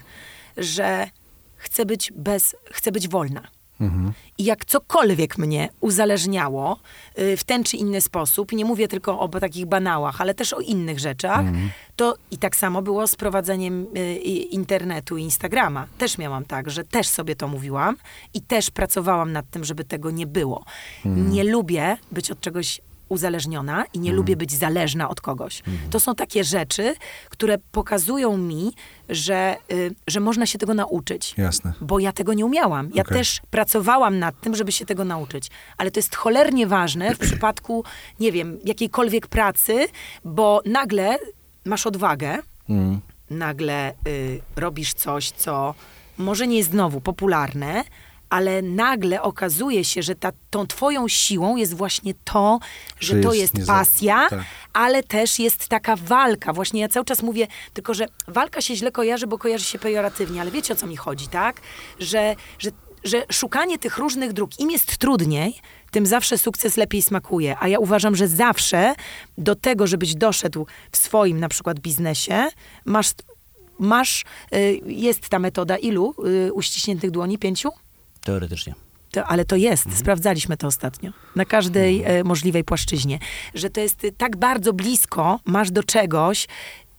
Speaker 2: że chcę być bez, chcę być wolna. Mhm. I jak cokolwiek mnie uzależniało y, w ten czy inny sposób, nie mówię tylko o takich banałach, ale też o innych rzeczach, mhm. to i tak samo było z prowadzeniem y, internetu i Instagrama. Też miałam tak, że też sobie to mówiłam i też pracowałam nad tym, żeby tego nie było. Mhm. Nie lubię być od czegoś uzależniona i nie mm. lubię być zależna od kogoś. Mm. To są takie rzeczy, które pokazują mi, że, y, że można się tego nauczyć.
Speaker 1: Jasne.
Speaker 2: Bo ja tego nie umiałam. Ja okay. też pracowałam nad tym, żeby się tego nauczyć. Ale to jest cholernie ważne w przypadku, nie wiem, jakiejkolwiek pracy, bo nagle masz odwagę, mm. nagle y, robisz coś, co może nie jest znowu popularne, ale nagle okazuje się, że ta, tą twoją siłą jest właśnie to, że, że to jest, jest pasja, tak. ale też jest taka walka. Właśnie ja cały czas mówię, tylko że walka się źle kojarzy, bo kojarzy się pejoratywnie, ale wiecie, o co mi chodzi, tak? Że, że, że szukanie tych różnych dróg, im jest trudniej, tym zawsze sukces lepiej smakuje. A ja uważam, że zawsze do tego, żebyś doszedł w swoim na przykład biznesie, masz, masz y, jest ta metoda ilu y, uściśniętych dłoni? Pięciu?
Speaker 3: Teoretycznie.
Speaker 2: To, ale to jest, mhm. sprawdzaliśmy to ostatnio, na każdej mhm. e, możliwej płaszczyźnie, że to jest tak bardzo blisko, masz do czegoś,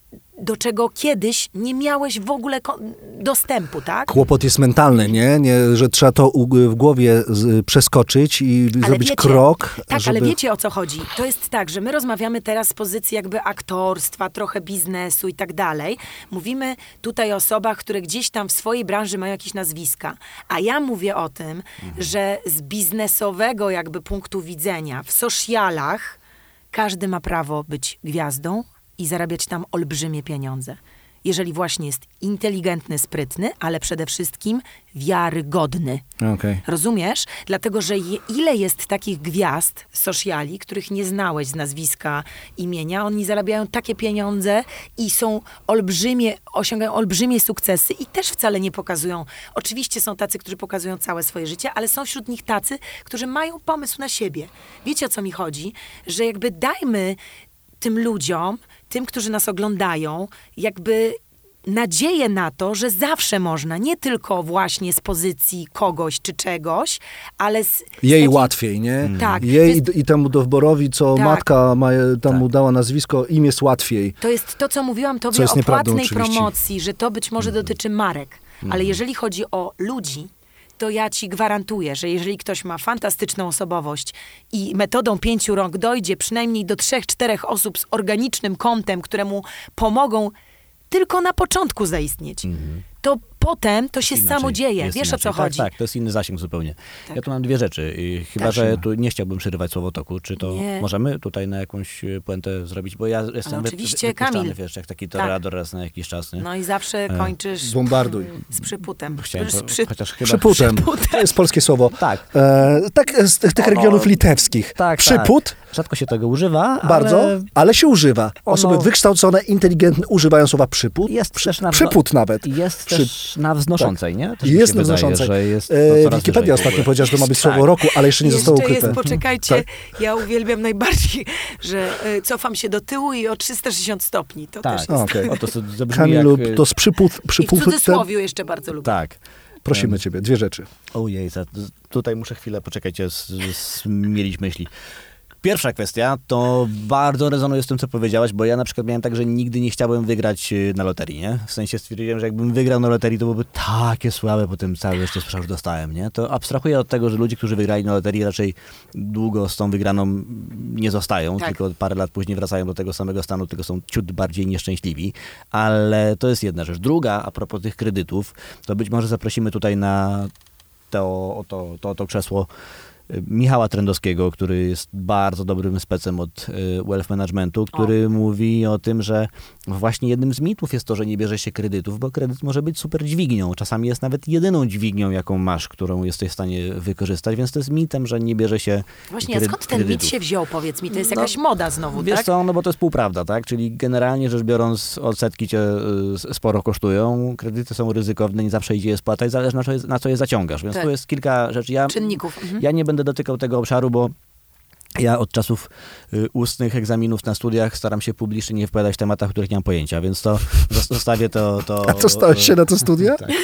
Speaker 2: do czego kiedyś nie miałeś w ogóle ko- dostępu, tak?
Speaker 1: Kłopot jest mentalny, nie? nie że trzeba to u, w głowie z, przeskoczyć i ale zrobić
Speaker 2: wiecie,
Speaker 1: krok.
Speaker 2: Tak,
Speaker 1: żeby...
Speaker 2: ale wiecie, o co chodzi. To jest tak, że my rozmawiamy teraz z pozycji jakby aktorstwa, trochę biznesu i tak dalej. Mówimy tutaj o osobach, które gdzieś tam w swojej branży mają jakieś nazwiska. A ja mówię o tym, mhm. że z biznesowego jakby punktu widzenia w socialach każdy ma prawo być gwiazdą i zarabiać tam olbrzymie pieniądze. Jeżeli właśnie jest inteligentny, sprytny, ale przede wszystkim wiarygodny. Okay. Rozumiesz? Dlatego, że je, ile jest takich gwiazd sociali, których nie znałeś z nazwiska, imienia, oni zarabiają takie pieniądze i są olbrzymie, osiągają olbrzymie sukcesy i też wcale nie pokazują. Oczywiście są tacy, którzy pokazują całe swoje życie, ale są wśród nich tacy, którzy mają pomysł na siebie. Wiecie, o co mi chodzi? Że jakby dajmy tym ludziom, tym, którzy nas oglądają, jakby nadzieję na to, że zawsze można, nie tylko właśnie z pozycji kogoś czy czegoś, ale z...
Speaker 1: Jej
Speaker 2: takiej...
Speaker 1: łatwiej, nie?
Speaker 2: Tak.
Speaker 1: Jej
Speaker 2: jest...
Speaker 1: i temu dowborowi, co tak. matka ma, tam tak. mu dała nazwisko, im jest łatwiej.
Speaker 2: To jest to, co mówiłam tobie o płatnej promocji, że to być może mm. dotyczy marek. Mm. Ale jeżeli chodzi o ludzi, to ja ci gwarantuję, że jeżeli ktoś ma fantastyczną osobowość i metodą pięciu rąk dojdzie przynajmniej do trzech, czterech osób z organicznym kontem, które mu pomogą tylko na początku zaistnieć, mm-hmm. to potem to się inaczej, samo dzieje. Wiesz, inaczej. o co
Speaker 3: tak,
Speaker 2: chodzi?
Speaker 3: Tak, to jest inny zasięg zupełnie. Tak. Ja tu mam dwie rzeczy. I chyba, tak. że tu nie chciałbym przerywać słowotoku. Czy to nie. możemy tutaj na jakąś puentę zrobić? Bo ja jestem
Speaker 2: no, oczywiście, Kamil.
Speaker 3: Wiesz, jak taki toreador tak. raz na jakiś czas. Nie?
Speaker 2: No i zawsze kończysz
Speaker 1: Bombarduj.
Speaker 2: z przyputem.
Speaker 3: Chciałem
Speaker 2: z przy...
Speaker 3: chociaż chyba...
Speaker 1: Przyputem. Przyputem. To jest polskie słowo.
Speaker 3: Tak.
Speaker 1: E, tak z tych, tych regionów litewskich.
Speaker 3: Tak,
Speaker 1: Przyput.
Speaker 3: Tak. Rzadko się tego używa,
Speaker 1: Bardzo,
Speaker 3: ale,
Speaker 1: ale się używa. Osoby
Speaker 3: ono...
Speaker 1: wykształcone, inteligentne używają słowa przyput.
Speaker 3: Jest
Speaker 1: Przy,
Speaker 3: też na...
Speaker 1: Przyput nawet.
Speaker 3: Jest też też na wznoszącej, tak. nie? Też
Speaker 1: jest na
Speaker 3: wydaje,
Speaker 1: wznoszącej.
Speaker 3: Że jest
Speaker 1: e, Wikipedia ostatnio powiedziała, że to ma być słowo
Speaker 2: tak.
Speaker 1: roku, ale jeszcze nie
Speaker 2: jeszcze
Speaker 1: zostało ukryte.
Speaker 2: Jest, poczekajcie,
Speaker 1: tak.
Speaker 2: ja uwielbiam najbardziej, że y, cofam się do tyłu i o trzysta sześćdziesiąt stopni. To
Speaker 3: tak.
Speaker 2: też jest.
Speaker 1: Okay.
Speaker 3: O, to, to, to brzmi
Speaker 1: Kamilu,
Speaker 3: jak...
Speaker 1: to z przypół...
Speaker 2: I w cudzysłowiu jeszcze bardzo lubię.
Speaker 3: Tak.
Speaker 1: Prosimy
Speaker 3: um,
Speaker 1: ciebie, dwie rzeczy.
Speaker 3: Ojej, tutaj muszę chwilę, poczekajcie, mieliśmy myśli. Pierwsza kwestia, to bardzo rezonuje z tym, co powiedziałaś, bo ja na przykład miałem tak, że nigdy nie chciałem wygrać na loterii, nie? W sensie stwierdziłem, że jakbym wygrał na loterii, to byłoby takie słabe, potem cały jeszcze sprzedaż dostałem, nie? To abstrahuję od tego, że ludzie, którzy wygrali na loterii, raczej długo z tą wygraną nie zostają, tak. tylko parę lat później wracają do tego samego stanu, tylko są ciut bardziej nieszczęśliwi, ale to jest jedna rzecz. Druga, a propos tych kredytów, to być może zaprosimy tutaj na to, to, to, to krzesło Michała Trendowskiego, który jest bardzo dobrym specem od wealth managementu, który o. mówi o tym, że właśnie jednym z mitów jest to, że nie bierze się kredytów, bo kredyt może być super dźwignią. Czasami jest nawet jedyną dźwignią, jaką masz, którą jesteś w stanie wykorzystać, więc to jest mitem, że nie bierze się
Speaker 2: Właśnie,
Speaker 3: kredy-
Speaker 2: a skąd ten
Speaker 3: kredytów.
Speaker 2: mit się wziął, powiedz mi? To jest
Speaker 3: no,
Speaker 2: jakaś moda znowu,
Speaker 3: wiesz
Speaker 2: tak?
Speaker 3: co, no bo to jest półprawda, tak? Czyli generalnie rzecz biorąc, odsetki cię sporo kosztują, kredyty są ryzykowne, nie zawsze idzie je spłatać, zależy na co je, na co je zaciągasz, więc
Speaker 2: tak.
Speaker 3: tu jest kilka rzeczy. Ja,
Speaker 2: Czynników. Mhm.
Speaker 3: Ja nie będę dotykał tego obszaru, bo ja od czasów y, ustnych egzaminów na studiach staram się publicznie nie wypowiadać w tematach, o których nie mam pojęcia, więc to zostawię to... to
Speaker 1: A co, stałeś się na te studia?
Speaker 3: Tak.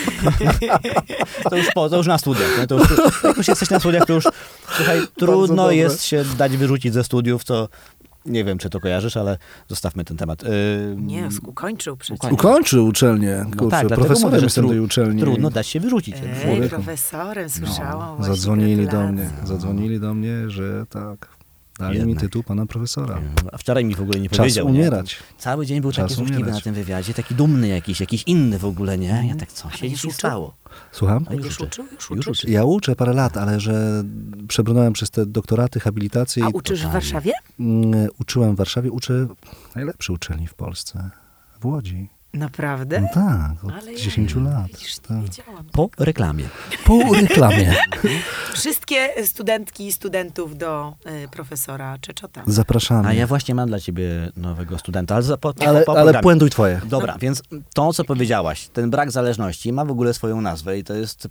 Speaker 3: to, już po, to już na studiach. Nie? To już, jak już jesteś na studiach, to już słuchaj, trudno jest się dać wyrzucić ze studiów, co... Nie wiem, czy to kojarzysz, ale zostawmy ten temat. Yy,
Speaker 2: nie, ukończył przecież.
Speaker 1: Ukończył uczelnię. Kurczę,
Speaker 3: no tak,
Speaker 1: profesorem jestem tej uczelni.
Speaker 3: Trudno dać się wyrzucić.
Speaker 2: Ej, profesorem, słyszałam.
Speaker 1: No, zadzwonili do mnie, zadzwonili do mnie, że tak, dali
Speaker 3: Jednak.
Speaker 1: mi tytuł pana profesora.
Speaker 3: A wczoraj mi w ogóle nie
Speaker 1: Czas
Speaker 3: powiedział.
Speaker 1: umierać.
Speaker 3: Nie? Cały dzień był
Speaker 1: Czas
Speaker 3: taki złośliwy
Speaker 1: umierać.
Speaker 3: na tym wywiadzie, taki dumny jakiś, jakiś inny w ogóle, nie? Ja tak, co się dzisiaj stało?
Speaker 1: Słucham?
Speaker 2: Będziesz uczył? Już
Speaker 3: Już
Speaker 2: uczysz?
Speaker 1: Ja uczę parę lat, ale że przebrnąłem przez te doktoraty, habilitacje.
Speaker 2: A
Speaker 1: i
Speaker 2: uczysz w Warszawie?
Speaker 1: Mm, Uczyłem w Warszawie, uczę w najlepszej uczelni w Polsce, w Łodzi.
Speaker 2: Naprawdę?
Speaker 1: No tak, od
Speaker 2: Ale
Speaker 1: dziesięciu
Speaker 2: ja,
Speaker 1: lat.
Speaker 2: Widzisz,
Speaker 1: tak.
Speaker 2: nie wiedziałam.
Speaker 3: Po reklamie.
Speaker 1: Po reklamie.
Speaker 2: Wszystkie studentki i studentów do y, profesora Czeczota.
Speaker 1: Zapraszamy.
Speaker 3: A ja właśnie mam dla ciebie nowego studenta, ale, za, po, po,
Speaker 1: ale,
Speaker 3: po
Speaker 1: ale
Speaker 3: programie.
Speaker 1: puentuj twoje.
Speaker 3: Dobra, więc to, co powiedziałaś, ten brak zależności ma w ogóle swoją nazwę i to jest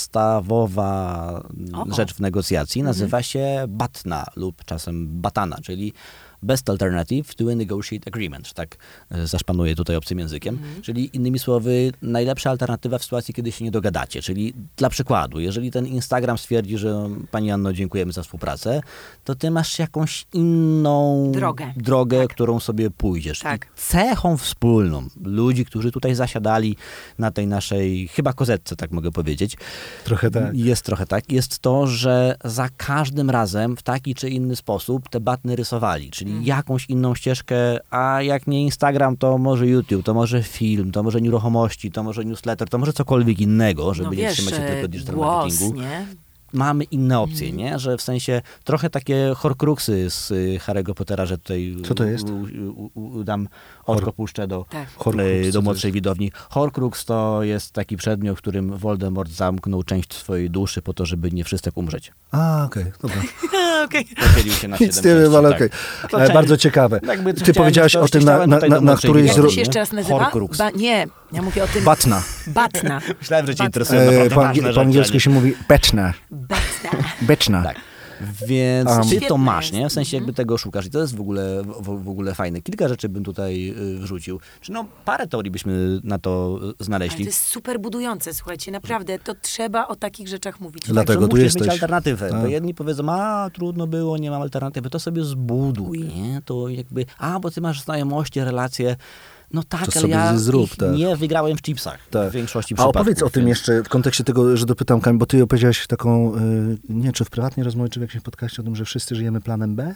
Speaker 3: podstawowa
Speaker 2: O.
Speaker 3: rzecz w negocjacji. Nazywa się BATNA lub czasem BATANA, czyli Best Alternative to a Negotiate Agreement, tak e, zaszpanuję tutaj obcym językiem.
Speaker 2: Mhm.
Speaker 3: Czyli innymi słowy, najlepsza alternatywa w sytuacji, kiedy się nie dogadacie. Czyli dla przykładu, jeżeli ten Instagram stwierdzi, że pani Anno, dziękujemy za współpracę, to ty masz jakąś inną
Speaker 2: Drogę.
Speaker 3: drogę
Speaker 2: Tak.
Speaker 3: którą sobie pójdziesz.
Speaker 2: Tak.
Speaker 3: I cechą wspólną ludzi, którzy tutaj zasiadali na tej naszej, chyba kozetce, tak mogę powiedzieć,
Speaker 1: Trochę tak.
Speaker 3: jest trochę tak, jest to, że za każdym razem w taki czy inny sposób te batny rysowali, czyli jakąś inną ścieżkę, a jak nie Instagram, to może YouTube, to może film, to może nieruchomości, to może newsletter, to może cokolwiek innego, żeby
Speaker 2: no
Speaker 3: nie
Speaker 2: wiesz,
Speaker 3: trzymać się tylko digital
Speaker 2: głos,
Speaker 3: marketingu.
Speaker 2: nie?
Speaker 3: Mamy inne opcje, mm. nie? Że w sensie trochę takie horcruxy z y, Harry'ego Pottera, że tutaj
Speaker 1: Co to jest?
Speaker 3: U, u, u, dam oczko
Speaker 1: Hor-
Speaker 3: puszczę do,
Speaker 2: Tak.
Speaker 1: Horcrux,
Speaker 3: y,
Speaker 1: co
Speaker 3: do
Speaker 1: to
Speaker 3: młodszej
Speaker 1: jest?
Speaker 3: widowni. Horcrux to jest taki przedmiot, w którym Voldemort zamknął część swojej duszy po to, żeby nie wszystek umrzeć.
Speaker 1: A, okej, okay, dobra.
Speaker 2: Okej.
Speaker 3: Podzielił się na siedem
Speaker 1: Nic nie wiem,
Speaker 3: części,
Speaker 1: ale
Speaker 3: tak.
Speaker 1: okej.
Speaker 3: To
Speaker 1: Okay. Bardzo ciekawe.
Speaker 3: Jakby
Speaker 1: Ty
Speaker 3: chciałem
Speaker 1: powiedziałeś
Speaker 3: coś,
Speaker 1: o tym, na,
Speaker 3: chciałem
Speaker 1: na,
Speaker 3: tutaj
Speaker 1: na,
Speaker 3: do
Speaker 1: na
Speaker 3: młodszej
Speaker 1: którejś
Speaker 2: Jak
Speaker 1: z...
Speaker 2: to
Speaker 3: widowni,
Speaker 2: się jeszcze raz nazywa?
Speaker 3: Horcrux.
Speaker 2: Ba, nie, ja mówię o tym...
Speaker 1: Batna.
Speaker 2: Batna.
Speaker 3: Myślałem, że cię
Speaker 2: Batna.
Speaker 3: interesują
Speaker 1: E,
Speaker 3: naprawdę
Speaker 1: po,
Speaker 3: ważne
Speaker 1: angiel-
Speaker 3: rzeczy,
Speaker 1: po
Speaker 3: a nie-
Speaker 1: angielsku się mówi beczna.
Speaker 2: Batna.
Speaker 1: Beczna.
Speaker 3: Tak. Więc
Speaker 1: Um.
Speaker 3: ty to
Speaker 2: Świetne
Speaker 3: masz,
Speaker 2: jest.
Speaker 3: nie? W sensie jakby tego szukasz i to jest w ogóle, w, w ogóle fajne. Kilka rzeczy bym tutaj y, wrzucił. Czy no parę teorii byśmy na to y,
Speaker 2: Ale
Speaker 3: znaleźli.
Speaker 2: to jest super budujące, słuchajcie, naprawdę, to trzeba o takich rzeczach mówić.
Speaker 1: Dlatego
Speaker 3: że
Speaker 1: tu
Speaker 3: musisz
Speaker 1: jesteś.
Speaker 3: mieć alternatywę.
Speaker 1: Tak.
Speaker 3: Bo jedni powiedzą, a trudno było, nie mam alternatywy. To sobie zbuduj, nie? To jakby, a bo ty masz znajomości, relacje. No tak,
Speaker 1: To
Speaker 3: ale
Speaker 1: sobie
Speaker 3: ja
Speaker 1: zrób,
Speaker 3: ich
Speaker 1: tak.
Speaker 3: nie wygrałem w chipsach
Speaker 1: Tak.
Speaker 3: w większości
Speaker 1: A
Speaker 3: przypadków.
Speaker 1: opowiedz o tym
Speaker 3: więc-
Speaker 1: jeszcze w kontekście tego, że dopytam Kamil, bo ty opowiedziałeś taką, y, nie wiem, czy w prywatnej rozmowie, czy w jakimś podcaście o tym, że wszyscy żyjemy planem B?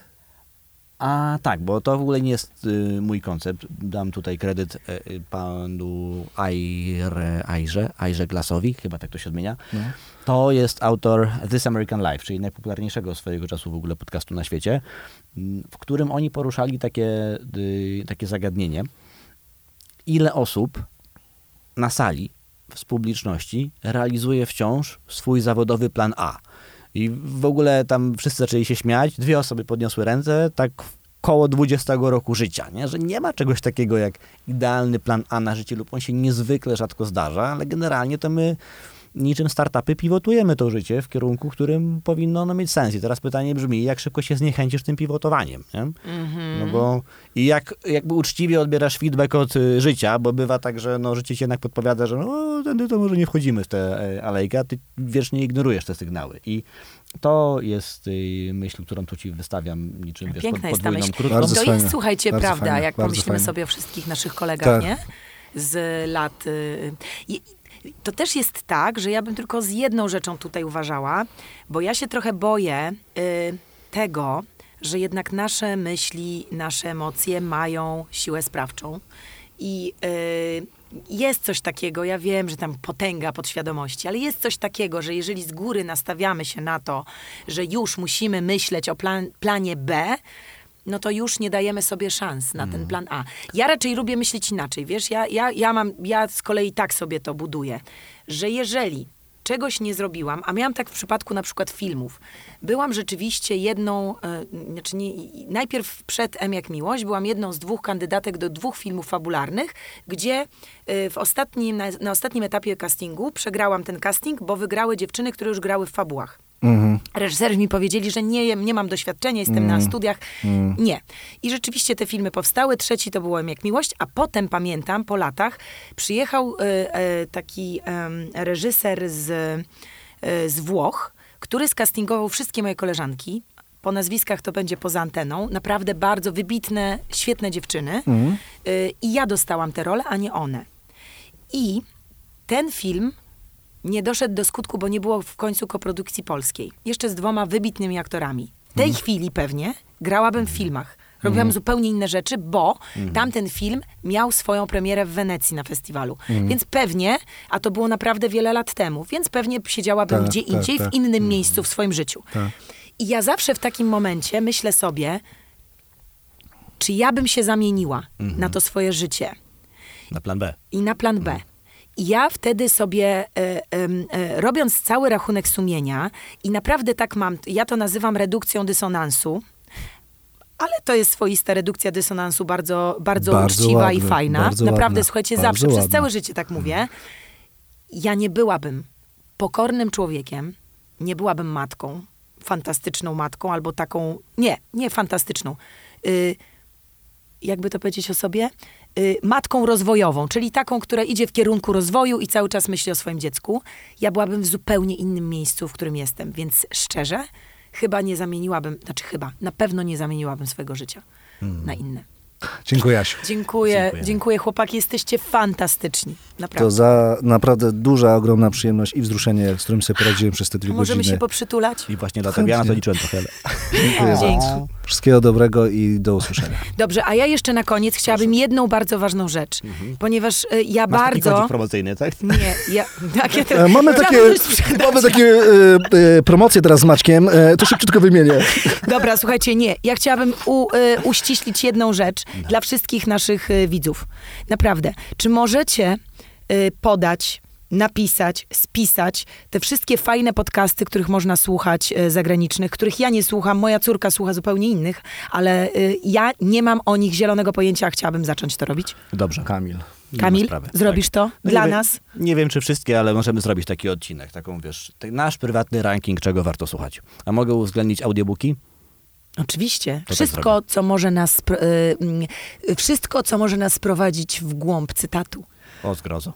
Speaker 3: A tak, bo to w ogóle nie jest y, mój koncept. Dam tutaj kredyt y, y, panu Ajre, Ajrze, Ajrze Glassowi, chyba tak to się odmienia.
Speaker 1: No.
Speaker 3: To jest autor This American Life, czyli najpopularniejszego swojego czasu w ogóle podcastu na świecie, m, w którym oni poruszali takie, y, takie zagadnienie. Ile osób na sali, z publiczności, realizuje wciąż swój zawodowy plan A? I w ogóle tam wszyscy zaczęli się śmiać, dwie osoby podniosły ręce, tak w koło dwudziestego roku życia, nie? Że nie ma czegoś takiego jak idealny plan A na życie lub on się niezwykle rzadko zdarza, ale generalnie to my niczym startupy pivotujemy to życie w kierunku, którym powinno ono mieć sens. I teraz pytanie brzmi, jak szybko się zniechęcisz tym pivotowaniem, nie? Mm-hmm. No bo i jak jakby uczciwie odbierasz feedback od y, życia, bo bywa tak, że no, życie ci jednak podpowiada, że no, tędy to może nie wchodzimy w tę e, alejkę, a ty wiecznie ignorujesz te sygnały. I to jest y, myśl, którą tu ci wystawiam niczym, wiesz, pod, podwójną krótką.
Speaker 2: To
Speaker 1: fajnie,
Speaker 2: jest, słuchajcie, prawda,
Speaker 1: fajnie,
Speaker 2: jak pomyślimy
Speaker 1: fajnie.
Speaker 2: sobie o wszystkich naszych kolegach,
Speaker 1: tak.
Speaker 2: nie? Z lat... Y, y, To też jest tak, że ja bym tylko z jedną rzeczą tutaj uważała, bo ja się trochę boję y, tego, że jednak nasze myśli, nasze emocje mają siłę sprawczą. I y, jest coś takiego, ja wiem, że tam potęga podświadomości, ale jest coś takiego, że jeżeli z góry nastawiamy się na to, że już musimy myśleć o plan, planie B, no to już nie dajemy sobie szans na ten plan A. Ja raczej lubię myśleć inaczej, wiesz, ja, ja, ja mam, ja z kolei tak sobie to buduję, że jeżeli czegoś nie zrobiłam, a miałam tak w przypadku na przykład filmów, byłam rzeczywiście jedną, y, znaczy nie, najpierw przed M jak Miłość, byłam jedną z dwóch kandydatek do dwóch filmów fabularnych, gdzie y, w ostatnim, na, na ostatnim etapie castingu przegrałam ten casting, bo wygrały dziewczyny, które już grały w fabułach. Mhm. Reżyserzy mi powiedzieli, że nie, nie mam doświadczenia, jestem mm. na studiach. Mm. Nie. I rzeczywiście te filmy powstały. Trzeci to było M jak Miłość, a potem pamiętam, po latach, przyjechał y, y, taki y, reżyser z, y, z Włoch, który skastingował wszystkie moje koleżanki. Po nazwiskach to będzie poza anteną. Naprawdę bardzo wybitne, świetne dziewczyny. Mm. Y, I ja dostałam tę rolę, a nie one. I ten film nie doszedł do skutku, bo nie było w końcu koprodukcji polskiej. Jeszcze z dwoma wybitnymi aktorami. W tej mm. chwili pewnie grałabym w filmach. Robiłam mm. zupełnie inne rzeczy, bo mm. tamten film miał swoją premierę w Wenecji na festiwalu. Mm. Więc pewnie, a to było naprawdę wiele lat temu, więc pewnie siedziałabym
Speaker 1: tak,
Speaker 2: gdzie
Speaker 1: tak,
Speaker 2: indziej,
Speaker 1: tak.
Speaker 2: w innym
Speaker 1: mm.
Speaker 2: miejscu w swoim życiu.
Speaker 1: Tak.
Speaker 2: I ja zawsze w takim momencie myślę sobie, czy ja bym się zamieniła mm. na to swoje życie.
Speaker 3: Na plan B.
Speaker 2: I na plan B. Mm. I ja wtedy sobie, e, e, e, robiąc cały rachunek sumienia, i naprawdę tak mam, ja to nazywam redukcją dysonansu, ale to jest swoista redukcja dysonansu, bardzo, bardzo, bardzo uczciwa ładny, i fajna. Naprawdę, ładna, słuchajcie, zawsze, ładna. Przez całe życie tak mówię. Ja nie byłabym pokornym człowiekiem, nie byłabym matką, fantastyczną matką, albo taką, nie, nie fantastyczną, y, jakby to powiedzieć o sobie, y, matką rozwojową, czyli taką, która idzie w kierunku rozwoju i cały czas myśli o swoim dziecku. Ja byłabym w zupełnie innym miejscu, w którym jestem, więc szczerze, chyba nie zamieniłabym, znaczy chyba, na pewno nie zamieniłabym swojego życia hmm. na inne.
Speaker 1: Dziękuję, Asiu.
Speaker 2: Dziękuję, dziękuję, dziękuję chłopaki, jesteście fantastyczni. Naprawdę.
Speaker 1: To za naprawdę duża, ogromna przyjemność i wzruszenie, z którym sobie poradziłem przez te dwie
Speaker 2: Możemy
Speaker 1: godziny.
Speaker 2: Możemy się poprzytulać?
Speaker 3: I właśnie dlatego ja na to liczyłem trochę.
Speaker 1: Dziękuję bardzo. Wszystkiego dobrego i do usłyszenia.
Speaker 2: Dobrze, a ja jeszcze na koniec chciałabym Proszę. jedną bardzo ważną rzecz, mhm. ponieważ y, ja
Speaker 3: Masz
Speaker 2: bardzo...
Speaker 3: taki promocyjny, tak?
Speaker 2: Nie, ja... Tak, ja to,
Speaker 1: mamy takie, mamy takie e, e, promocje teraz z Maćkiem, e, to szybciutko wymienię.
Speaker 2: Dobra, słuchajcie, nie. Ja chciałabym u, e, uściślić jedną rzecz no. dla wszystkich naszych e, widzów. Naprawdę. Czy możecie e, podać, napisać, spisać te wszystkie fajne podcasty, których można słuchać e, zagranicznych, których ja nie słucham, moja córka słucha zupełnie innych, ale e, ja nie mam o nich zielonego pojęcia, a chciałabym zacząć to robić.
Speaker 3: Dobrze.
Speaker 1: Kamil.
Speaker 2: Kamil, zrobisz to
Speaker 3: no
Speaker 2: dla
Speaker 3: nie
Speaker 2: nas?
Speaker 3: Wiem, nie wiem, czy wszystkie, ale możemy zrobić taki odcinek, taką, wiesz, nasz prywatny ranking, czego warto słuchać. A mogę uwzględnić audiobooki?
Speaker 2: Oczywiście.
Speaker 3: To
Speaker 2: wszystko, tak co może nas, y, y, wszystko, co może nas prowadzić w głąb cytatu.
Speaker 3: O, zgrozo.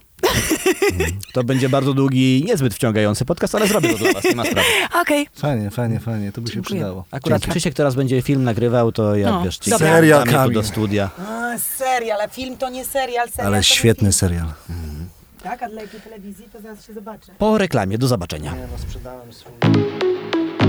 Speaker 3: To będzie bardzo długi, niezbyt wciągający podcast, ale zrobię to dla was, nie ma sprawy.
Speaker 2: Okej. Okay.
Speaker 1: Fajnie, fajnie, fajnie, to by Dziękuję. się przydało.
Speaker 3: Akurat Krzysiek teraz będzie film nagrywał, to ja,
Speaker 2: no,
Speaker 3: wiesz, ci
Speaker 1: serial Kamil.
Speaker 3: do studia.
Speaker 2: A, serial, a film to nie serial. serial
Speaker 1: ale
Speaker 2: to
Speaker 1: świetny serial.
Speaker 2: Mhm. Tak, a dla jakiej telewizji to zaraz się zobaczę.
Speaker 3: Po reklamie, do zobaczenia.
Speaker 1: Ja no, sprzedałem swój...